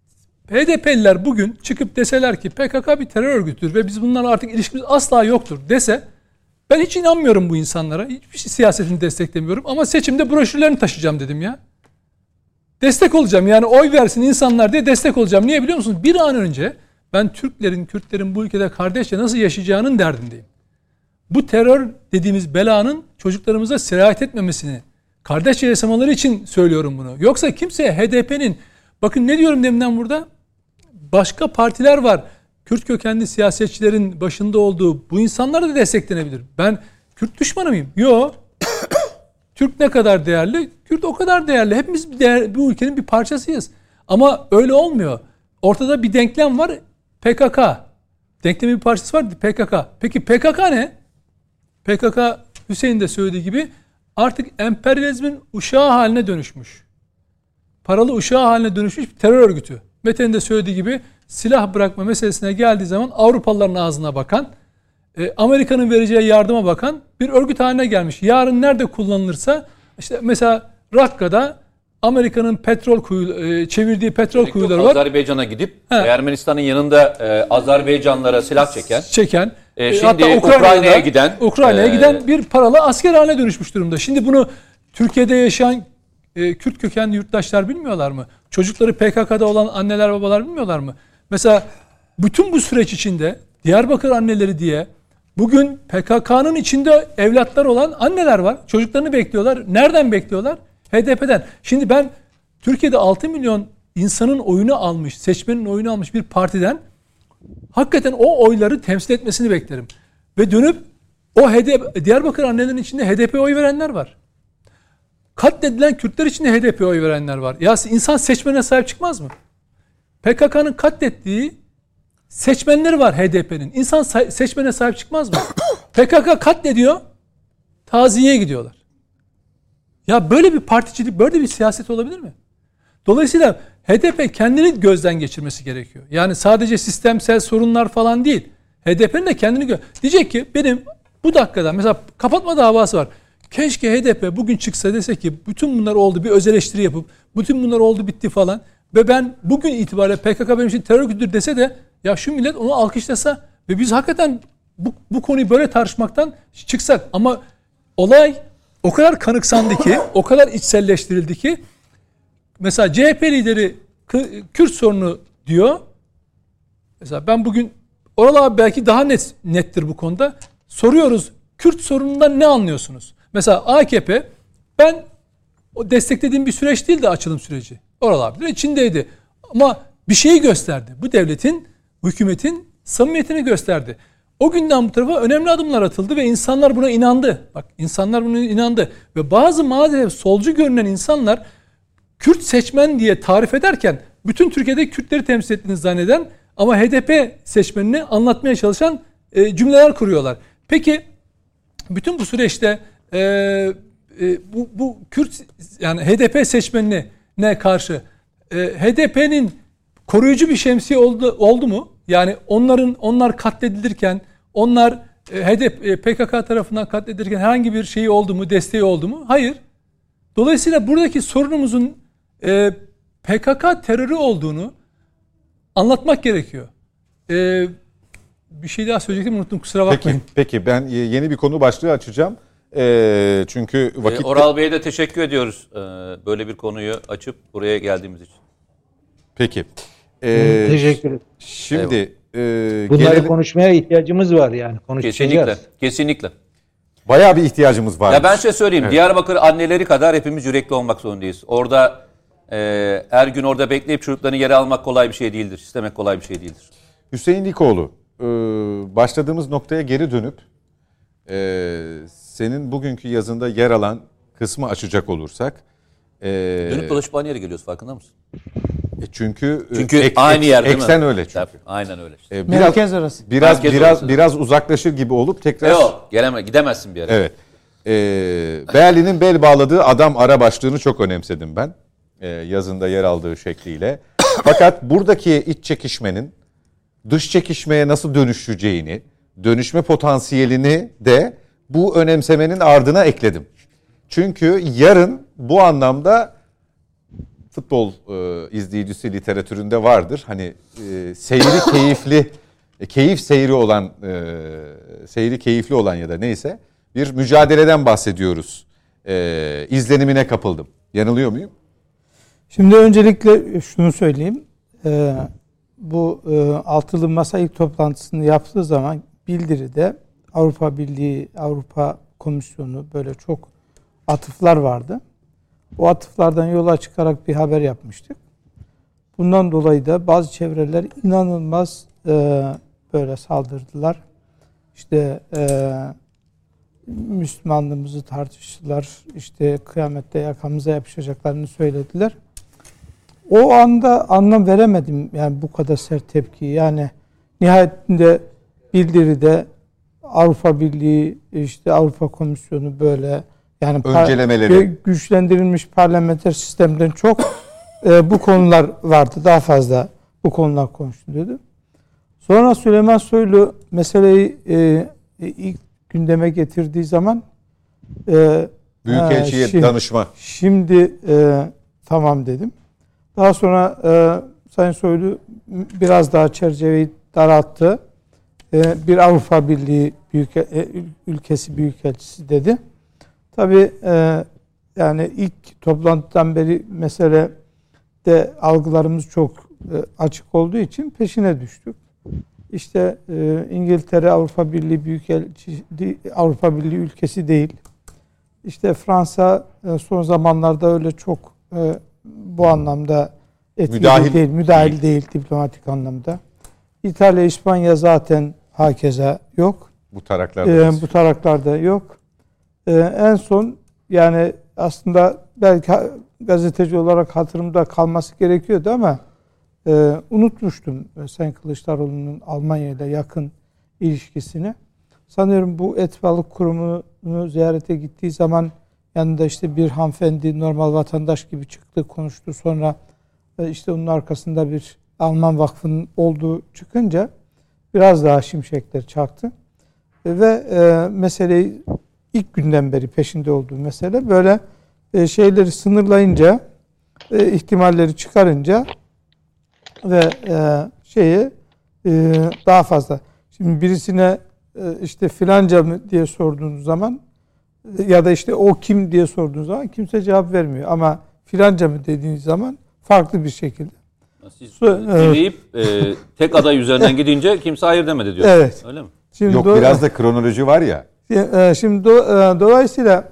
H D P'liler bugün çıkıp deseler ki P K K bir terör örgütüdür ve biz bunlarla artık ilişkimiz asla yoktur dese, ben hiç inanmıyorum bu insanlara. Hiçbir şey, siyasetini desteklemiyorum ama seçimde broşürlerini taşıyacağım dedim ya. Destek olacağım, yani oy versin insanlar diye destek olacağım. Niye biliyor musunuz? Bir an önce ben Türklerin, Kürtlerin bu ülkede kardeşçe nasıl yaşayacağının derdindeyim. Bu terör dediğimiz belanın çocuklarımıza sirayet etmemesini, kardeşçe yaşamaları için söylüyorum bunu. Yoksa kimseye H D P'nin, bakın ne diyorum deminden burada, başka partiler var. Kürt kökenli siyasetçilerin başında olduğu, bu insanlara da desteklenebilir. Ben Kürt düşmanı mıyım? Yok. Türk ne kadar değerli? Kürt o kadar değerli. Hepimiz bir değer, bu ülkenin bir parçasıyız. Ama öyle olmuyor. Ortada bir denklem var. P K K. Denklemin bir parçası var. P K K. Peki P K K ne? P K K, Hüseyin de söylediği gibi, artık emperyalizmin uşağı haline dönüşmüş. Paralı uşağı haline dönüşmüş bir terör örgütü. Mete'nin de söylediği gibi, silah bırakma meselesine geldiği zaman Avrupalıların ağzına bakan, Amerika'nın vereceği yardıma bakan bir örgüt haline gelmiş. Yarın nerede kullanılırsa, işte mesela Rakka'da Amerika'nın petrol kuyu, çevirdiği petrol Sürekli kuyuları var. Azerbaycan'a gidip He. Ermenistan'ın yanında e, Azerbaycanlara silah çeken, çeken e, şimdi hatta Ukrayna'ya, Ukrayna'ya giden, Ukrayna'ya e, giden bir paralı asker haline dönüşmüş durumda. Şimdi bunu Türkiye'de yaşayan e, Kürt kökenli yurttaşlar bilmiyorlar mı? Çocukları P K K'da olan anneler babalar bilmiyorlar mı? Mesela bütün bu süreç içinde Diyarbakır anneleri diye bugün P K K'nın içinde evlatlar olan anneler var. Çocuklarını bekliyorlar. Nereden bekliyorlar? H D P'den. Şimdi ben Türkiye'de altı milyon insanın oyunu almış, seçmenin oyunu almış bir partiden hakikaten o oyları temsil etmesini beklerim. Ve dönüp o H D P, Diyarbakır annelerinin içinde H D P'ye oy verenler var. Katledilen Kürtler içinde H D P'ye oy verenler var. Ya insan seçmene sahip çıkmaz mı? P K K'nın katlettiği seçmenleri var H D P'nin. İnsan seçmene sahip çıkmaz mı? P K K katlediyor. taziyeye gidiyorlar. Ya böyle bir particilik, böyle bir siyaset olabilir mi? Dolayısıyla H D P kendini gözden geçirmesi gerekiyor. Yani sadece sistemsel sorunlar falan değil. H D P'nin de kendini gö- diyecek ki benim bu dakikada mesela kapatma davası var. Keşke H D P bugün çıksa dese ki bütün bunlar oldu, bir öz eleştiri yapıp bütün bunlar oldu bitti falan ve ben bugün itibariyle P K K benim için terör örgütüdür dese de ya şu millet onu alkışlasa ve biz hakikaten bu, bu konuyu böyle tartışmaktan çıksak, ama olay o kadar kanıksandı ki, o kadar içselleştirildi ki mesela C H P lideri Kürt sorunu diyor. Mesela ben bugün Oral abi belki daha net nettir bu konuda. Soruyoruz, Kürt sorunundan ne anlıyorsunuz? Mesela A K P, ben o desteklediğim bir süreç değil de açılım süreci. Oral abi de içindeydi. Ama bir şeyi gösterdi. Bu devletin, hükümetin samimiyetini gösterdi. O günden bu tarafa önemli adımlar atıldı ve insanlar buna inandı. Bak, insanlar buna inandı. Ve bazı maalesef solcu görünen insanlar Kürt seçmen diye tarif ederken bütün Türkiye'de Kürtleri temsil ettiğini zanneden ama H D P seçmenini anlatmaya çalışan e, cümleler kuruyorlar. Peki bütün bu süreçte e, e, bu, bu Kürt yani H D P seçmenine ne karşı e, H D P'nin koruyucu bir şemsiye oldu oldu mu? Yani onların onlar katledilirken, onlar e, H D P P K K tarafından katledilirken herhangi bir şeyi oldu mu, desteği oldu mu? Hayır. Dolayısıyla buradaki sorunumuzun e, P K K terörü olduğunu anlatmak gerekiyor. E, bir şey daha söyleyecektim, unuttum, kusura bakmayın. Peki, peki ben yeni bir konu başlığı açacağım. E, çünkü vakit... E, Oral Bey'e de teşekkür ediyoruz e, böyle bir konuyu açıp buraya geldiğimiz için. Peki. E, Teşekkür ederim. Şimdi e, bunları gelelim... konuşmaya ihtiyacımız var yani. Konuşacağız. Kesinlikle. Kesinlikle. Bayağı bir ihtiyacımız var. Ya ben size söyleyeyim. Evet. Diyarbakır anneleri kadar hepimiz yürekli olmak zorundayız. Orada e, her gün orada bekleyip çocuklarını yere almak kolay bir şey değildir. İstemek kolay bir şey değildir. Hüseyin Likoğlu, e, başladığımız noktaya geri dönüp e, senin bugünkü yazında yer alan kısmı açacak olursak. E, Dönüp dolaşıp aynı yere geliyoruz, farkında mısın? E çünkü Çünkü ek, aynı yer değil mi? Eksen öyle çünkü. Tabii, aynen öyle. Işte. E, biraz, Merkez arası. Biraz Merkez biraz orası. biraz uzaklaşır gibi olup tekrar. Yok, geleme, gidemezsin bir yere. Evet. E, Berlin'in bel bağladığı adam ara başlığını çok önemsedim ben. E, yazında yer aldığı şekliyle. Fakat buradaki iç çekişmenin dış çekişmeye nasıl dönüşeceğini, dönüşme potansiyelini de bu önemsemenin ardına ekledim. Çünkü yarın bu anlamda futbol e, izleyicisi literatüründe vardır. Hani e, seyri keyifli, e, keyif seyri olan, e, seyri keyifli olan ya da neyse bir mücadeleden bahsediyoruz. E, izlenimine kapıldım. Yanılıyor muyum? Şimdi öncelikle şunu söyleyeyim. Ee, bu e, altılı masa ilk toplantısını yaptığı zaman bildiride Avrupa Birliği, Avrupa Komisyonu böyle çok atıflar vardı. O atıflardan yola çıkarak bir haber yapmıştık. Bundan dolayı da bazı çevreler inanılmaz e, böyle saldırdılar. İşte e, Müslümanlığımızı tartıştılar. İşte kıyamette yakamıza yapışacaklarını söylediler. O anda anlam veremedim yani bu kadar sert tepki. Yani nihayetinde bildiride Avrupa Birliği, işte Avrupa Komisyonu böyle yani öncelemeleri, güçlendirilmiş parlamenter sistemden çok e, bu konular vardı. Daha fazla bu konular konuşuluyordu. Sonra Süleyman Soylu meseleyi e, ilk gündeme getirdiği zaman e, Büyükelçiye şimdi, danışma. Şimdi e, tamam dedim. Daha sonra e, Sayın Soylu biraz daha çerçeveyi daralttı. E, bir Avrupa Birliği büyük, e, ülkesi büyükelçisi dedi. Tabii e, yani ilk toplantıdan beri meselede algılarımız çok e, açık olduğu için peşine düştük. İşte e, İngiltere Avrupa Birliği büyükelçisi, Avrupa Birliği ülkesi değil. İşte Fransa e, son zamanlarda öyle çok e, bu anlamda etkili müdahil değil, müdahil değil. değil diplomatik anlamda. İtalya, İspanya zaten hakeza yok. Bu taraklarda. Ee, bu taraklarda yok. Ee, en son yani aslında belki gazeteci olarak hatırımda kalması gerekiyordu ama e, unutmuştum Sayın Kılıçdaroğlu'nun Almanya ile yakın ilişkisini. sanıyorum bu Et Balık Kurumu'nu ziyarete gittiği zaman yanında işte bir hanımefendi normal vatandaş gibi çıktı, konuştu. Sonra işte onun arkasında bir Alman vakfının olduğu çıkınca biraz daha şimşekler çaktı. Ve e, meseleyi ilk günden beri peşinde olduğu mesele böyle e, şeyleri sınırlayınca, e, ihtimalleri çıkarınca ve e, şeyi e, daha fazla. Şimdi birisine e, işte filanca mı diye sorduğunuz zaman e, ya da işte o kim diye sorduğunuz zaman kimse cevap vermiyor. Ama filanca mı dediğiniz zaman farklı bir şekilde. Siz dinleyip e, tek aday üzerinden gidince kimse hayır demedi diyor. Evet. Öyle mi? Şimdi Yok do- biraz da kronoloji var ya. Şimdi do- e, dolayısıyla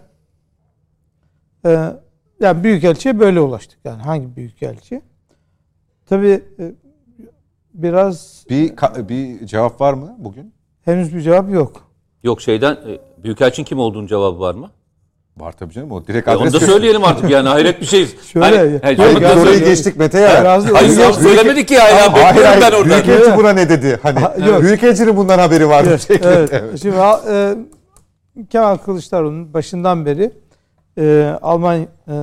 e, yani büyükelçiye böyle ulaştık. Yani hangi büyükelçi? Tabii e, biraz Bir ka- bir cevap var mı bugün? henüz bir cevap yok. Yok şeyden e, Büyükelçin kim olduğunun cevabı var mı? Var tabii canım, o direkt E, adres. onu da söyleyelim artık yani hayret bir şey. Şöyle- Hani, Hayır, he, Hayır, onu biz da orayı söyle- geçtik Mete ya. Razı- Hayır Hayır, sen söylemedi ki hala. Hayır Bekliyorum ben hayır. oradan. Büyükelçi buna ne dedi? Hani Ha, yok. Büyükelçinin bundan haberi var. Evet, şeklinde. evet. Evet. Şimdi e, Kemal Kılıçdaroğlu'nun başından beri e, Alman e,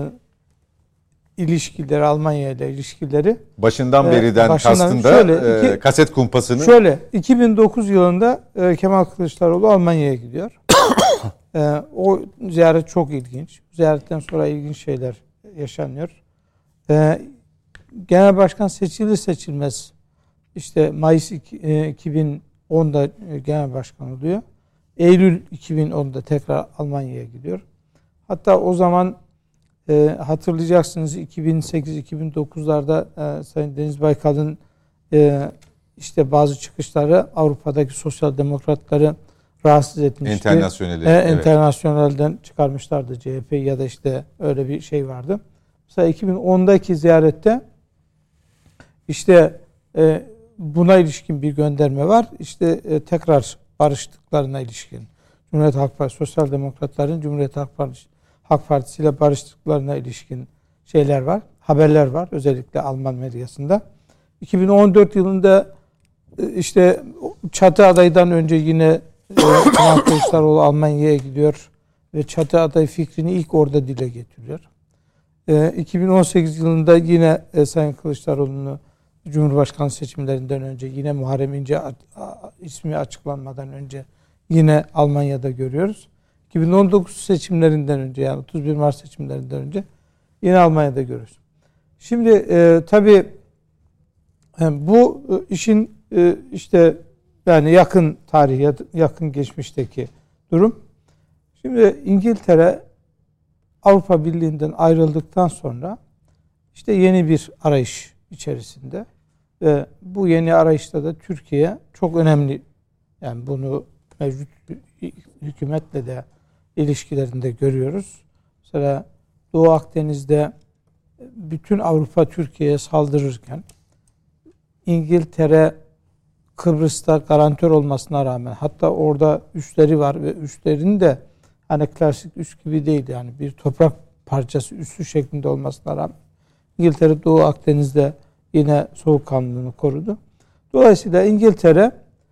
ilişkileri, Almanya ile ilişkileri Başından Ee, beriden başından- kastında şöyle, iki- e, kaset kumpasını. şöyle iki bin dokuz yılında e, Kemal Kılıçdaroğlu Almanya'ya gidiyor. e, o ziyaret çok ilginç. Ziyaretten sonra ilginç şeyler yaşanıyor. E, Genel Başkan seçilir seçilmez işte Mayıs iki- e, iki bin onda e, Genel Başkan oluyor. Eylül iki bin onda tekrar Almanya'ya gidiyor. Hatta o zaman e, hatırlayacaksınız iki bin sekiz iki bin dokuzlarda e, Sayın Deniz Baykal'ın e, işte bazı çıkışları Avrupa'daki sosyal demokratları rahatsız etmişti. Enternasyoneli, E, evet. Enternasyonelden çıkarmışlardı C H P ya da işte öyle bir şey vardı. Mesela iki bin ondaki ziyarette işte e, buna ilişkin bir gönderme var. İşte e, tekrar barıştıklarına ilişkin. Cumhuriyet Halk Partisi, Sosyal Demokratların Cumhuriyet Halk Partisi, Halk Partisi ile barıştıklarına ilişkin şeyler var. Haberler var. Özellikle Alman medyasında. iki bin on dört yılında e, işte çatı adaydan önce yine e, Kemal Kılıçdaroğlu Almanya'ya gidiyor ve çatı adayı fikrini ilk orada dile getiriyor. E, iki bin on sekiz yılında yine e, Sayın Kılıçdaroğlu'nu Cumhurbaşkanı seçimlerinden önce yine Muharrem İnce a, a, ismi açıklanmadan önce yine Almanya'da görüyoruz. iki bin on dokuz seçimlerinden önce yani otuz bir Mart seçimlerinden önce yine Almanya'da görüyoruz. Şimdi e, tabii e, bu e, işin e, işte yani yakın tarih, yakın geçmişteki durum. Şimdi İngiltere Avrupa Birliği'nden ayrıldıktan sonra işte yeni bir arayış içerisinde ve bu yeni arayışta da Türkiye çok önemli, yani bunu mevcut hükümetle de ilişkilerinde görüyoruz. Mesela Doğu Akdeniz'de bütün Avrupa Türkiye'ye saldırırken İngiltere Kıbrıs'ta garantör olmasına rağmen, hatta orada üsleri var ve üslerin de hani klasik üs gibi değil, yani bir toprak parçası üssü şeklinde olmasına rağmen İngiltere Doğu Akdeniz'de yine soğukkanlılığını korudu. Dolayısıyla İngiltere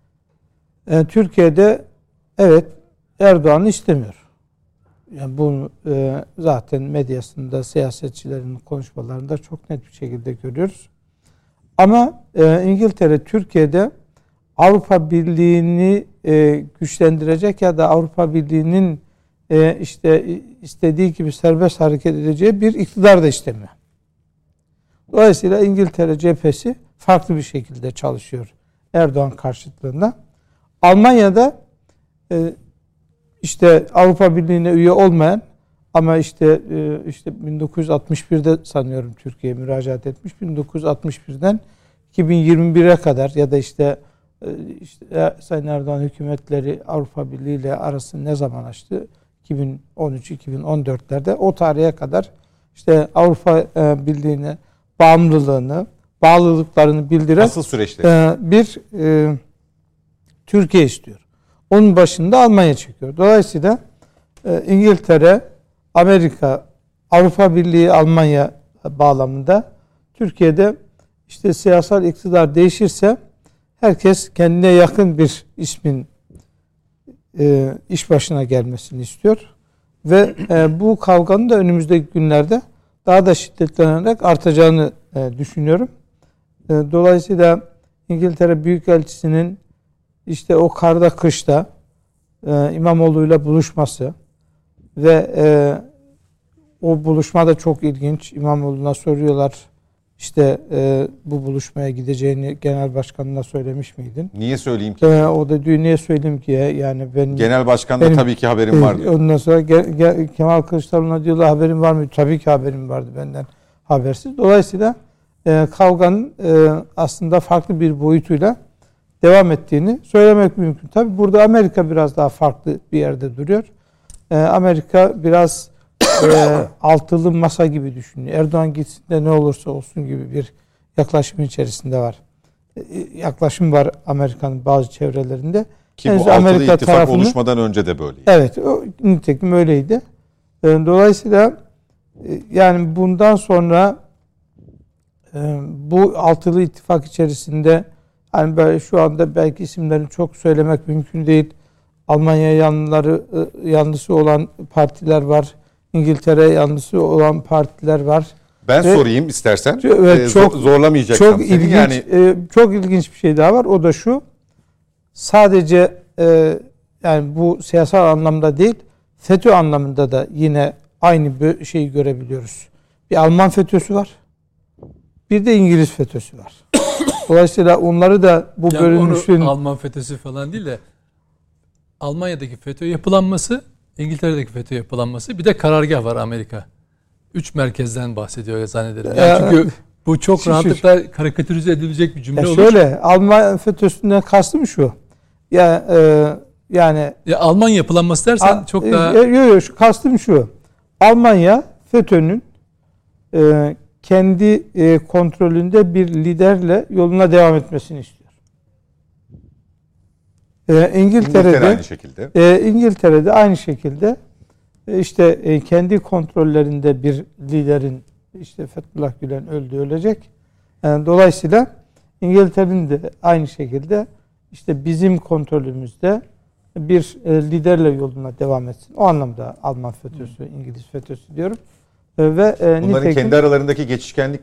e, Türkiye'de evet Erdoğan'ı istemiyor. Yani bunu e, zaten medyasında, siyasetçilerin konuşmalarında çok net bir şekilde görüyoruz. Ama e, İngiltere Türkiye'de Avrupa Birliği'ni e, güçlendirecek ya da Avrupa Birliği'nin e, işte istediği gibi serbest hareket edeceği bir iktidar da istemiyor. Dolayısıyla İngiltere cephesi farklı bir şekilde çalışıyor Erdoğan karşıtlığında. Almanya'da e, işte Avrupa Birliği'ne üye olmayan ama işte e, işte bin dokuz yüz altmış birde sanıyorum Türkiye'ye müracaat etmiş. bin dokuz yüz altmış birden iki bin yirmi bire kadar ya da işte işte Sayın Erdoğan hükümetleri Avrupa Birliği ile arasını ne zaman açtı? iki bin on üç iki bin on dörtlerde o tarihe kadar işte Avrupa Birliği'ne bağımlılığını, bağlılıklarını bildiren Asıl süreçte bir e, Türkiye istiyor. Onun başında Almanya çekiyor. Dolayısıyla e, İngiltere, Amerika, Avrupa Birliği, Almanya bağlamında Türkiye'de işte siyasal iktidar değişirse herkes kendine yakın bir ismin e, iş başına gelmesini istiyor. Ve e, bu kavganın da önümüzdeki günlerde daha da şiddetlenerek artacağını e, düşünüyorum. E, dolayısıyla İngiltere Büyükelçisi'nin işte o karda kışta e, İmamoğlu'yla buluşması ve e, o buluşma da çok ilginç. İmamoğlu'na soruyorlar, işte e, bu buluşmaya gideceğini genel başkanına söylemiş miydin? Niye söyleyeyim ki? E, o da diyor, niye söyleyeyim ki ya? Yani benim Genel başkanla benim, tabii ki haberim vardı. Ondan sonra ge, ge, Kemal Kılıçdaroğlu'na diyorlar, haberin var mı? Tabii ki haberim vardı, benden habersiz. Dolayısıyla e, kavganın e, aslında farklı bir boyutuyla devam ettiğini söylemek mümkün. Tabii burada Amerika biraz daha farklı bir yerde duruyor. E, Amerika biraz e, altılı masa gibi düşünüyor. Erdoğan gitsin de ne olursa olsun gibi bir yaklaşım içerisinde var. E, yaklaşım var Amerika'nın bazı çevrelerinde. Ki bu altılı Amerika ittifak tarafını, oluşmadan önce de böyleydi. Evet, o, nitekim öyleydi. E, dolayısıyla e, yani bundan sonra e, bu altılı ittifak içerisinde, hani böyle şu anda belki isimlerini çok söylemek mümkün değil. Almanya yanlıları yanlısı olan partiler var. İngiltere yanlısı olan partiler var. Ben Ve, sorayım istersen. Evet, ee, çok zorlamayacaksam çok seni. ilginç, Yani e, çok ilginç bir şey daha var. O da şu. Sadece e, yani bu siyasal anlamda değil, FETÖ anlamında da yine aynı şeyi görebiliyoruz. Bir Alman FETÖ'sü var. Bir de İngiliz FETÖ'sü var. Dolayısıyla onları da bu yani bölünmüşlüğün... Alman FETÖ'sü falan değil de Almanya'daki FETÖ yapılanması, İngiltere'deki FETÖ yapılanması, bir de karargah var Amerika. Üç merkezden bahsediyor zannederim. Yani Ya, çünkü bu çok şu, rahatlıkla karikatürize edilecek bir cümle ya olur. Şöyle, Alman FETÖ'sünden kastım şu. Ya e, yani ya Alman yapılanması dersen a, çok e, daha... Yok yok, şu kastım şu. Almanya FETÖ'nün e, kendi e, kontrolünde bir liderle yoluna devam etmesini istiyor. E, İngiltere'de İngiltere aynı şekilde. E, İngiltere'de aynı şekilde e, işte e, kendi kontrollerinde bir liderin, işte Fethullah Gülen öldü, ölecek. Yani dolayısıyla İngiltere'nin de aynı şekilde işte bizim kontrolümüzde bir e, liderle yoluna devam etsin. O anlamda Alman FETÖ'sü, İngiliz FETÖ'sü diyorum. E, ve e, Bunların nitekim, kendi aralarındaki geçişkenlik.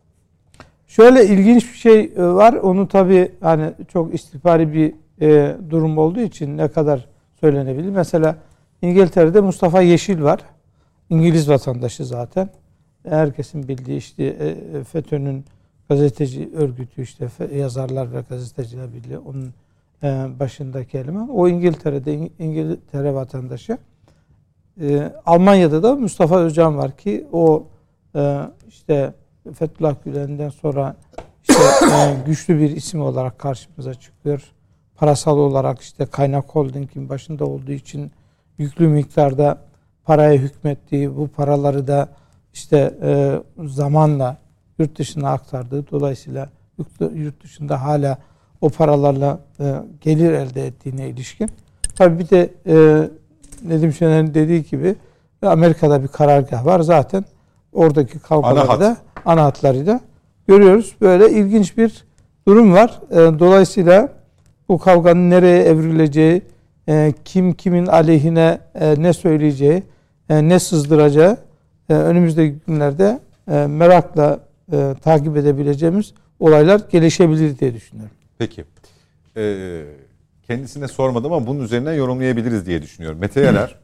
Şöyle ilginç bir şey var. Onu tabii hani çok istihbari bir e, durum olduğu için ne kadar söylenebilir. Mesela İngiltere'de Mustafa Yeşil var. İngiliz vatandaşı zaten. Herkesin bildiği işte e, FETÖ'nün gazeteci örgütü, işte yazarlar ve gazeteciler birliği, onun e, başındaki eleman. O İngiltere'de İngiltere vatandaşı. E, Almanya'da da Mustafa Özcan var ki o e, işte Fethullah Gülen'den sonra işte e, güçlü bir isim olarak karşımıza çıkıyor. Parasal olarak işte Kaynak Holding'in başında olduğu için yüklü miktarda paraya hükmettiği, bu paraları da işte e, zamanla yurt dışına aktardığı, dolayısıyla yurt dışında hala o paralarla e, gelir elde ettiğine ilişkin. Tabii bir de e, Nedim Şener'in dediği gibi Amerika'da bir karargah var. Zaten oradaki kavgaları Ana da, ana hatları da görüyoruz. Böyle ilginç bir durum var. E, dolayısıyla bu kavganın nereye evrileceği, e, kim kimin aleyhine e, ne söyleyeceği, e, ne sızdıracağı e, önümüzdeki günlerde e, merakla e, takip edebileceğimiz olaylar gelişebilir diye düşünüyorum. Peki. Ee, kendisine sormadım ama bunun üzerinden yorumlayabiliriz diye düşünüyorum. Mete Yarar.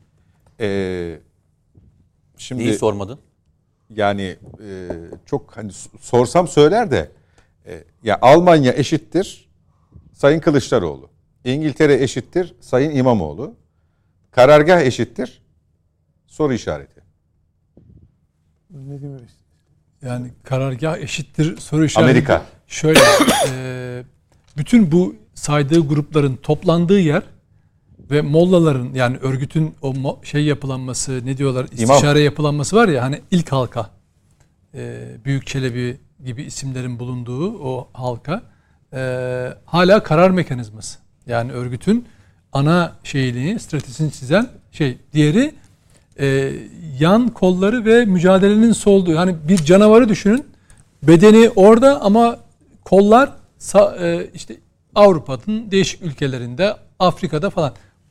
e, şimdi Neyi sormadın? Yani e, çok hani sorsam söyler de e, ya Almanya eşittir Sayın Kılıçdaroğlu. İngiltere eşittir Sayın İmamoğlu. Karargah eşittir soru işareti. Ne demek? Yani karargah eşittir soru işareti. Amerika. Şöyle, e, bütün bu saydığı grupların toplandığı yer ve mollaların, yani örgütün o şey yapılanması, ne diyorlar, istişare İmam. yapılanması var ya, hani ilk halka, e, Büyük Çelebi gibi isimlerin bulunduğu o halka e, hala karar mekanizması. Yani örgütün ana şeyini, stratejisini çizen şey. Diğeri e, yan kolları ve mücadelenin solduğu. Hani bir canavarı düşünün. Bedeni orada ama kollar e, işte Avrupa'nın değişik ülkelerinde, Afrika'da falan.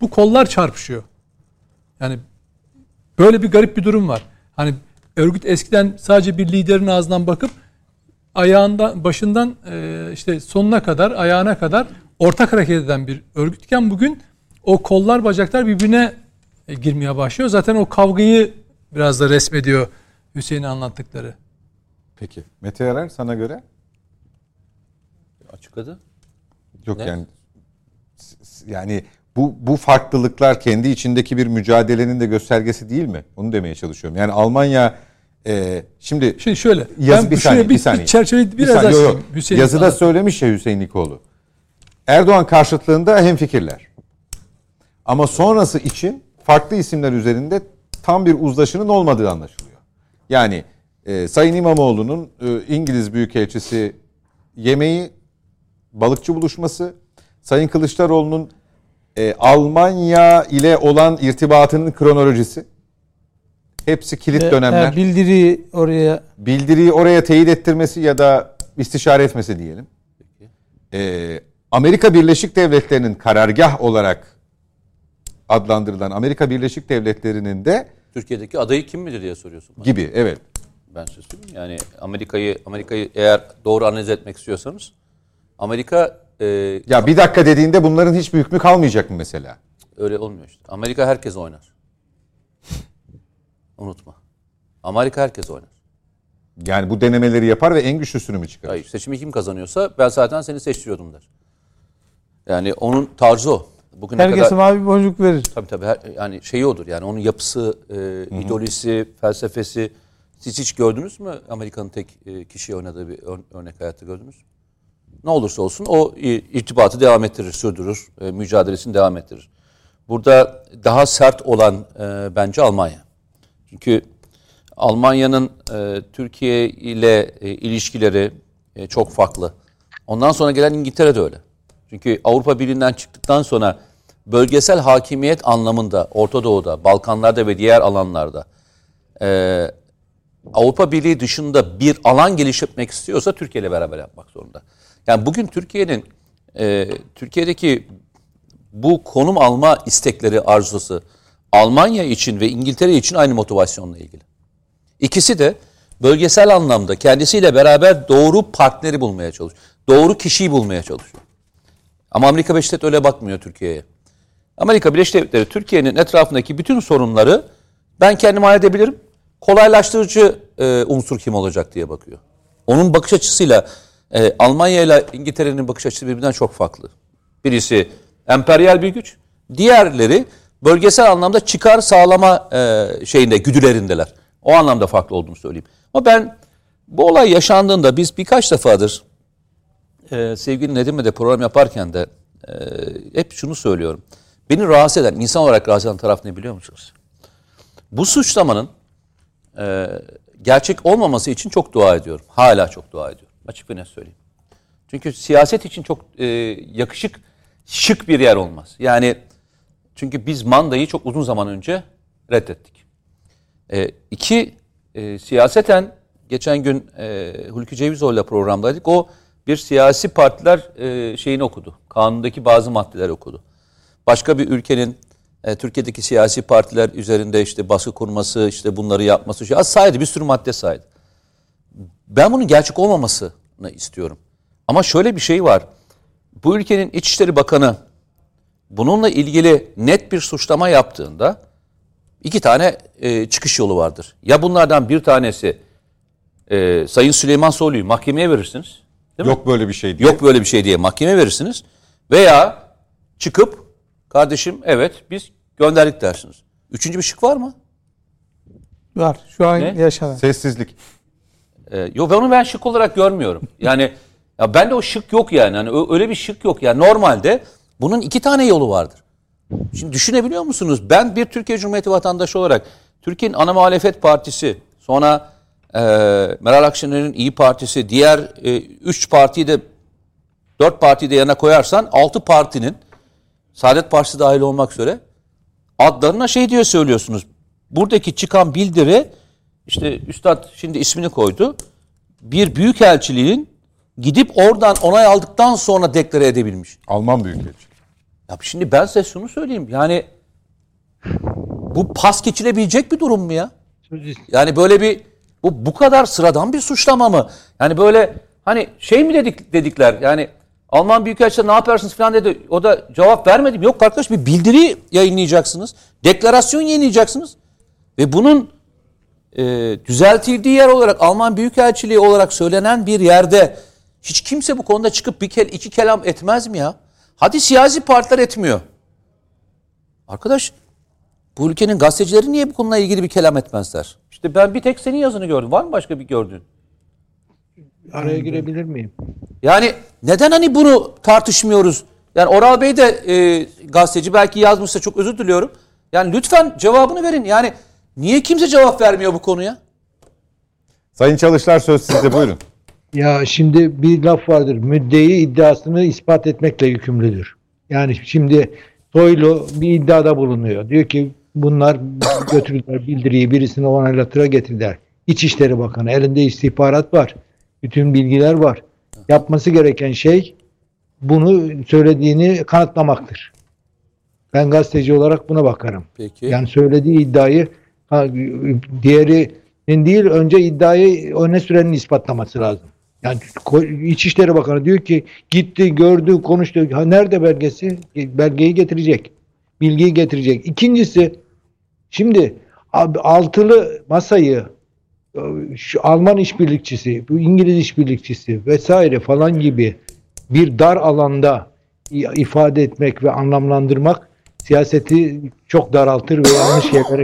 bu kollar çarpışıyor. Yani böyle bir garip bir durum var. Hani örgüt eskiden sadece bir liderin ağzından bakıp ayağından, başından e, işte sonuna kadar, ayağına kadar ortak hareket eden bir örgütken bugün o kollar, bacaklar birbirine e, girmeye başlıyor. Zaten o kavgayı biraz da resmediyor Hüseyin'in anlattıkları. Peki. Mete Yarar sana göre? Açıkladı. Yok Ne? yani yani bu bu farklılıklar kendi içindeki bir mücadelenin de göstergesi değil mi? Onu demeye çalışıyorum. Yani Almanya e, şimdi Şimdi şöyle. Yaz, ben bir şuraya saniye, bir, bir saniye. bir çerçeve Bir biraz saniye, yok, açayım. yok. Hüseyin Yazıda anlat. söylemiş ya Hüseyin Nikoğlu. Erdoğan karşıtlığında hemfikirler. Ama sonrası için farklı isimler üzerinde tam bir uzlaşının olmadığı anlaşılıyor. Yani e, Sayın İmamoğlu'nun e, İngiliz Büyükelçisi yemeği, balıkçı buluşması, Sayın Kılıçdaroğlu'nun e, Almanya ile olan irtibatının kronolojisi, hepsi kilit Ve, dönemler. e, bildiri oraya Bildiriyi oraya teyit ettirmesi ya da istişare etmesi diyelim. Ee, Amerika Birleşik Devletleri'nin karargah olarak adlandırılan Amerika Birleşik Devletleri'nin de Türkiye'deki adayı kim bilir diye soruyorsun bana. gibi, evet. Ben size söyleyeyim. Yani Amerika'yı Amerika'yı eğer doğru analiz etmek istiyorsanız Amerika e, Ya bir dakika dediğinde bunların hiçbir hükmü kalmayacak mı mesela? öyle olmuyor işte. Amerika herkes oynar. Unutma. Amerika herkes oynar. Yani bu denemeleri yapar ve en güçlüsünü mü çıkarır? Hayır, seçimi kim kazanıyorsa ben zaten seni seçtiriyordum der. Yani onun tarzı o. Bugüne herkese kadar mavi boncuk verir. tabii tabii her, yani şeyi odur. Yani onun yapısı, e, ideolojisi, felsefesi. Siz hiç gördünüz mü Amerika'nın tek e, kişiye oynadığı bir ör- örnek hayatta gördünüz mü? Ne olursa olsun o e, irtibatı devam ettirir, sürdürür, e, mücadelesini devam ettirir. Burada daha sert olan e, bence Almanya. Çünkü Almanya'nın e, Türkiye ile e, ilişkileri e, çok farklı. Ondan sonra gelen İngiltere de öyle. Çünkü Avrupa Birliği'nden çıktıktan sonra bölgesel hakimiyet anlamında Orta Doğu'da, Balkanlarda ve diğer alanlarda e, Avrupa Birliği dışında bir alan geliştirmek istiyorsa Türkiye ile beraber yapmak zorunda. Yani bugün Türkiye'nin e, Türkiye'deki bu konum alma istekleri, arzusu Almanya için ve İngiltere için aynı motivasyonla ilgili. İkisi de bölgesel anlamda kendisiyle beraber doğru partneri bulmaya çalışıyor. Doğru kişiyi bulmaya çalışıyor. Ama Amerika Birleşik Devletleri öyle bakmıyor Türkiye'ye. Amerika Birleşik Devletleri Türkiye'nin etrafındaki bütün sorunları ben kendim halledebilirim. Kolaylaştırıcı e, unsur kim olacak diye bakıyor. Onun bakış açısıyla e, Almanya ile İngiltere'nin bakış açısı birbirinden çok farklı. Birisi emperyal bir güç, diğerleri bölgesel anlamda çıkar sağlama e, şeyinde, güdülerindeler. O anlamda farklı olduğunu söyleyeyim. Ama ben bu olay yaşandığında biz birkaç defadır e, sevgili Nedim'le de program yaparken de e, hep şunu söylüyorum. Beni rahatsız eden, insan olarak rahatsız eden taraf ne biliyor musunuz? Bu suçlamanın e, gerçek olmaması için çok dua ediyorum. Hala çok dua ediyorum. Açık ve net söyleyeyim. Çünkü siyaset için çok e, yakışık, şık bir yer olmaz. Yani çünkü biz mandayı çok uzun zaman önce reddettik. E, iki, e, siyaseten geçen gün e, Hulki Cevizoğlu'yla programdaydık. O bir siyasi partiler e, şeyini okudu. Kanundaki bazı maddeleri okudu. Başka bir ülkenin e, Türkiye'deki siyasi partiler üzerinde işte baskı kurması, işte bunları yapması, şey, az saydı, bir sürü madde saydı. Ben bunun gerçek olmamasını istiyorum. Ama şöyle bir şey var. Bu ülkenin İçişleri Bakanı bununla ilgili net bir suçlama yaptığında iki tane e, çıkış yolu vardır. Ya bunlardan bir tanesi e, Sayın Süleyman Soylu'yu mahkemeye verirsiniz. Değil Yok mi? böyle bir şey diye. Yok böyle bir şey diye mahkemeye verirsiniz. Veya çıkıp kardeşim evet biz gönderdik dersiniz. Üçüncü bir şık var mı? Var. Şu an Ne? yaşanan. Sessizlik. Ee, yok ben onu ben şık olarak görmüyorum. Yani ya bende o şık yok yani. Hani ö- öyle bir şık yok. Yani normalde bunun iki tane yolu vardır. Şimdi düşünebiliyor musunuz? Ben bir Türkiye Cumhuriyeti vatandaşı olarak Türkiye'nin ana muhalefet partisi, sonra e, Meral Akşener'in İyi Partisi, diğer e, üç partiyi de dört partiyi de yana koyarsan altı partinin, Saadet Partisi dahil olmak üzere, adlarına şey diye söylüyorsunuz. Buradaki çıkan bildiri, işte Üstad şimdi ismini koydu, bir büyükelçiliğin gidip oradan onay aldıktan sonra deklare edebilmiş. Alman Büyükelçiliği. Ya şimdi ben size şunu söyleyeyim. Yani bu pas geçilebilecek bir durum mu ya? Yani böyle bir bu bu kadar sıradan bir suçlama mı? Yani böyle hani şey mi dedik dedikler? Yani Alman Büyükelçisi ne yaparsınız falan dedi. O da cevap vermedi. Yok arkadaş, bir bildiri yayınlayacaksınız. Deklarasyon yayınlayacaksınız. Ve bunun e, düzeltildiği yer olarak Alman Büyükelçiliği olarak söylenen bir yerde hiç kimse bu konuda çıkıp bir kel, iki kelam etmez mi ya? Hadi siyasi partiler etmiyor. Arkadaş, bu ülkenin gazetecileri niye bu konuyla ilgili bir kelam etmezler? İşte ben bir tek senin yazını gördüm. Var mı başka bir gördüğün? Araya girebilir miyim? Yani neden hani bunu tartışmıyoruz? Yani Oral Bey de e, gazeteci, belki yazmışsa çok özür diliyorum. Yani lütfen cevabını verin. Yani niye kimse cevap vermiyor bu konuya? Sayın Çalışlar, söz sizde, buyurun. Ya şimdi bir laf vardır. Müddei iddiasını ispat etmekle yükümlüdür. Yani şimdi Soylu bir iddiada bulunuyor. Diyor ki bunlar götürdüler bildiriyi, birisini onaylatıra getirdiler. İçişleri Bakanı elinde istihbarat var. Bütün bilgiler var. Yapması gereken şey bunu söylediğini kanıtlamaktır. Ben gazeteci olarak buna bakarım. Peki. Yani söylediği iddiayı ha, diğerinin değil, önce iddiayı öne sürenin ispatlaması lazım. Yani İçişleri Bakanı diyor ki gitti, gördü, konuştu. Ha, nerede belgesi? Belgeyi getirecek. Bilgiyi getirecek. İkincisi, şimdi altılı masayı şu Alman işbirlikçisi, bu İngiliz işbirlikçisi vesaire falan gibi bir dar alanda ifade etmek ve anlamlandırmak siyaseti çok daraltır ve yanlış yerlere.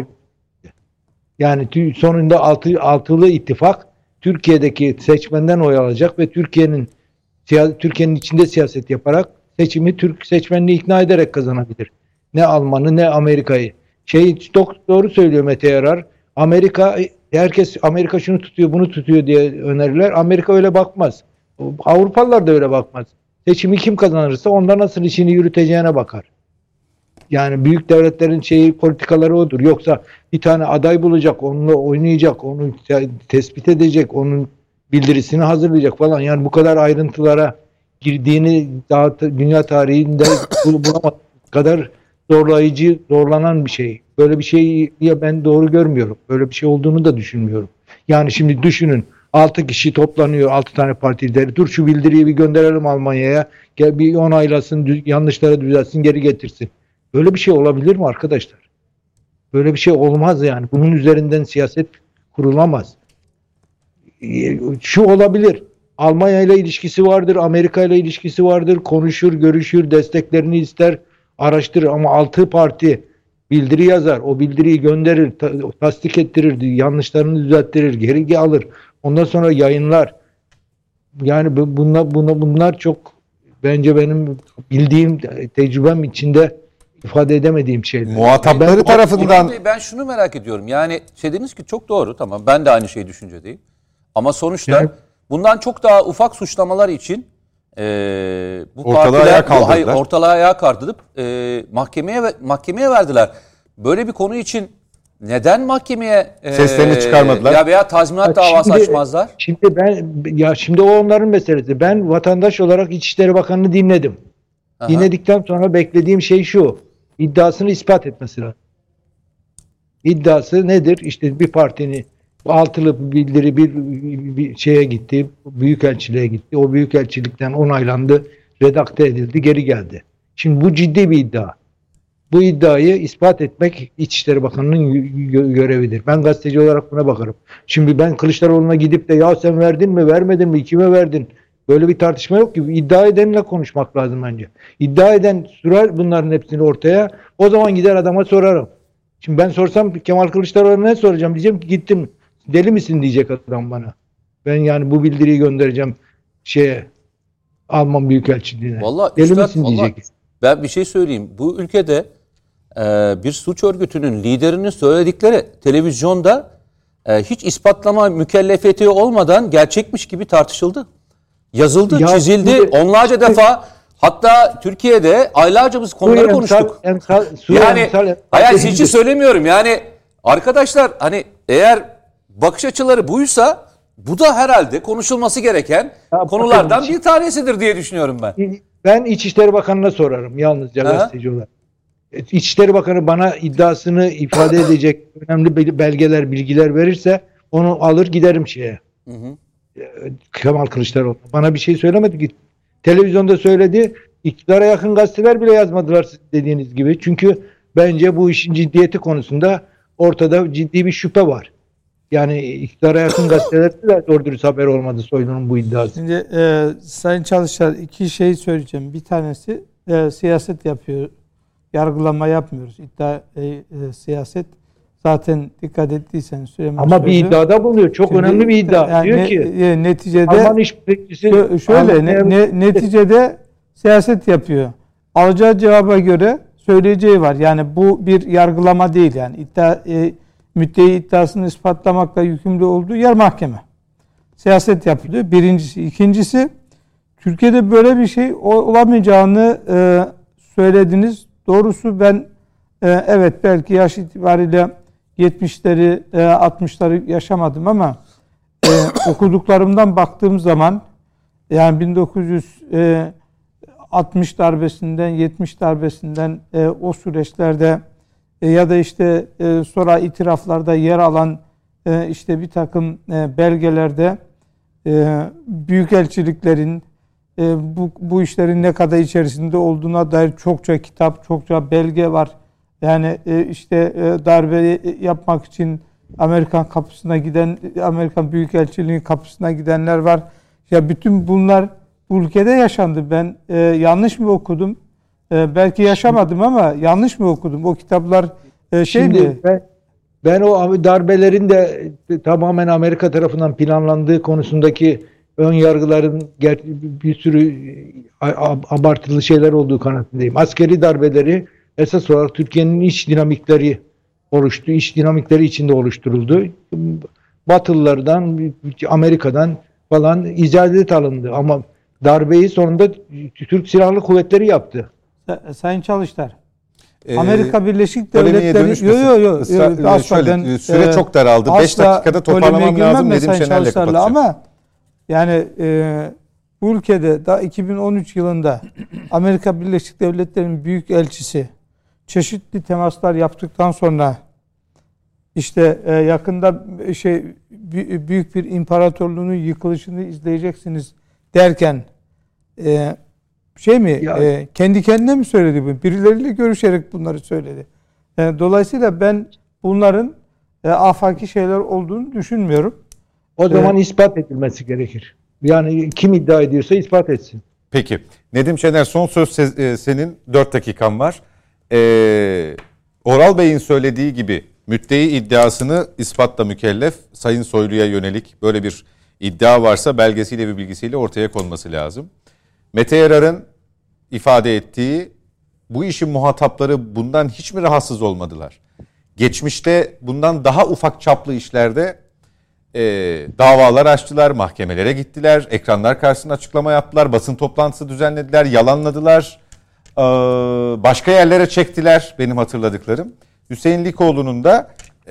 Yani sonunda altı, altılı ittifak Türkiye'deki seçmenden oy alacak ve Türkiye'nin Türkiye'nin içinde siyaset yaparak seçimi Türk seçmenini ikna ederek kazanabilir. Ne Alman'ı ne Amerika'yı. Şey çok doğru söylüyor Mete Yarar. Amerika, herkes Amerika şunu tutuyor, bunu tutuyor diye öneriler. Amerika öyle bakmaz. Avrupalılar da öyle bakmaz. Seçimi kim kazanırsa onda nasıl işini yürüteceğine bakar. Yani büyük devletlerin şeyi, politikaları odur. Yoksa bir tane aday bulacak, onunla oynayacak, onu tespit edecek, onun bildirisini hazırlayacak falan. Yani bu kadar ayrıntılara girdiğini daha dünya tarihinde bulamadığı kadar zorlayıcı, zorlanan bir şey. Böyle bir şey diye ben doğru görmüyorum. Böyle bir şey olduğunu da düşünmüyorum. Yani şimdi düşünün, altı kişi toplanıyor, altı tane parti lideri. Dur şu bildiriyi bir gönderelim Almanya'ya. Gel bir onaylasın, yanlışları düzeltsin, geri getirsin. Böyle bir şey olabilir mi arkadaşlar? Böyle bir şey olmaz yani. Bunun üzerinden siyaset kurulamaz. Şu olabilir. Almanya ile ilişkisi vardır, Amerika ile ilişkisi vardır. Konuşur, görüşür, desteklerini ister, araştırır. Ama altı parti bildiri yazar. O bildiriyi gönderir, tasdik ettirir, yanlışlarını düzelttirir, geri alır. Ondan sonra yayınlar. Yani bunlar, bunlar, bunlar çok bence benim bildiğim, tecrübem içinde ifade edemediğim şeyler. Muhatapları ben, tarafından... Ben şunu merak ediyorum. Yani şey dediniz ki çok doğru, tamam. Ben de aynı şeyi düşüncedeyim. Ama sonuçta yani, bundan çok daha ufak suçlamalar için e, bu ortalığı partiler ayağa kaldırdılar. Hayır, ortalığı ayağa kaldırıp e, mahkemeye mahkemeye verdiler. Böyle bir konu için neden mahkemeye e, seslerini çıkarmadılar? Ya veya tazminat davası şimdi, açmazlar? Şimdi ben ya şimdi o onların meselesi. Ben vatandaş olarak İçişleri Bakanı'nı dinledim. Aha. Dinledikten sonra beklediğim şey şu. İddiasını ispat etmesi lazım. İddiası nedir? İşte bir partinin altılı bildiri bir, bir şeye gitti, büyükelçiliğe gitti. O büyükelçilikten onaylandı, redakte edildi, geri geldi. Şimdi bu ciddi bir iddia. Bu iddiayı ispat etmek İçişleri Bakanı'nın görevidir. Ben gazeteci olarak buna bakarım. Şimdi ben Kılıçdaroğlu'na gidip de ya sen verdin mi, vermedin mi, kime verdin? Böyle bir tartışma yok ki. İddia edenle konuşmak lazım bence. İddia eden sürer bunların hepsini ortaya. O zaman gider adama sorarım. Şimdi ben sorsam Kemal Kılıçdaroğlu'na ne soracağım? Diyeceğim ki gittim. Deli misin diyecek adam bana. Ben yani bu bildiriyi göndereceğim şeye, Alman Büyükelçiliğine. Vallahi Deli üstad, misin vallahi, diyecek. ben bir şey söyleyeyim. Bu ülkede e, bir suç örgütünün liderinin söyledikleri televizyonda e, hiç ispatlama mükellefiyeti olmadan gerçekmiş gibi tartışıldı. Yazıldı, ya, çizildi. Şimdi, onlarca defa, hatta Türkiye'de aylarca biz konuları konuştuk. Emsal, emsal, yani emsal, hayal hiç söylemiyorum. Yani arkadaşlar, hani eğer bakış açıları buysa Bu da herhalde konuşulması gereken Ya, konulardan bakın, bir tanesidir diye düşünüyorum ben. Ben İçişleri Bakanı'na sorarım yalnızca Ha? gazeteci olarak. İçişleri Bakanı bana iddiasını ifade edecek önemli belgeler, bilgiler verirse onu alır giderim şeye. Hı hı. Kemal Kılıçdaroğlu. Bana bir şey söylemedi ki. Televizyonda söyledi. İktidara yakın gazeteler bile yazmadılar dediğiniz gibi. Çünkü bence bu işin ciddiyeti konusunda ortada ciddi bir şüphe var. Yani iktidara yakın gazetelerde de doğru dürüst haber olmadı Soylu'nun bu iddiası. Şimdi e, Sayın Çalışlar iki şey söyleyeceğim. Bir tanesi e, siyaset yapıyor. Yargılama yapmıyoruz. İddia e, e, siyaset. Zaten dikkat ettiysen Süleyman Ama bir Soylu, iddiada bulunuyor. Çok şimdi, önemli bir iddia. yani Diyor ne, ki e, neticede Alman işbirlikçisi şö- şöyle ne, ne, neticede siyaset yapıyor. Alacağı cevaba göre söyleyeceği var. Yani bu bir yargılama değil yani. İddia e, müddei iddiasını ispatlamakla yükümlü olduğu yer mahkeme. Siyaset yapılıyor. Birincisi. İkincisi Türkiye'de böyle bir şey olamayacağını e, söylediniz. Doğrusu ben e, evet belki yaş itibariyle yetmişleri e, altmışları yaşamadım ama e, okuduklarımdan baktığım zaman yani bin dokuz yüz altmış darbesinden yetmiş darbesinden e, o süreçlerde e, ya da işte e, sonra itiraflarda yer alan e, işte bir takım e, belgelerde e, büyükelçiliklerin e, bu, bu işlerin ne kadar içerisinde olduğuna dair çokça kitap, çokça belge var. Yani e, işte e, darbe yapmak için Amerikan kapısına giden, Amerikan Büyükelçiliğinin kapısına gidenler var. Ya bütün bunlar bu ülkede yaşandı. Ben e, yanlış mı okudum? E, belki yaşamadım ama yanlış mı okudum? O kitaplar e, şeydi. Şimdi ben, ben o darbelerin de tamamen Amerika tarafından planlandığı konusundaki ön yargıların bir sürü abartılı şeyler olduğu kanaatindeyim. Askeri darbeleri esas olarak Türkiye'nin iç dinamikleri oluştu, iç dinamikleri içinde oluşturuldu. Batılılardan, Amerika'dan falan icazet alındı ama darbeyi sonunda Türk Silahlı Kuvvetleri yaptı. Sayın Çalışlar. Ee, Amerika Birleşik Devletleri Devletleri yo yo yo Isra- şöyle ben, süre e, çok daraldı. beş dakikada toparlamam lazım. Nedim Şener'le kapatacağım. Ama yani e, bu ülkede daha iki bin on üç yılında Amerika Birleşik Devletleri'nin büyük elçisi çeşitli temaslar yaptıktan sonra işte e, yakında şey büyük bir imparatorluğun yıkılışını izleyeceksiniz derken e, şey mi e, kendi kendine mi söyledi bu? Birileriyle görüşerek bunları söyledi. E, dolayısıyla ben bunların e, afaki şeyler olduğunu düşünmüyorum. O zaman ee, ispat edilmesi gerekir. Yani kim iddia ediyorsa ispat etsin. Peki. Nedim Şener son söz senin, dört dakikan var. Ee, Oral Bey'in söylediği gibi müddei iddiasını ispatla mükellef. Sayın Soylu'ya yönelik böyle bir iddia varsa belgesiyle ve bilgisiyle ortaya konması lazım. Mete Yarar'ın ifade ettiği bu işin muhatapları bundan hiç mi rahatsız olmadılar? Geçmişte bundan daha ufak çaplı işlerde e, davalar açtılar, mahkemelere gittiler, ekranlar karşısında açıklama yaptılar, basın toplantısı düzenlediler, yalanladılar, e, başka yerlere çektiler benim hatırladıklarım. Hüseyin Likoğlu'nun da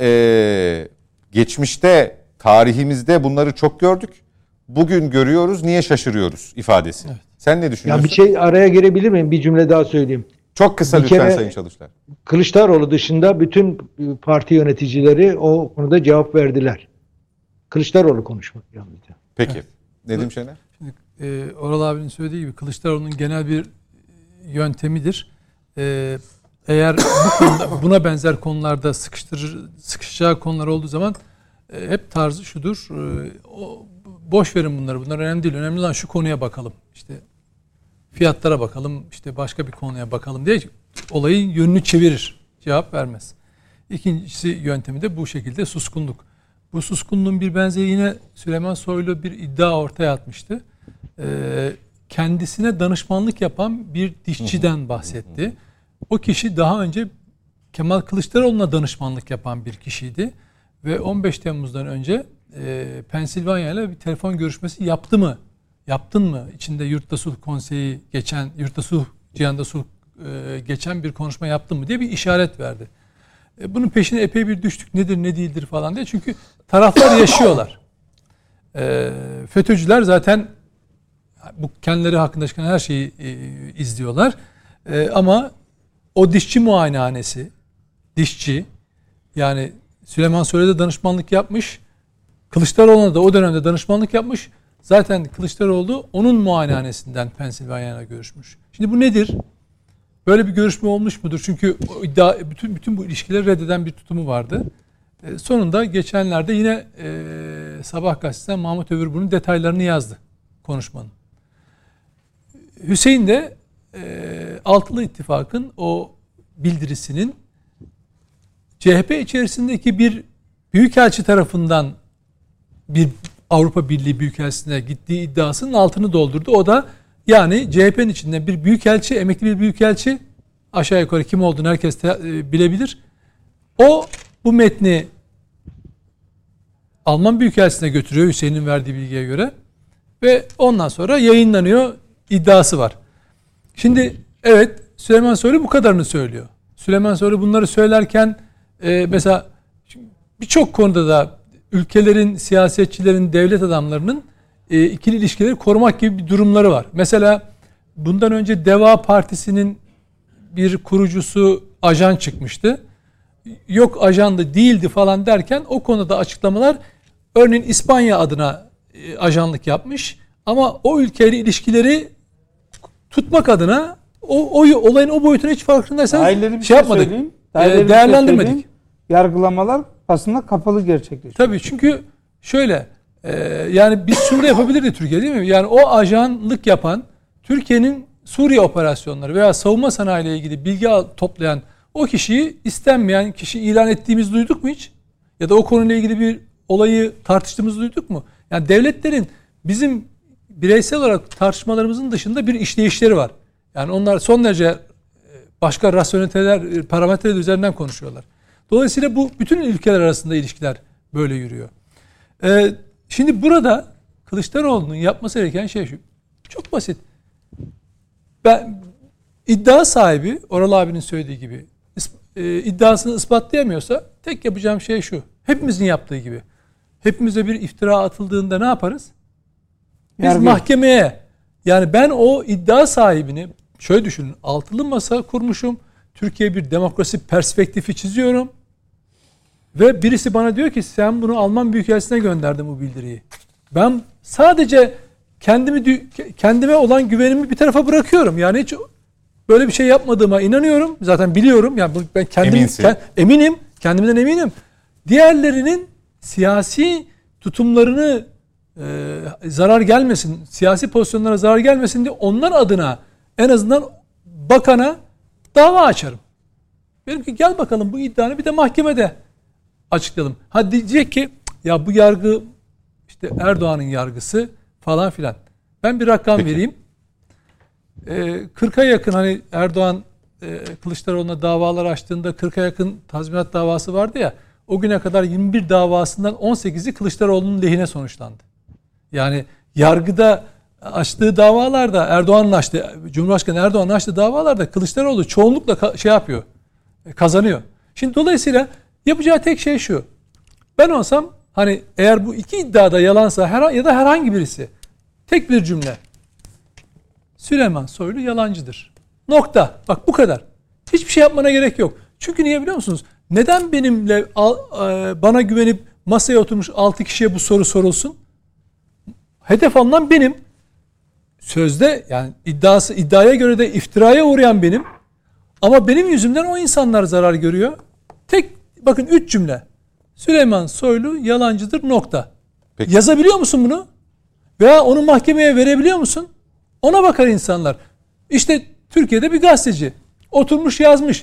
e, geçmişte, tarihimizde bunları çok gördük. Bugün görüyoruz, niye şaşırıyoruz ifadesi. Evet. Sen ne düşünüyorsun? Ya bir şey araya girebilir miyim? Bir cümle daha söyleyeyim. Çok kısa bir lütfen kere, Sayın Çalışlar. Kılıçdaroğlu dışında bütün parti yöneticileri o konuda cevap verdiler. Kılıçdaroğlu konuşmak yalnızca. Peki. Evet. Nedim Şener? Şimdi, e, Oral abinin söylediği gibi Kılıçdaroğlu'nun genel bir yöntemidir. E, eğer bu konuda, buna benzer konularda sıkıştırır, sıkışacağı konular olduğu zaman e, hep tarzı şudur. E, o, boş verin bunları. Bunlar önemli değil. Önemli olan şu konuya bakalım. İşte fiyatlara bakalım. İşte başka bir konuya bakalım diye olayın yönünü çevirir. Cevap vermez. İkincisi yöntemi de bu şekilde suskunluk. Bu suskunluğun bir benzeri yine Süleyman Soylu bir iddia ortaya atmıştı. Ee, kendisine danışmanlık yapan bir dişçiden bahsetti. O kişi daha önce Kemal Kılıçdaroğlu'na danışmanlık yapan bir kişiydi. Ve on beş Temmuz'dan önce e, Pensilvanya ile bir telefon görüşmesi yaptı mı? Yaptın mı? İçinde Yurtta Sulh Konseyi geçen, Yurtta Sulh, Cihan'da Sulh e, geçen bir konuşma yaptın mı diye bir işaret verdi. E, bunun peşine epey bir düştük. Nedir, ne değildir falan diye. Çünkü taraflar yaşıyorlar. E, FETÖ'cüler zaten bu kendileri hakkında çıkan her şeyi e, izliyorlar. E, ama o dişçi muayenehanesi, dişçi, yani Süleyman Soylu'da danışmanlık yapmış, Kılıçdaroğlu'na da o dönemde danışmanlık yapmış. Zaten Kılıçdaroğlu onun muayenehanesinden Pensilvanya'ya görüşmüş. Şimdi bu nedir? Böyle bir görüşme olmuş mudur? Çünkü o iddia, bütün bütün bu ilişkileri reddeden bir tutumu vardı. E, sonunda geçenlerde yine e, Sabah gazetesinden Mahmut Övür bunun detaylarını yazdı konuşmanın. Hüseyin de e, Altılı İttifak'ın o bildirisinin C H P içerisindeki bir büyükelçi tarafından bir Avrupa Birliği büyükelçisine gittiği iddiasının altını doldurdu. O da yani C H P'nin içinde bir büyükelçi, emekli bir büyükelçi, aşağı yukarı kim olduğunu herkes te, e, bilebilir. O bu metni Alman büyükelçisine götürüyor Hüseyin'in verdiği bilgiye göre ve ondan sonra yayınlanıyor iddiası var. Şimdi evet, Süleyman Soylu bu kadarını söylüyor. Süleyman Soylu bunları söylerken e, mesela birçok konuda da ülkelerin, siyasetçilerin, devlet adamlarının e, ikili ilişkileri korumak gibi bir durumları var. Mesela bundan önce Deva Partisi'nin bir kurucusu ajan çıkmıştı. Yok ajandı, değildi falan derken o konuda açıklamalar, örneğin İspanya adına e, ajanlık yapmış ama o ülkeyle ilişkileri tutmak adına o, o olayın o boyutuna hiç farkındaysanız şey, şey yapmadık. E, değerlendirmedik. Şey yargılamalar aslında kapalı gerçekleşiyor. Tabii, çünkü şöyle e, yani biz şunu da yapabilirdi Türkiye, değil mi? Yani o ajanlık yapan, Türkiye'nin Suriye operasyonları veya savunma sanayiyle ilgili bilgi toplayan o kişiyi istenmeyen kişi ilan ettiğimizi duyduk mu hiç? Ya da o konuyla ilgili bir olayı tartıştığımızı duyduk mu? Yani devletlerin bizim bireysel olarak tartışmalarımızın dışında bir işleyişleri var. Yani onlar son derece başka rasyoneliteler, parametreler üzerinden konuşuyorlar. Dolayısıyla bu bütün ülkeler arasında ilişkiler böyle yürüyor. Ee, şimdi burada Kılıçdaroğlu'nun yapması gereken şey şu. Çok basit. Ben iddia sahibi, Oral abinin söylediği gibi e, iddiasını ispatlayamıyorsa tek yapacağım şey şu. Hepimizin yaptığı gibi. Hepimize bir iftira atıldığında ne yaparız? Biz Yargı. mahkemeye, yani ben o iddia sahibini şöyle düşünün. Altılı masa kurmuşum. Türkiye bir demokrasi perspektifi çiziyorum. Ve birisi bana diyor ki sen bunu Alman Büyükelçisi'ne gönderdin bu bildiriyi. Ben sadece kendimi kendime olan güvenimi bir tarafa bırakıyorum. Yani hiç böyle bir şey yapmadığıma inanıyorum. Zaten biliyorum. Yani ben kendim kend, eminim. Kendimden eminim. Diğerlerinin siyasi tutumlarını e, zarar gelmesin, siyasi pozisyonlara zarar gelmesin diye onlar adına en azından bakana dava açarım. Derim ki gel bakalım bu iddianı bir de mahkemede açıklayalım. Ha diyecek ki ya bu yargı işte Erdoğan'ın yargısı falan filan. Ben bir rakam Peki. vereyim. Ee, kırka yakın hani Erdoğan e, Kılıçdaroğlu'na davalar açtığında kırka yakın tazminat davası vardı ya. O güne kadar yirmi bir davasından on sekizi Kılıçdaroğlu'nun lehine sonuçlandı. Yani yargıda açtığı davalarda Erdoğan'ın açtığı, Cumhurbaşkanı Erdoğan'ın açtığı davalarda Kılıçdaroğlu çoğunlukla şey yapıyor, kazanıyor. Şimdi dolayısıyla yapacağı tek şey şu. Ben olsam hani eğer bu iki iddiada yalansa her, ya da herhangi birisi tek bir cümle. Süleyman Soylu yalancıdır. Nokta. Bak bu kadar. Hiçbir şey yapmana gerek yok. Çünkü niye biliyor musunuz? Neden benimle bana güvenip masaya oturmuş altı kişiye bu soru sorulsun? Hedef alınan benim. Sözde yani iddiası iddiaya göre de iftiraya uğrayan benim. Ama benim yüzümden o insanlar zarar görüyor. Tek bakın üç cümle. Süleyman Soylu yalancıdır nokta. Peki. Yazabiliyor musun bunu? Veya onu mahkemeye verebiliyor musun? Ona bakar insanlar. İşte Türkiye'de bir gazeteci oturmuş yazmış.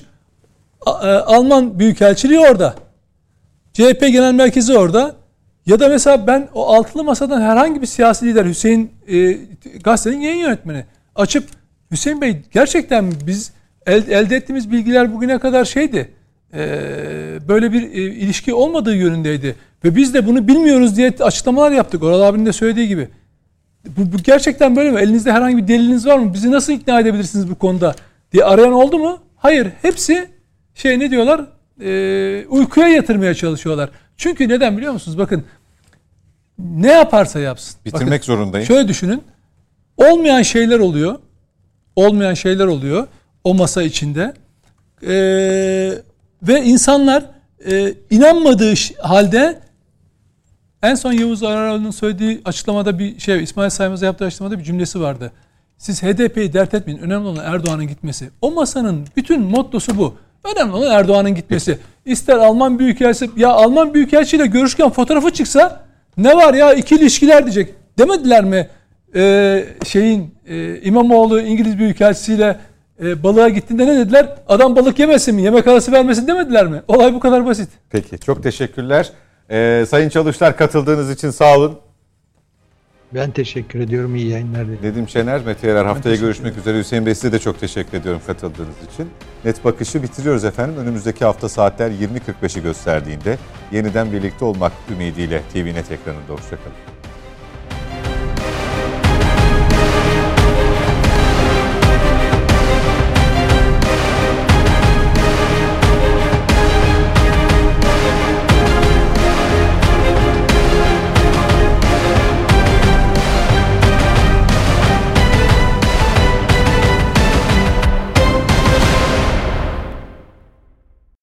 Alman Büyükelçiliği orada. C H P Genel Merkezi orada. Ya da mesela ben o altılı masadan herhangi bir siyasi lider Hüseyin e, gazetenin yayın yönetmeni açıp Hüseyin Bey gerçekten biz el, elde ettiğimiz bilgiler bugüne kadar şeydi. E, böyle bir e, ilişki olmadığı yönündeydi. Ve biz de bunu bilmiyoruz diye açıklamalar yaptık. Oral abinin de söylediği gibi. Bu, bu gerçekten böyle mi? Elinizde herhangi bir deliliniz var mı? Bizi nasıl ikna edebilirsiniz bu konuda diye arayan oldu mu? Hayır. Hepsi şey ne diyorlar? E, uykuya yatırmaya çalışıyorlar. Çünkü neden biliyor musunuz? Bakın ne yaparsa yapsın. Bitirmek Bakın, zorundayım. Şöyle düşünün. Olmayan şeyler oluyor. Olmayan şeyler oluyor o masa içinde. Ee, ve insanlar e, inanmadığı halde en son Yavuz Aralı'nın söylediği açıklamada bir şey, İsmail Saymaz'a yaptığı açıklamada bir cümlesi vardı. Siz H D P'yi dert etmeyin. Önemli olan Erdoğan'ın gitmesi. O masanın bütün mottosu bu. Önemli olan Erdoğan'ın gitmesi. İster Alman Büyükelçisi, ya Alman Büyükelçisiyle görüşürken fotoğrafı çıksa ne var ya ikili ilişkiler diyecek. Demediler mi ee, şeyin e, İmamoğlu İngiliz Büyükelçisiyle e, balığa gittiğinde ne dediler? Adam balık yemesin mi? Yemek arası vermesin demediler mi? Olay bu kadar basit. Peki, çok teşekkürler. Ee, Sayın Çalışlar, katıldığınız için sağ olun. Ben teşekkür ediyorum. İyi yayınlar dilerim. Nedim Şener, Mete Yarar, haftaya görüşmek üzere. Hüseyin Bey, size de çok teşekkür ediyorum katıldığınız için. Net Bakış'ı bitiriyoruz efendim. Önümüzdeki hafta saatler yirmi kırk beşi gösterdiğinde yeniden birlikte olmak ümidiyle T V Net ekranında. Hoşçakalın.